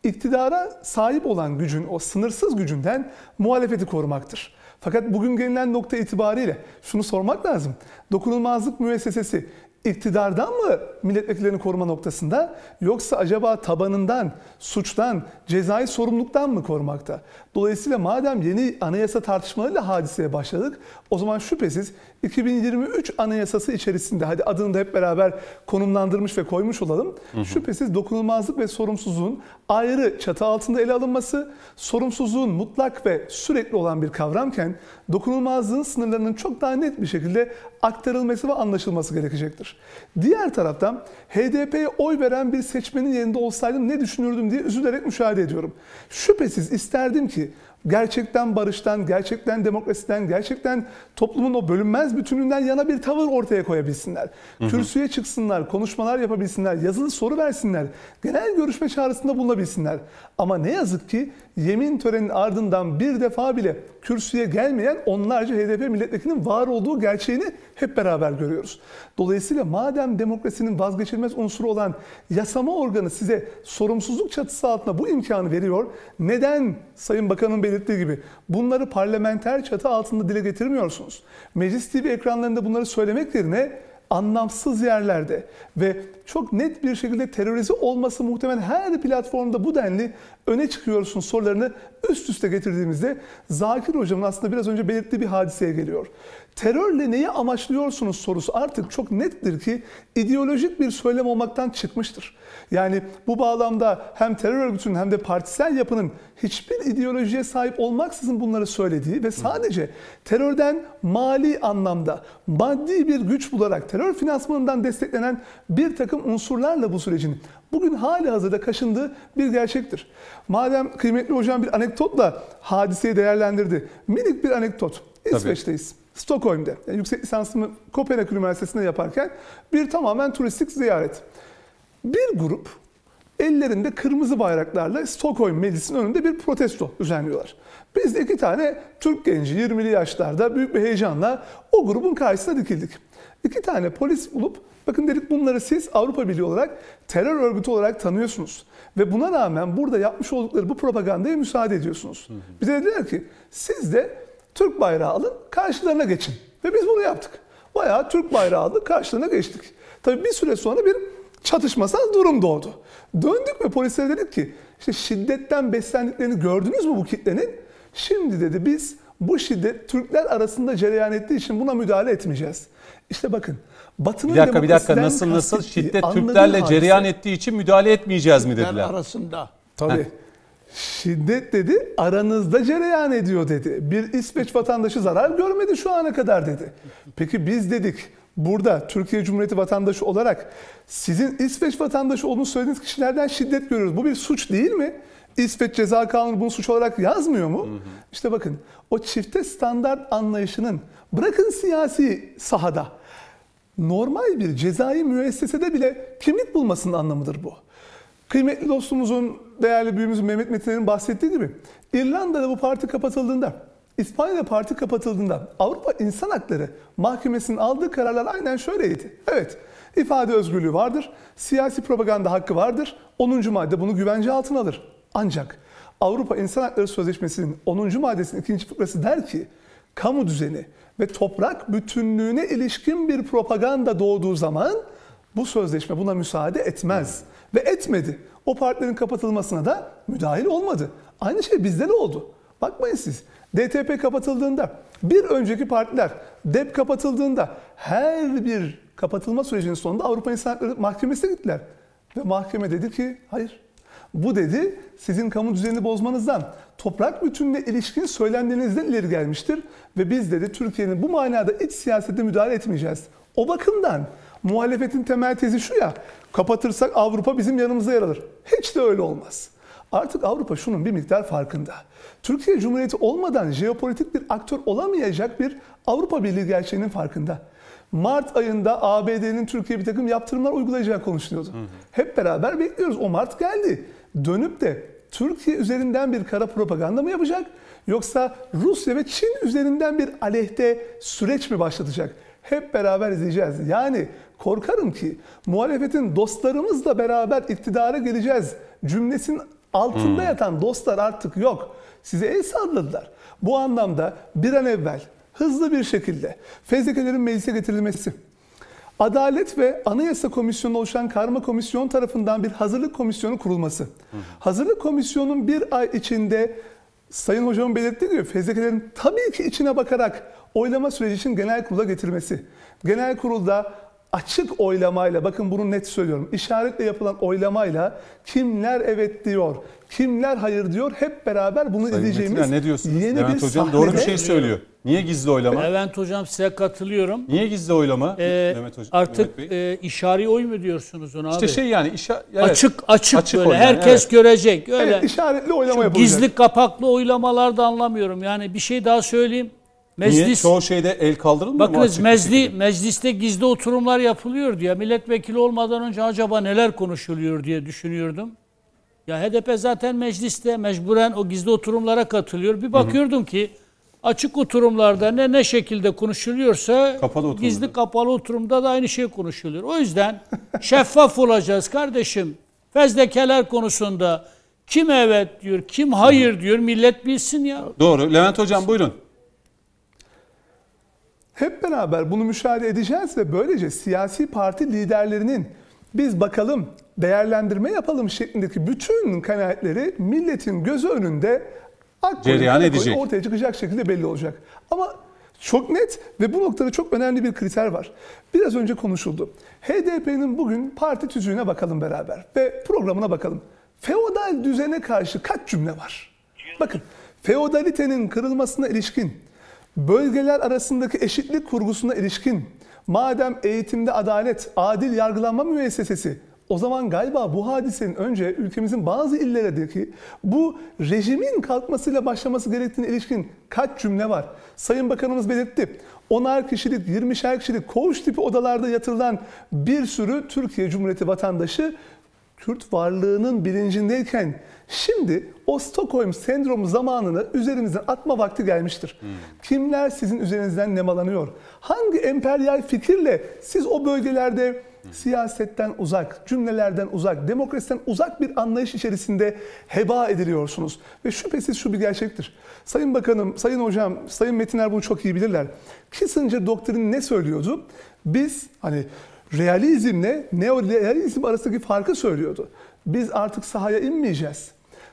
iktidara sahip olan gücün, o sınırsız gücünden muhalefeti korumaktır. Fakat bugün gelinen nokta itibariyle şunu sormak lazım. Dokunulmazlık müessesesi iktidardan mı milletvekillerini koruma noktasında, yoksa acaba tabanından, suçtan, cezai sorumluluktan mı korumakta? Dolayısıyla madem yeni anayasa tartışmalarıyla hadiseye başladık, o zaman şüphesiz iki bin yirmi üç anayasası içerisinde, hadi adını da hep beraber konumlandırmış ve koymuş olalım, hı hı. şüphesiz dokunulmazlık ve sorumsuzluğun ayrı çatı altında ele alınması, sorumsuzluğun mutlak ve sürekli olan bir kavramken, dokunulmazlığın sınırlarının çok daha net bir şekilde aktarılması ve anlaşılması gerekecektir. Diğer taraftan H D P'ye oy veren bir seçmenin yerinde olsaydım ne düşünürdüm diye üzülerek müşahede ediyorum. Şüphesiz isterdim ki gerçekten barıştan, gerçekten demokrasiden, gerçekten toplumun o bölünmez bütünlüğünden yana bir tavır ortaya koyabilsinler. Hı hı. Kürsüye çıksınlar, konuşmalar yapabilsinler, yazılı soru versinler, genel görüşme çağrısında bulunabilsinler. Ama ne yazık ki yemin töreninin ardından bir defa bile kürsüye gelmeyen onlarca H D P milletvekilinin var olduğu gerçeğini hep beraber görüyoruz. Dolayısıyla madem demokrasinin vazgeçilmez unsuru olan yasama organı size sorumsuzluk çatısı altında bu imkanı veriyor, neden Sayın Bakan'ın belirttiği gibi bunları parlamenter çatı altında dile getirmiyorsunuz? Meclis T V ekranlarında bunları söylemek yerine anlamsız yerlerde ve çok net bir şekilde terörize olması muhtemel her platformda bu denli öne çıkıyorsun sorularını üst üste getirdiğimizde Zakir Hocam'ın aslında biraz önce belirttiği bir hadiseye geliyor. Terörle neyi amaçlıyorsunuz sorusu artık çok nettir ki ideolojik bir söylem olmaktan çıkmıştır. Yani bu bağlamda hem terör örgütünün hem de partisel yapının hiçbir ideolojiye sahip olmaksızın bunları söylediği ve sadece terörden mali anlamda maddi bir güç bularak terör finansmanından desteklenen bir takım unsurlarla bu sürecin bugün hali hazırda kaşındığı bir gerçektir. Madem kıymetli hocam bir anekdotla hadiseyi değerlendirdi. Minik bir anekdot. İsveç'teyiz. Stockholm'de. Yani yüksek lisansımı Kopenhag Üniversitesi'nde yaparken bir tamamen turistik ziyaret. Bir grup ellerinde kırmızı bayraklarla Stockholm Meclisi'nin önünde bir protesto düzenliyorlar. Biz de iki tane Türk genci yirmili yaşlarda büyük bir heyecanla o grubun karşısına dikildik. İki tane polis bulup bakın dedik bunları siz Avrupa Birliği olarak terör örgütü olarak tanıyorsunuz. Ve buna rağmen burada yapmış oldukları bu propagandaya müsaade ediyorsunuz. Bize dediler ki siz de Türk bayrağı alın karşılarına geçin. Ve biz bunu yaptık. Bayağı Türk bayrağı aldık karşılarına geçtik. Tabii bir süre sonra bir çatışmasal durum doğdu. Döndük ve polislere dedik ki işte şiddetten beslendiklerini gördünüz mü bu kitlenin? Şimdi dedi biz bu şiddet Türkler arasında cereyan ettiği için buna müdahale etmeyeceğiz. İşte bakın Batı'nın bir dakika bir dakika nasıl nasıl şiddet Türklerle cereyan ettiği için müdahale etmeyeceğiz mi dediler? Türkler arasında. Tabii. Heh. Şiddet dedi aranızda cereyan ediyor dedi. Bir İsveç vatandaşı zarar görmedi şu ana kadar dedi. Peki biz dedik burada Türkiye Cumhuriyeti vatandaşı olarak sizin İsveç vatandaşı olduğunu söylediğiniz kişilerden şiddet görüyoruz. Bu bir suç değil mi? İsveç Ceza Kanunu bunu suç olarak yazmıyor mu? Hı hı. İşte bakın o çifte standart anlayışının bırakın siyasi sahada normal bir cezai müessesede bile kimlik bulmasının anlamıdır bu. Kıymetli dostumuzun, değerli büyüğümüzün Mehmet Metinler'in bahsettiği gibi İrlanda'da bu parti kapatıldığında, İspanya'da parti kapatıldığında Avrupa İnsan Hakları Mahkemesi'nin aldığı kararlar aynen şöyleydi. Evet, ifade özgürlüğü vardır, siyasi propaganda hakkı vardır, onuncu madde bunu güvence altına alır. Ancak Avrupa İnsan Hakları Sözleşmesi'nin onuncu maddesinin ikinci fıkrası der ki, kamu düzeni ve toprak bütünlüğüne ilişkin bir propaganda doğduğu zaman bu sözleşme buna müsaade etmez. Ve etmedi. O partilerin kapatılmasına da müdahil olmadı. Aynı şey bizde de oldu. Bakmayın siz. D T P kapatıldığında, bir önceki partiler D E P kapatıldığında her bir kapatılma sürecinin sonunda Avrupa İnsan Hakları Mahkemesi'ne gittiler. Ve mahkeme dedi ki hayır. Bu dedi sizin kamu düzenini bozmanızdan, toprak bütününe ilişkin söylemlerinizden ileri gelmiştir. Ve biz dedi Türkiye'nin bu manada iç siyasete müdahale etmeyeceğiz. O bakımdan muhalefetin temel tezi şu ya, kapatırsak Avrupa bizim yanımıza yer alır. Hiç de öyle olmaz. Artık Avrupa şunun bir miktar farkında. Türkiye Cumhuriyeti olmadan jeopolitik bir aktör olamayacak bir Avrupa Birliği gerçeğinin farkında. Mart ayında A B D'nin Türkiye'ye bir takım yaptırımlar uygulayacağı konuşuluyordu. Hı hı. Hep beraber bekliyoruz. O Mart geldi. Dönüp de Türkiye üzerinden bir kara propaganda mı yapacak? Yoksa Rusya ve Çin üzerinden bir aleyhte süreç mi başlatacak? Hep beraber izleyeceğiz. Yani korkarım ki muhalefetin dostlarımızla beraber iktidara geleceğiz cümlesinin altında hmm. yatan dostlar artık yok. Size el salladılar. Bu anlamda bir an evvel hızlı bir şekilde fezlekelerin meclise getirilmesi, Adalet ve Anayasa Komisyonu'ndan oluşan karma komisyon tarafından bir hazırlık komisyonu kurulması. Hı hı. Hazırlık komisyonunun bir ay içinde Sayın Hocam'ın belirttiği gibi fezlekelerin tabii ki içine bakarak oylama süreci için genel kurula getirmesi. Genel kurulda açık oylamayla, bakın bunu net söylüyorum, işaretle yapılan oylamayla kimler evet diyor, kimler hayır diyor, hep beraber bunu Sayın izleyeceğimiz Metiner, ne diyorsunuz? yeni Levent bir Hocam sahnede... doğru bir şey söylüyor. Niye gizli oylama? Levent Hocam size katılıyorum. Niye gizli oylama? Ee, Levent Hocam, artık Levent Bey. e, işari oy mu diyorsunuz ona İşte abi? şey yani işa, evet. açık açık, Açık böyle oy yani, herkes evet. görecek. Öyle Evet, işaretli oylama şu yapılacak. gizli kapaklı oylamalar da anlamıyorum. Yani bir şey daha söyleyeyim. Niye? Meclis, Çoğu şeyde el kaldırılmıyor mu? bakınız açık bir mecli, şekilde? mecliste gizli oturumlar yapılıyor diye. Milletvekili olmadan önce acaba neler konuşuluyor diye düşünüyordum. Ya H D P zaten mecliste mecburen o gizli oturumlara katılıyor. Bir bakıyordum ki açık oturumlarda ne ne şekilde konuşuluyorsa Kapalı gizli kapalı oturumda da aynı şey konuşuluyor. O yüzden şeffaf olacağız kardeşim. Fezlekeler konusunda kim evet diyor, kim hayır diyor, millet bilsin ya. Doğru. Levent Hocam buyurun. Hep beraber bunu müşahede edeceğiz ve böylece siyasi parti liderlerinin biz bakalım, değerlendirme yapalım şeklindeki bütün kanaatleri milletin gözü önünde cereyan edecek, ortaya çıkacak şekilde belli olacak. Ama çok net ve bu noktada çok önemli bir kriter var. Biraz önce konuşuldu. H D P'nin bugün parti tüzüğüne bakalım beraber ve programına bakalım. Feodal düzene karşı kaç cümle var? Bakın, feodalitenin kırılmasına ilişkin, bölgeler arasındaki eşitlik kurgusuna ilişkin, madem eğitimde adalet, adil yargılanma müessesesi, o zaman galiba bu hadisenin önce ülkemizin bazı illerindeki bu rejimin kalkmasıyla başlaması gerektiğine ilişkin kaç cümle var? Sayın Bakanımız belirtti. onar kişilik, yirmişer kişilik koğuş tipi odalarda yatırılan bir sürü Türkiye Cumhuriyeti vatandaşı Kürt varlığının bilincindeyken şimdi o Stockholm sendromu zamanını üzerimizden atma vakti gelmiştir. Hmm. Kimler sizin üzerinizden nemalanıyor? Hangi emperyal fikirle siz o bölgelerde hmm. siyasetten uzak, cümlelerden uzak, demokrasiden uzak bir anlayış içerisinde heba ediliyorsunuz? Ve şüphesiz şu bir gerçektir. Sayın Bakanım, Sayın Hocam, Sayın Metiner bunu çok iyi bilirler. Kissinger doktrini ne söylüyordu? Biz hani realizmle neorealizm arasındaki farkı söylüyordu. Biz artık sahaya inmeyeceğiz.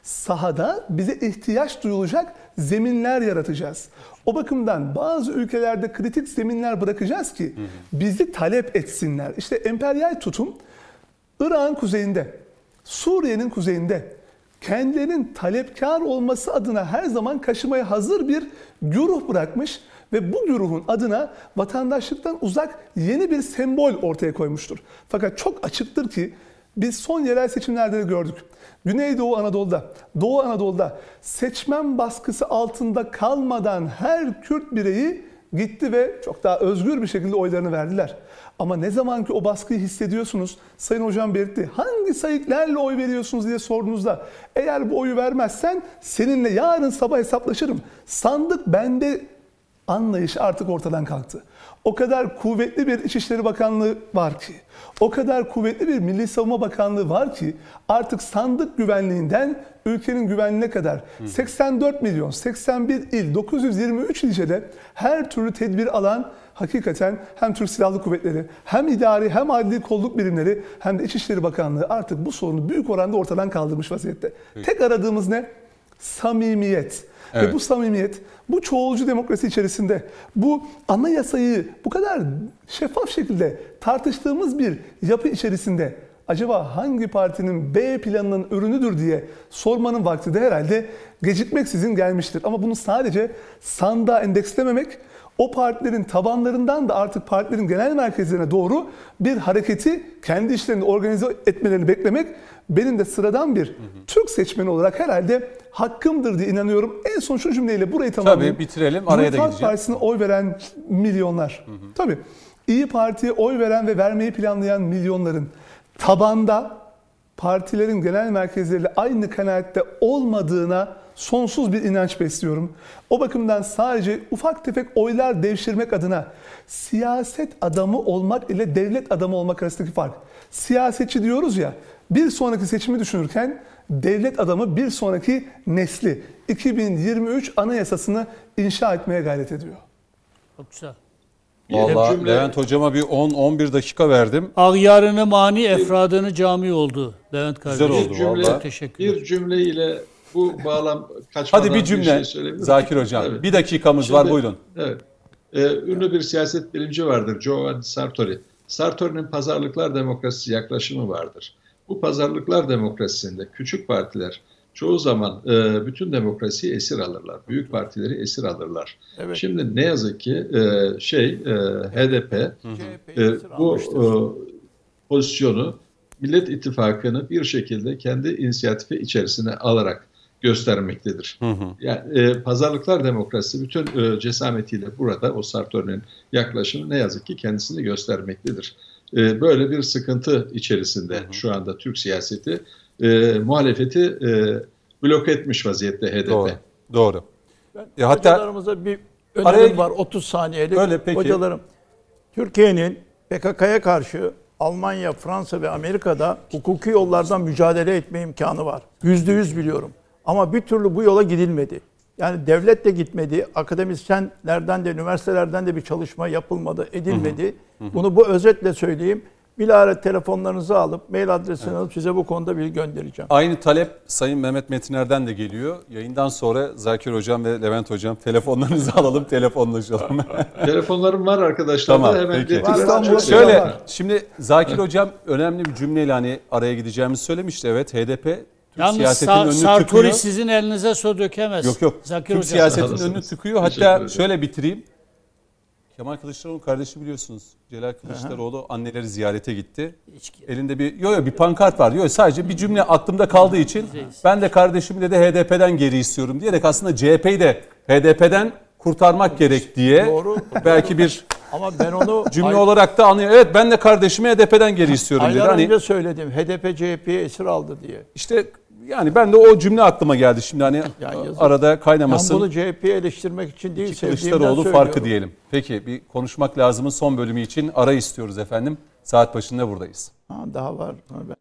Sahada bize ihtiyaç duyulacak zeminler yaratacağız. O bakımdan bazı ülkelerde kritik zeminler bırakacağız ki bizi talep etsinler. İşte emperyal tutum Irak'ın kuzeyinde, Suriye'nin kuzeyinde kendilerinin talepkar olması adına her zaman kaşımaya hazır bir güruh bırakmış ve bu güruhun adına vatandaşlıktan uzak yeni bir sembol ortaya koymuştur. Fakat çok açıktır ki biz son yerel seçimlerde de gördük. Güneydoğu Anadolu'da, Doğu Anadolu'da seçmen baskısı altında kalmadan her Kürt bireyi gitti ve çok daha özgür bir şekilde oylarını verdiler. Ama ne zaman ki o baskıyı hissediyorsunuz, Sayın Hocam belirtti, hangi sayıklarla oy veriyorsunuz diye sorduğunuzda, eğer bu oyu vermezsen seninle yarın sabah hesaplaşırım, sandık bende anlayış artık ortadan kalktı. O kadar kuvvetli bir İçişleri Bakanlığı var ki, o kadar kuvvetli bir Milli Savunma Bakanlığı var ki artık sandık güvenliğinden ülkenin güvenliğine kadar seksen dört milyon, seksen bir il, dokuz yüz yirmi üç ilçede her türlü tedbir alan hakikaten hem Türk Silahlı Kuvvetleri, hem idari, hem adli kolluk birimleri, hem de İçişleri Bakanlığı artık bu sorunu büyük oranda ortadan kaldırmış vaziyette. Evet. Tek aradığımız ne? Samimiyet. Evet. Ve bu samimiyet, bu çoğulcu demokrasi içerisinde, bu anayasayı bu kadar şeffaf şekilde tartıştığımız bir yapı içerisinde acaba hangi partinin B planının ürünüdür diye sormanın vakti de herhalde gecikmeksizin gelmiştir. Ama bunu sadece sandığa endekslememek, o partilerin tabanlarından da artık partilerin genel merkezlerine doğru bir hareketi kendi işlerini organize etmelerini beklemek benim de sıradan bir hı hı. Türk seçmeni olarak herhalde hakkımdır diye inanıyorum. En son şu cümleyle burayı tamamlayayım. Tabii bitirelim, araya da gideceğim. Cumhuriyet Halk Partisi'ne oy veren milyonlar. Hı hı. Tabii İyi Parti'ye oy veren ve vermeyi planlayan milyonların tabanda partilerin genel merkezleriyle aynı kanaatte olmadığına sonsuz bir inanç besliyorum. O bakımdan sadece ufak tefek oylar devşirmek adına siyaset adamı olmak ile devlet adamı olmak arasındaki fark. Siyasetçi diyoruz ya, bir sonraki seçimi düşünürken devlet adamı bir sonraki nesli iki bin yirmi üç anayasasını inşa etmeye gayret ediyor. Çok güzel. Vallahi cümle- Levent hocama bir on on bir dakika verdim. Ağyarını mani, efradını cami oldu. Levent kardeşim. Güzel oldu Bir cümle, vallahi. Teşekkürler. bir cümleyle bu bağlam kaçmadan Hadi bir cümle şey söyleyebilir miyim? Zakir hocam. Evet. Bir dakikamız Şimdi- var, buyurun. Evet. Ee, ünlü bir siyaset bilimci vardır, Giovanni Sartori. Sartori'nin pazarlıklar demokrasisi yaklaşımı vardır. Bu pazarlıklar demokrasisinde küçük partiler çoğu zaman e, bütün demokrasiyi esir alırlar. Büyük partileri esir alırlar. Evet. Şimdi ne yazık ki e, şey e, H D P C H P'yi e, esir bu almıştır. e, pozisyonu Millet İttifakı'nı bir şekilde kendi inisiyatifi içerisine alarak göstermektedir. Hı hı. Yani e, pazarlıklar demokrasisi bütün e, cesametiyle burada o Sartori'nin yaklaşımı ne yazık ki kendisini göstermektedir. E, böyle bir sıkıntı içerisinde Hı hı. şu anda Türk siyaseti e, muhalefeti e, bloke etmiş vaziyette H D P. Doğru. Doğru. Ben Ya hatta- hocalarımıza bir Araya- önerim var otuz saniyelik. Öyle, peki. Hocalarım, Türkiye'nin P K K'ya karşı Almanya, Fransa ve Amerika'da hukuki yollardan mücadele etme imkanı var. Yüzde yüz biliyorum. Ama bir türlü bu yola gidilmedi. Yani devlet de gitmedi, akademisyenlerden de, üniversitelerden de bir çalışma yapılmadı, edilmedi. Bunu bu özetle söyleyeyim. Bilahare telefonlarınızı alıp, mail adresini alıp size bu konuda bilgi göndereceğim. Aynı talep Sayın Mehmet Metiner'den de geliyor. Yayından sonra Zakir hocam ve Levent hocam telefonlarınızı alalım, telefonlaşalım. Telefonlarım var arkadaşlar. Tamam, Hemen peki. getirin. İstanbul'a Çok selam Şöyle, var. şimdi Zakir hocam önemli bir cümleyle hani araya gideceğimizi söylemişti. Evet, H D P Türk Yalnız siyasetinin Sa- önünü Sartori tıkıyor. sizin elinize su dökemez. Yok yok. Zakir Türk Hocam. siyasetinin Sağ önünü olasınız. tıkıyor. Teşekkür Hatta ederim. şöyle bitireyim. Kemal Kılıçdaroğlu kardeşi biliyorsunuz. Celal Kılıçdaroğlu anneleri ziyarete gitti. İçki. Elinde bir yo yo bir pankart var. Yo sadece bir cümle aklımda kaldığı için ben de kardeşimi de, de H D P'den geri istiyorum diyerek aslında C H P'yi de H D P'den kurtarmak gerek diye Doğru. belki bir Ama ben onu cümle ay- olarak da anlıyor. Evet ben de kardeşimi H D P'den geri istiyorum dedi. aylar Hani önce söyledim. H D P C H P'ye esir aldı diye. işte yani ben de o cümle aklıma geldi şimdi hani Yani yazık. arada Ben kaynamasın. bunu C H P'yi eleştirmek için değil, sevdiğimden Kılıçdaroğlu söylüyorum. farkı diyelim. Peki bir konuşmak lazımın son bölümü için ara istiyoruz efendim. Saat başında buradayız. Ha, daha var. Ha, ben-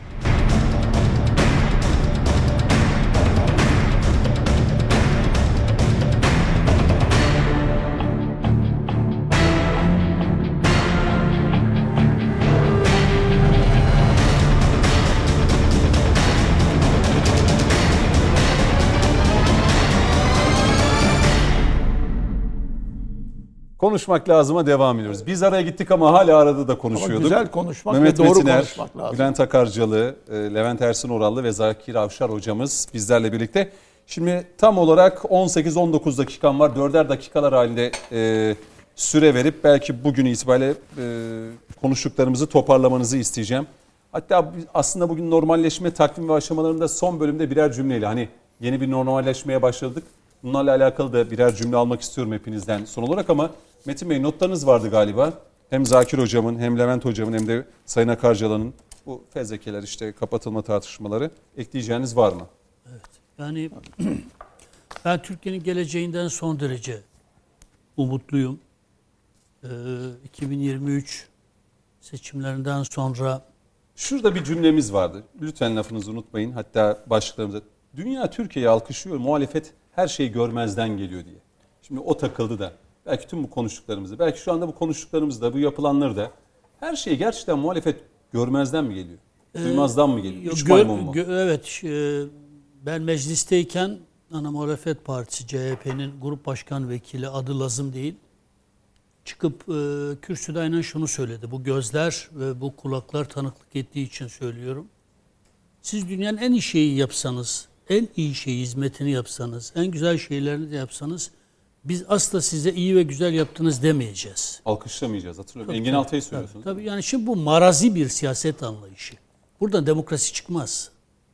Konuşmak lazıma devam ediyoruz. Biz araya gittik ama hala arada da Ama konuşuyorduk. güzel konuşmak Mehmet ve doğru Metiner, konuşmak lazım. Bülent Akarcalı, e, Levent Ersin Orallı ve Zakir Avşar hocamız bizlerle birlikte. Şimdi tam olarak on sekiz on dokuz dakikam var. Dörder dakikalar halinde e, süre verip belki bugün itibariyle e, konuştuklarımızı toparlamanızı isteyeceğim. Hatta aslında bugün normalleşme takvim ve aşamalarında son bölümde birer cümleyle hani yeni bir normalleşmeye başladık. Bunlarla alakalı da birer cümle almak istiyorum hepinizden son olarak ama Metin Bey notlarınız vardı galiba. Hem Zakir hocamın hem Levent hocamın hem de Sayın Akarcalı'nın bu fezlekeler işte kapatılma tartışmaları ekleyeceğiniz var mı? Yani ben Türkiye'nin geleceğinden son derece umutluyum. Ee, iki bin yirmi üç seçimlerinden sonra Şurada bir cümlemiz vardı. Lütfen lafınızı unutmayın. Hatta başlıklarımızda. Dünya Türkiye'yi alkışlıyor. Muhalefet her şeyi görmezden geliyor diye. Şimdi o takıldı da. Belki tüm bu konuştuklarımızı, belki şu anda bu konuştuklarımızda, bu yapılanları da her şeyi gerçekten muhalefet görmezden mi geliyor? Duymazdan mı geliyor? Üç Gö- maymun mu? gö- evet, e, ben meclisteyken Ana Muhalefet Partisi C H P'nin grup başkan vekili adı lazım değil. Çıkıp e, kürsüde aynen şunu söyledi. Bu gözler ve bu kulaklar tanıklık ettiği için söylüyorum. Siz dünyanın en iyi şeyi yapsanız, en iyi şeyi, hizmetini yapsanız, en güzel şeylerini de yapsanız biz asla size iyi ve güzel yaptınız demeyeceğiz. Alkışlamayacağız hatırlıyorum. Tabii, Engin tabii, Altay'ı tabii, söylüyorsunuz. tabii yani şimdi bu marazi bir siyaset anlayışı. Buradan demokrasi çıkmaz.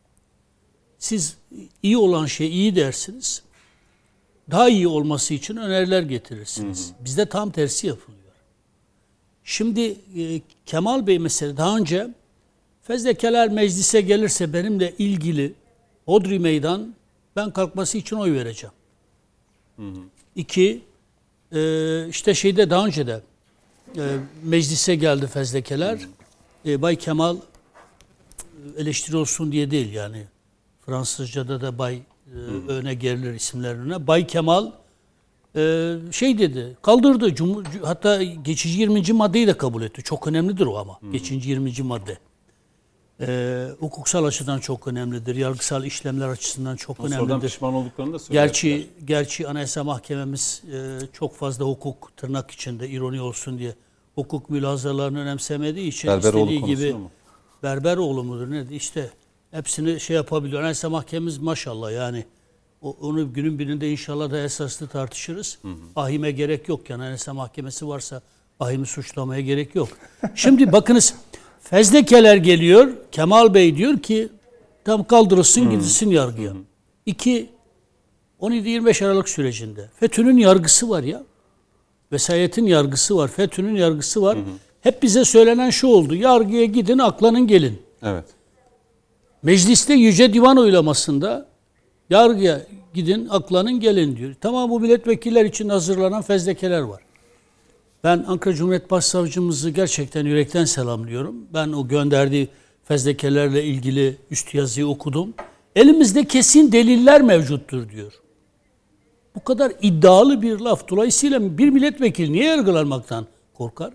Siz iyi olan şey iyi dersiniz. Daha iyi olması için öneriler getirirsiniz. Hı hı. Bizde tam tersi yapılıyor. Şimdi e, Kemal Bey mesela daha önce fezlekeler meclise gelirse benimle ilgili Hodri Meydan ben kalkması için oy vereceğim. Hı hı. İki, e, işte şeyde daha önce de e, meclise geldi fezlekeler. E, Bay Kemal eleştiri olsun diye değil yani. Fransızca'da da Bay e, öne gerilir isimlerine. Bay Kemal e, şey dedi, kaldırdı. Cumhur, hatta geçici yirminci maddeyi de kabul etti. Çok önemlidir o ama. Hmm. Geçici yirminci madde. E, hukuksal açıdan çok önemlidir. Yargısal işlemler açısından çok önemlidir. Sonradan pişman olduklarını da söylediler. Gerçi, gerçi Anayasa Mahkememiz e, çok fazla hukuk, tırnak içinde ironi olsun diye hukuk mülazalarını önemsemediği için Berberoğlu istediği gibi mu? Berberoğlu mudur ne işte hepsini şey yapabiliyor. Anayasa Mahkememiz maşallah yani o, onu günün birinde inşallah da esaslı tartışırız. Hı hı. Ahime gerek yok yani Anayasa Mahkemesi varsa ahimi suçlamaya gerek yok. Şimdi bakınız fezlekeler geliyor. Kemal Bey diyor ki tam kaldırılsın hmm. gidilsin yargıya. Hmm. İki, on yedi yirmi beş Aralık sürecinde FETÖ'nün yargısı var ya. Vesayetin yargısı var. FETÖ'nün yargısı var. Hmm. Hep bize söylenen şu oldu. Yargıya gidin, aklanın gelin. Evet. Mecliste Yüce Divan oylamasında yargıya gidin, aklanın gelin diyor. Tamam, bu milletvekiller için hazırlanan fezlekeler var. Ben Ankara Cumhuriyet Başsavcımızı gerçekten yürekten selamlıyorum. Ben o gönderdiği fezlekelerle ilgili üst yazıyı okudum. Elimizde kesin deliller mevcuttur diyor. Bu kadar iddialı bir laf. Dolayısıyla bir milletvekili niye yargılanmaktan korkar?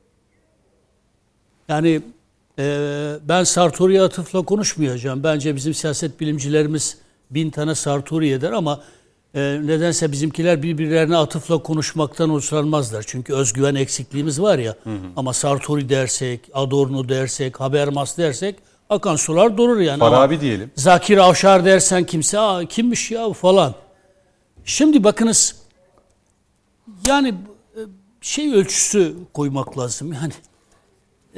Yani e, ben Sartori'ye atıfla konuşmayacağım. Bence bizim siyaset bilimcilerimiz bin tane Sartori eder ama e, nedense bizimkiler birbirlerine atıfla konuşmaktan hoşlanmazlar. Çünkü özgüven eksikliğimiz var ya. Hı hı. Ama Sartori dersek, Adorno dersek, Habermas dersek akan sular durur yani. Farabi diyelim. Zakir Avşar dersen kimse Aa, kimmiş ya falan. Şimdi bakınız yani şey ölçüsü koymak lazım yani. E,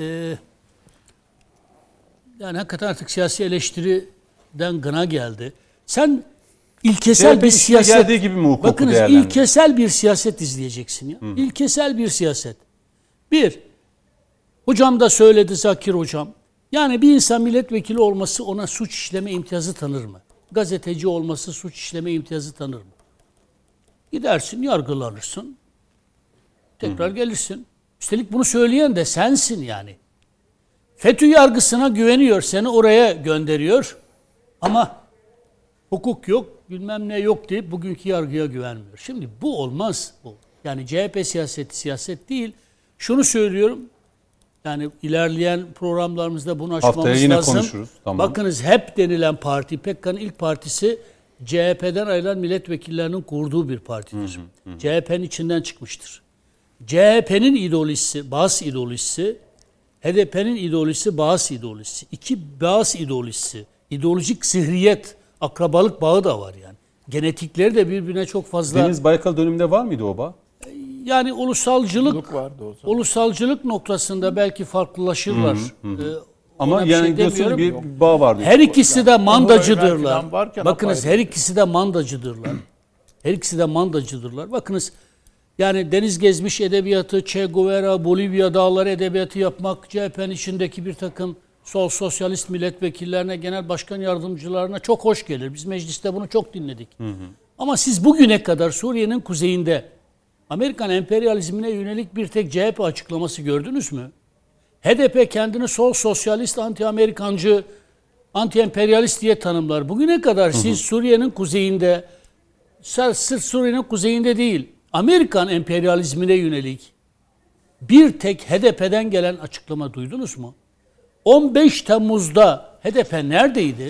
yani hakikaten artık siyasi eleştiriden gına geldi. Sen ilkesel bir siyaset gibi mi hukuku bakınız ilkesel bir siyaset izleyeceksin ya. Hı. İlkesel bir siyaset. Bir, hocam da söyledi Zakir hocam. Yani bir insan milletvekili olması ona suç işleme imtiyazı tanır mı? Gazeteci olması suç işleme imtiyazı tanır mı? Gidersin, yargılanırsın. Tekrar Hı. gelirsin. Üstelik bunu söyleyen de sensin yani. FETÖ yargısına güveniyor, seni oraya gönderiyor. Ama hukuk yok, bilmem ne yok deyip bugünkü yargıya güvenmiyor. Şimdi bu olmaz bu. Yani C H P siyaseti siyaset değil. Şunu söylüyorum. Yani ilerleyen programlarımızda bunu açmamız Haftaya yine lazım. Konuşuruz. Tamam. Bakınız hep denilen parti, P K K'nın ilk partisi C H P'den ayrılan milletvekillerinin kurduğu bir partidir. Hı hı hı. C H P'nin içinden çıkmıştır. C H P'nin ideolojisi, Bağız ideolojisi, H D P'nin ideolojisi, Bağız ideolojisi. İki Bağız ideolojisi, ideolojik zihriyet, akrabalık bağı da var yani. Genetikleri de birbirine çok fazla... Deniz Baykal döneminde var mıydı o bağ? Yani ulusalcılık ulusalcılık noktasında belki farklılaşırlar. Hı hı hı. Ee, Ama yani şey diyorsun bir bağ vardı. Her ikisi de mandacıdırlar. Bakınız her ikisi de mandacıdırlar. Her ikisi de mandacıdırlar. Bakınız yani deniz gezmiş edebiyatı, Che Guevara, Bolivya dağları edebiyatı yapmak C H P'nin içindeki bir takım sol sosyalist milletvekillerine, genel başkan yardımcılarına çok hoş gelir. Biz mecliste bunu çok dinledik. Hı hı. Ama siz bugüne kadar Suriye'nin kuzeyinde Amerikan emperyalizmine yönelik bir tek C H P açıklaması gördünüz mü? H D P kendini sol sosyalist, anti-Amerikancı, anti-emperyalist diye tanımlar. Bugüne kadar hı hı. siz Suriye'nin kuzeyinde, sırf Suriye'nin kuzeyinde değil, Amerikan emperyalizmine yönelik bir tek H D P'den gelen açıklama duydunuz mu? on beş Temmuz'da H D P neredeydi?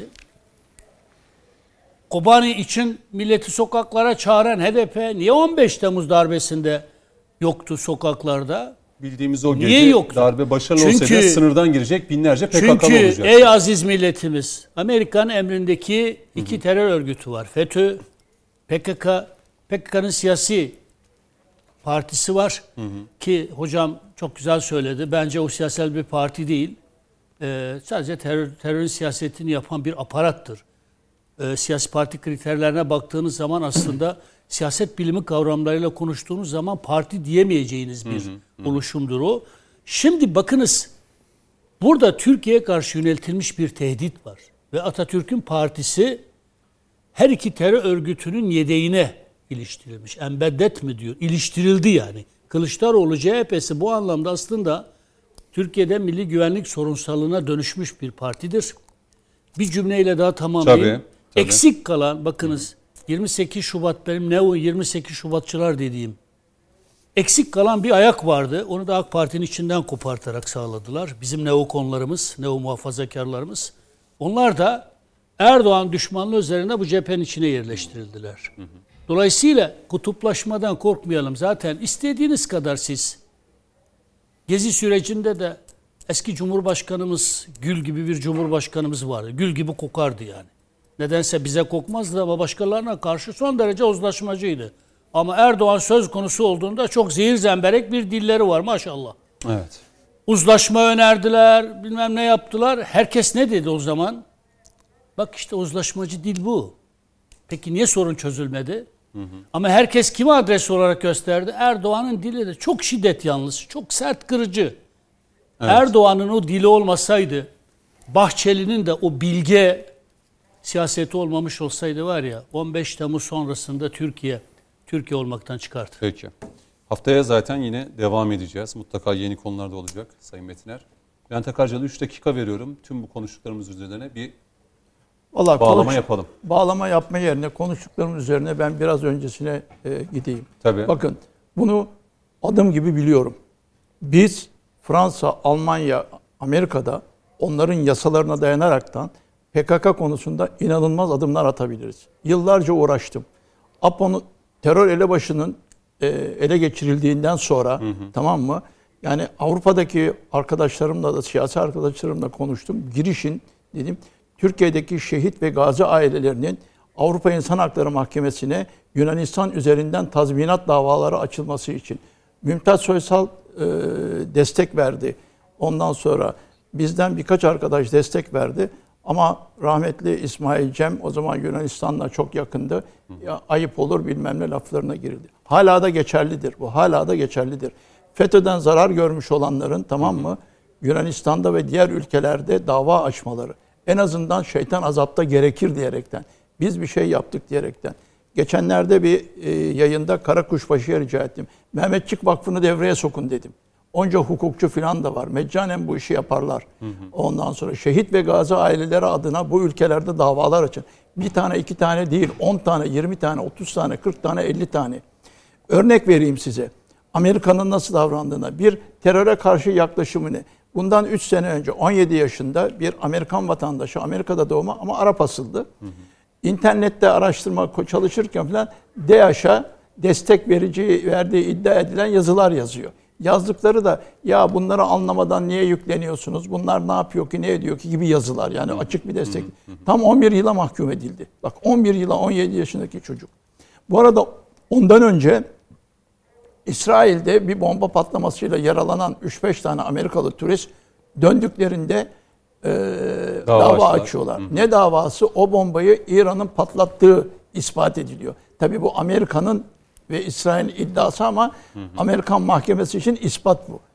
Kobani için milleti sokaklara çağıran H D P niye on beş Temmuz darbesinde yoktu sokaklarda? Bildiğimiz o niye gece yoktu? Darbe başarılı çünkü, olsaydı sınırdan girecek binlerce P K K'lı çünkü, olacak. Çünkü ey aziz milletimiz, Amerikan emrindeki iki hı hı. terör örgütü var. FETÖ, P K K, P K K'nın siyasi partisi var. Hı hı. Ki hocam çok güzel söyledi. Bence o siyasal bir parti değil. Ee, sadece terör, terörün siyasetini yapan bir aparattır. Ee, siyasi parti kriterlerine baktığınız zaman aslında siyaset bilimi kavramlarıyla konuştuğunuz zaman parti diyemeyeceğiniz bir hı hı. oluşumdur o. Şimdi bakınız burada Türkiye'ye karşı yöneltilmiş bir tehdit var. Ve Atatürk'ün partisi her iki terör örgütünün yedeğine iliştirilmiş. Embeddet mi diyor? İliştirildi yani. Kılıçdaroğlu C H P'si bu anlamda aslında Türkiye'de milli güvenlik sorunsallığına dönüşmüş bir partidir. Bir cümleyle daha tamamlayayım. Tabii. Eksik kalan, bakınız yirmi sekiz Şubat benim ne o yirmi sekiz Şubatçılar dediğim eksik kalan bir ayak vardı. Onu da AK Parti'nin içinden kopartarak sağladılar. Bizim neokonlarımız, neo muhafazakarlarımız. Onlar da Erdoğan düşmanlığı üzerine bu cephenin içine yerleştirildiler. Hı hı. Dolayısıyla kutuplaşmadan korkmayalım. Zaten istediğiniz kadar siz Gezi sürecinde de eski Cumhurbaşkanımız Gül gibi bir Cumhurbaşkanımız vardı. Gül gibi kokardı yani. Nedense bize kokmazdı ama başkalarına karşı son derece uzlaşmacıydı. Ama Erdoğan söz konusu olduğunda çok zehir zemberek bir dilleri var maşallah. Evet. Uzlaşma önerdiler, bilmem ne yaptılar. Herkes ne dedi o zaman? Bak işte uzlaşmacı dil bu. Peki niye sorun çözülmedi? Hı hı. Ama herkes kime adres olarak gösterdi? Erdoğan'ın dili de çok şiddet yalnız, çok sert kırıcı. Evet. Erdoğan'ın o dili olmasaydı, Bahçeli'nin de o bilge siyaseti olmamış olsaydı var ya, on beş Temmuz sonrasında Türkiye, Türkiye olmaktan çıkardı. Peki. Haftaya zaten yine devam edeceğiz. Mutlaka yeni konularda olacak Sayın Metiner. Bülent Akarcalı üç dakika veriyorum. Tüm bu konuştuklarımız üzerine bir Vallahi bağlama konuş, yapalım. Bağlama yapma yerine konuştuklarımız üzerine ben biraz öncesine e, gideyim. Tabii. Bakın bunu adım gibi biliyorum. Biz Fransa, Almanya, Amerika'da onların yasalarına dayanaraktan P K K konusunda inanılmaz adımlar atabiliriz. Yıllarca uğraştım. APO'nun terör elebaşının e, ele geçirildiğinden sonra, hı hı. tamam mı? Yani Avrupa'daki arkadaşlarımla da, siyasi arkadaşlarımla konuştum. Girişin dedim, Türkiye'deki şehit ve gazi ailelerinin Avrupa İnsan Hakları Mahkemesi'ne Yunanistan üzerinden tazminat davaları açılması için. Mümtaz Soysal e, destek verdi. Ondan sonra bizden birkaç arkadaş destek verdi. Ama rahmetli İsmail Cem o zaman Yunanistan'la çok yakındı. Ya, ayıp olur bilmem ne laflarına girildi. Hala da geçerlidir bu. Hala da geçerlidir. FETÖ'den zarar görmüş olanların, tamam mı, Yunanistan'da ve diğer ülkelerde dava açmaları. En azından şeytan azapta gerekir diyerekten. Biz bir şey yaptık diyerekten. Geçenlerde bir e, yayında Karakuşbaşı'ya rica ettim. Mehmetçik Vakfı'nı devreye sokun dedim. Onca hukukçu falan da var. Meccanen bu işi yaparlar. Hı hı. Ondan sonra şehit ve gazi aileleri adına bu ülkelerde davalar açın. Bir tane, iki tane değil, on tane, yirmi tane, otuz tane, kırk tane, elli tane. Örnek vereyim size. Amerika'nın nasıl davrandığına, bir teröre karşı yaklaşımı ne? Bundan üç sene önce on yedi yaşında bir Amerikan vatandaşı, Amerika'da doğma ama Arap asıllı. Hı hı. İnternette araştırma çalışırken falan DAEŞ'a destek verici verdiği iddia edilen yazılar yazıyor. Yazdıkları da ya bunları anlamadan niye yükleniyorsunuz? Bunlar ne yapıyor ki, ne ediyor ki gibi yazılar. Yani hı. açık bir destek. Hı hı. Tam on bir yıla mahkum edildi. Bak on bir yıla on yedi yaşındaki çocuk. Bu arada ondan önce İsrail'de bir bomba patlamasıyla yaralanan üç beş tane Amerikalı turist döndüklerinde e, dava, dava açıyorlar. Hı hı. Ne davası? O bombayı İran'ın patlattığı ispat ediliyor. Tabii bu Amerika'nın ve İsrail'in iddiası ama hı hı. Amerikan mahkemesi için ispat bu.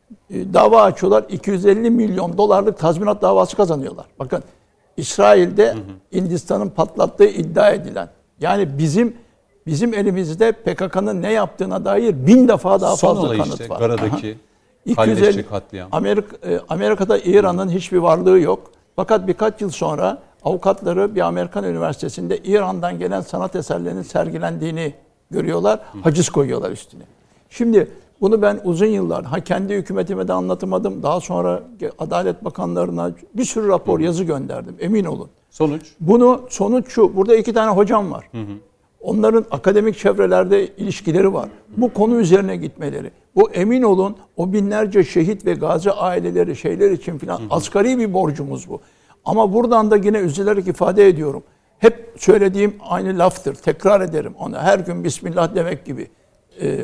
E, dava açıyorlar. iki yüz elli milyon dolarlık tazminat davası kazanıyorlar. Bakın İsrail'de hı hı. Hindistan'ın patlattığı iddia edilen. Yani bizim bizim elimizde P K K'nın ne yaptığına dair bin defa daha Son fazla kanıt işte, var. Gara'daki Halleşçe katliam. Amerika, Amerika'da İran'ın hiçbir varlığı yok. Fakat birkaç yıl sonra avukatları bir Amerikan üniversitesinde İran'dan gelen sanat eserlerinin sergilendiğini görüyorlar. Haciz koyuyorlar üstüne. Şimdi bunu ben uzun yıllar ha kendi hükümetime de anlatamadım. Daha sonra Adalet Bakanlarına bir sürü rapor, yazı gönderdim. Emin olun. Sonuç? Bunu sonuç şu. Burada iki tane hocam var. Hı hı. Onların akademik çevrelerde ilişkileri var. Bu konu üzerine gitmeleri. Bu emin olun o binlerce şehit ve gazi aileleri şeyler için filan asgari bir borcumuz bu. Ama buradan da yine üzülerek ifade ediyorum. Hep söylediğim aynı laftır. Tekrar ederim ona. Her gün Bismillah demek gibi. Ee,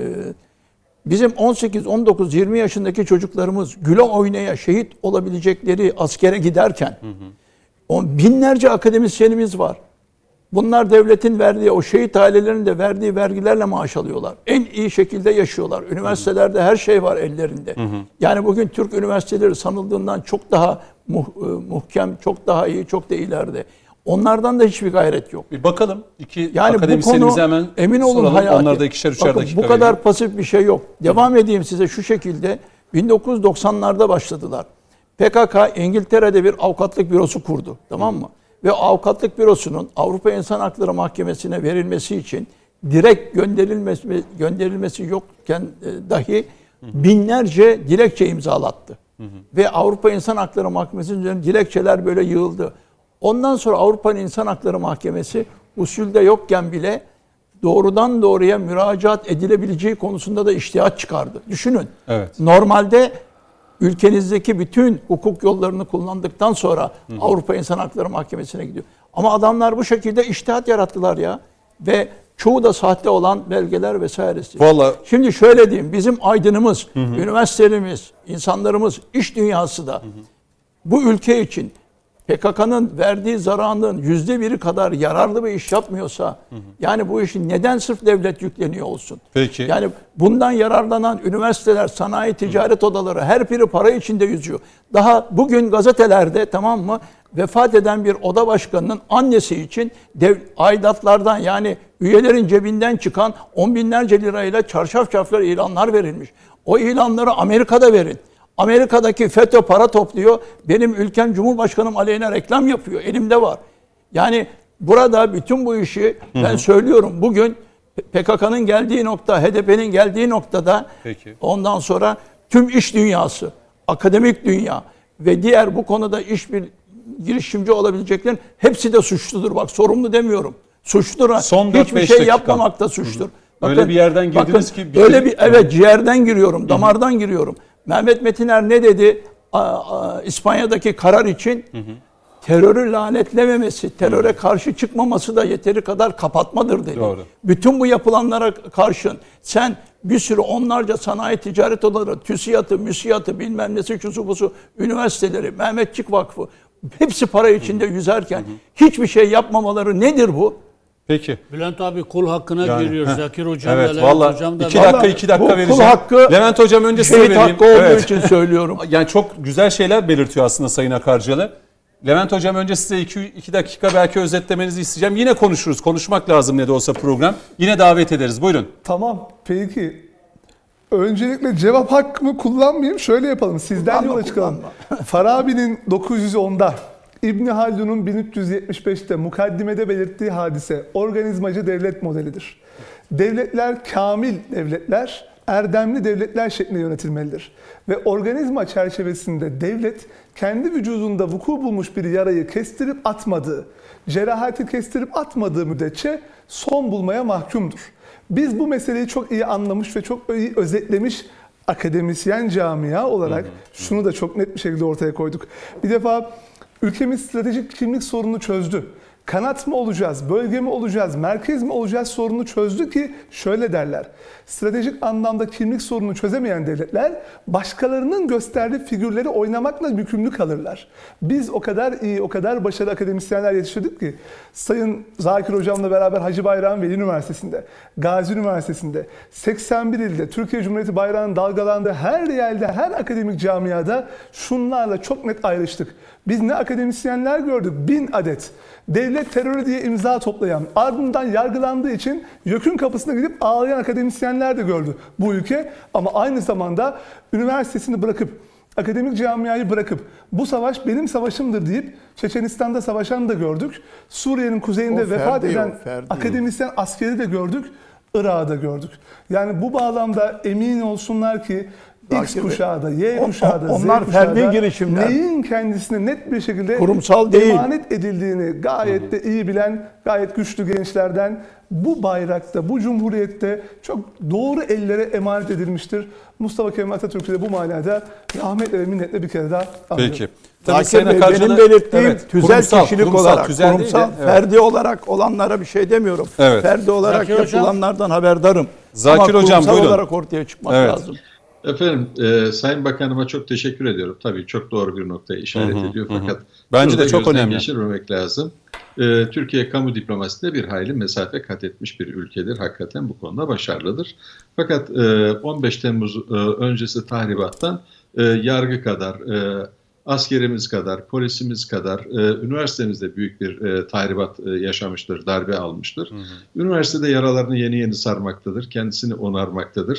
bizim on sekiz, on dokuz, yirmi yaşındaki çocuklarımız güle oynaya şehit olabilecekleri askere giderken hı hı. on binlerce akademisyenimiz var. Bunlar devletin verdiği, o şehit ailelerinin de verdiği vergilerle maaş alıyorlar. En iyi şekilde yaşıyorlar. Üniversitelerde her şey var ellerinde. Hı hı. Yani bugün Türk üniversiteleri sanıldığından çok daha muh, muhkem, çok daha iyi, çok da ileride. Onlardan da hiçbir gayret yok. Bir bakalım. İki yani akademisyenimize hemen emin olun soralım. hayati. Onlar da ikişer üçer Bakın, dakika bu kadar veriyor. pasif bir şey yok. Devam edeyim size şu şekilde. bin dokuz yüz doksanlarda başladılar. P K K İngiltere'de bir avukatlık bürosu kurdu. Tamam mı? ve avukatlık bürosunun Avrupa İnsan Hakları Mahkemesi'ne verilmesi için direkt gönderilmesi gönderilmesi yokken e, dahi binlerce dilekçe imzalattı. Hı hı. Ve Avrupa İnsan Hakları Mahkemesi'nin üzerine dilekçeler böyle yığıldı. Ondan sonra Avrupa İnsan Hakları Mahkemesi usulde yokken bile doğrudan doğruya müracaat edilebileceği konusunda da içtihat çıkardı. Düşünün. Evet. Normalde ülkenizdeki bütün hukuk yollarını kullandıktan sonra hı hı. Avrupa İnsan Hakları Mahkemesi'ne gidiyor. Ama adamlar bu şekilde içtihat yarattılar ya. Ve çoğu da sahte olan belgeler vesairesi. Vallahi... Şimdi şöyle diyeyim, bizim aydınımız, hı hı. üniversitelerimiz, insanlarımız, iş dünyası da hı hı. bu ülke için P K K'nın verdiği zararın yüzde biri kadar yararlı bir iş yapmıyorsa, hı hı. yani bu işin neden sırf devlet yükleniyor olsun? Peki. Yani bundan yararlanan üniversiteler, sanayi, ticaret hı. odaları her biri para içinde yüzüyor. Daha bugün gazetelerde, tamam mı, vefat eden bir oda başkanının annesi için dev, aidatlardan, yani üyelerin cebinden çıkan on binlerce lirayla çarşaf çarşaf ilanlar verilmiş. O ilanları Amerika'da verin. Amerika'daki FETÖ para topluyor. Benim ülkem Cumhurbaşkanım aleyhine reklam yapıyor. Elimde var. Yani burada bütün bu işi ben hı hı. söylüyorum. Bugün P K K'nın geldiği nokta, H D P'nin geldiği noktada Peki. ondan sonra tüm iş dünyası, akademik dünya ve diğer bu konuda iş bir girişimci olabileceklerin hepsi de suçludur. Bak, sorumlu demiyorum. Suçludur. Son hiçbir şey yapmamak da suçtur. Bakın, öyle bir yerden girdiniz bakın, ki bir öyle şey... bir evet ciğerden giriyorum, damardan hı hı. giriyorum. Mehmet Metiner ne dedi? A, a, İspanya'daki karar için hı hı. terörü lanetlememesi, teröre hı. karşı çıkmaması da yeteri kadar kapatmadır dedi. Doğru. Bütün bu yapılanlara karşın sen bir sürü onlarca sanayi ticaret odaları, TÜSİAD'ı, MÜSİAD'ı, bilmem nesi, şusu busu, üniversiteleri, Mehmetçik Vakfı hepsi para içinde hı. yüzerken hı hı. hiçbir şey yapmamaları nedir bu? Peki. Bülent abi kul hakkına yani, giriyor. Heh. Zakir Hocam evet, da Levent Hocam da. iki dakika iki dakika vereceğim. Kul hakkı, Levent Hocam önce size vereyim. Hakkı olduğu evet. için söylüyorum. Yani çok güzel şeyler belirtiyor aslında Sayın Akarcalı. Levent Hocam önce size iki, iki dakika belki özetlemenizi isteyeceğim. Yine konuşuruz. Konuşmak lazım ne de olsa program. Yine davet ederiz. Buyurun. Tamam. Peki. Öncelikle cevap hakkımı kullanmayayım. Şöyle yapalım. Sizden kullanma, yola çıkalım. Farabi'nin dokuz yüz onda, İbn Haldun'un bin üç yüz yetmiş beşte mukaddimede belirttiği hadise organizmacı devlet modelidir. Devletler kamil devletler, erdemli devletler şeklinde yönetilmelidir. Ve organizma çerçevesinde devlet kendi vücudunda vuku bulmuş bir yarayı kestirip atmadığı, cerahati kestirip atmadığı müddetçe son bulmaya mahkumdur. Biz bu meseleyi çok iyi anlamış ve çok iyi özetlemiş akademisyen camia olarak şunu da çok net bir şekilde ortaya koyduk. Bir defa ülkemiz stratejik kimlik sorununu çözdü. Kanat mı olacağız, bölge mi olacağız, merkez mi olacağız sorununu çözdü ki şöyle derler. Stratejik anlamda kimlik sorununu çözemeyen devletler başkalarının gösterdiği figürleri oynamakla yükümlü kalırlar. Biz o kadar iyi, o kadar başarılı akademisyenler yetiştirdik ki Sayın Zakir Hocam'la beraber Hacı Bayram Veli Üniversitesi'nde, Gazi Üniversitesi'nde, seksen bir ilde Türkiye Cumhuriyeti bayrağının dalgalandığı her yerde, her akademik camiada şunlarla çok net ayrıştık. Biz ne akademisyenler gördük, bin adet. Devlet terörü diye imza toplayan, ardından yargılandığı için YÖK'ün kapısına gidip ağlayan akademisyenler de gördü bu ülke. Ama aynı zamanda üniversitesini bırakıp, akademik camiayı bırakıp bu savaş benim savaşımdır deyip Çeçenistan'da savaşan da gördük. Suriye'nin kuzeyinde o vefat ferdi eden o, ferdi akademisyen askeri de gördük. Irak'ı da gördük. Yani bu bağlamda emin olsunlar ki X kuşağı da, Y kuşağı da, Z onlar kuşağı ferdi girişimler. Neyin kendisine net bir şekilde kurumsal değil, emanet edildiğini gayet de iyi bilen, gayet güçlü gençlerden bu bayrakta, bu cumhuriyette çok doğru ellere emanet edilmiştir. Mustafa Kemal Atatürk'ü de bu manada rahmetle ve minnetle bir kere daha anlıyorum. Peki. Tabii Bey, benim belirttiğim evet, tüzel kurumsal, kişilik kurumsal, olarak, tüzel kurumsal, de, evet. ferdi olarak olanlara bir şey demiyorum. Evet. Ferdi olarak Zakir yapılanlardan hocam. haberdarım. Zakir Ama Hocam buyurun. olarak ortaya çıkmak evet. lazım. Efendim, e, Sayın Bakanıma çok teşekkür ediyorum. Tabii çok doğru bir noktaya işaret hı hı, ediyor. Fakat hı. bence de çok önemli. Geçirmemek lazım. E, Türkiye kamu diplomasisinde bir hayli mesafe kat etmiş bir ülkedir. Hakikaten bu konuda başarılıdır. Fakat e, on beş Temmuz e, öncesi tahribattan e, yargı kadar, e, askerimiz kadar, polisimiz kadar, e, üniversitemizde büyük bir e, tahribat e, yaşamıştır, darbe almıştır. Hı hı. Üniversitede yaralarını yeni yeni sarmaktadır, kendisini onarmaktadır.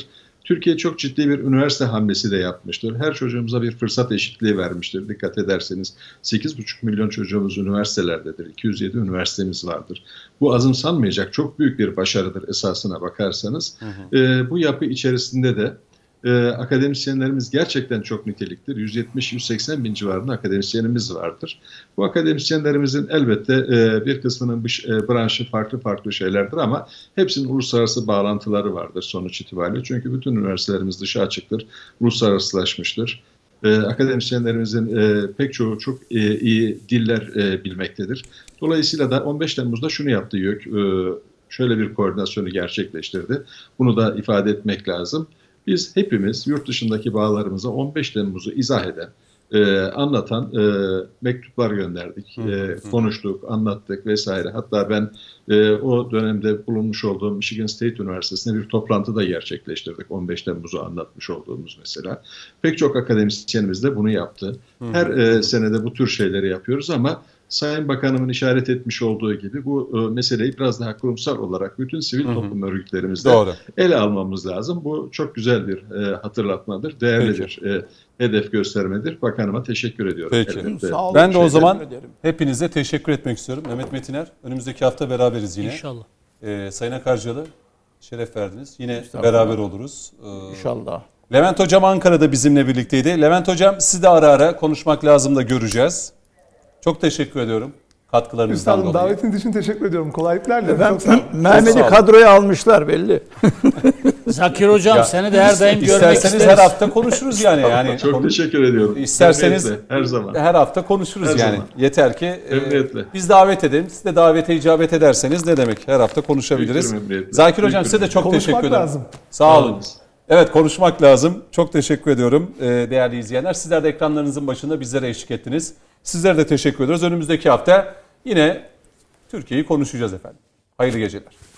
Türkiye çok ciddi bir üniversite hamlesi de yapmıştır. Her çocuğumuza bir fırsat eşitliği vermiştir. Dikkat ederseniz sekiz buçuk milyon çocuğumuz üniversitelerdedir. iki yüz yedi üniversitemiz vardır. Bu azımsanmayacak çok büyük bir başarıdır esasına bakarsanız. Hı hı. E, bu yapı içerisinde de e, akademisyenlerimiz gerçekten çok niteliktir. yüz yetmiş yüz seksen bin civarında akademisyenimiz vardır. Bu akademisyenlerimizin elbette e, bir kısmının e, branşı farklı farklı şeylerdir ama hepsinin uluslararası bağlantıları vardır sonuç itibariyle. Çünkü bütün üniversitelerimiz dışa açıktır, uluslararasılaşmıştır. E, akademisyenlerimizin e, pek çoğu çok e, iyi diller e, bilmektedir. Dolayısıyla da on beş Temmuz'da şunu yaptı YÖK, e, şöyle bir koordinasyonu gerçekleştirdi. Bunu da ifade etmek lazım. Biz hepimiz yurt dışındaki bağlarımıza on beş Temmuz'u izah eden, e, anlatan e, mektuplar gönderdik, e, konuştuk, anlattık vesaire. Hatta ben e, o dönemde bulunmuş olduğum Michigan State Üniversitesi'nde bir toplantı da gerçekleştirdik. on beş Temmuz'u anlatmış olduğumuz mesela. Pek çok akademisyenimiz de bunu yaptı. Her e, senede bu tür şeyleri yapıyoruz ama Sayın Bakanımın işaret etmiş olduğu gibi bu e, meseleyi biraz daha kurumsal olarak bütün sivil hı-hı. toplum örgütlerimizle Doğru. ele almamız lazım. Bu çok güzel bir e, hatırlatmadır, değerli bir e, hedef göstermedir. Bakanıma teşekkür ediyorum. Peki. Evet, Sağ olun, ben de o zaman ederim. hepinize teşekkür etmek istiyorum. Mehmet Metiner, önümüzdeki hafta beraberiz yine. İnşallah. Ee, Sayın Akarcalı, şeref verdiniz. Yine beraber oluruz. Ee, İnşallah. Levent Hocam Ankara'da bizimle birlikteydi. Levent Hocam siz de ara ara konuşmak lazım da göreceğiz. Çok teşekkür ediyorum katkılarınızdan Üstadım, dolayı. davetiniz için teşekkür ediyorum. Kolaylıklar dilerim. Mehmet'i kadroya almışlar belli. Zakir Hocam ya, seni de her daim görmek isteriz. İsterseniz her hafta konuşuruz yani. yani Çok konu, teşekkür ediyorum. İsterseniz Emniyetle, her zaman. Her hafta konuşuruz her yani. Zaman. Yeter ki e, biz davet edelim. Siz de davete icabet ederseniz ne demek? Her hafta konuşabiliriz. Zakir Hocam Büyük size de çok konuşmak teşekkür ederim. Lazım. Sağ olun. Evet, konuşmak lazım. Çok teşekkür ediyorum e, değerli izleyenler. Sizler de ekranlarınızın başında bizlere eşlik ettiniz. Sizlere de teşekkür ediyoruz. Önümüzdeki hafta yine Türkiye'yi konuşacağız efendim. Hayırlı geceler.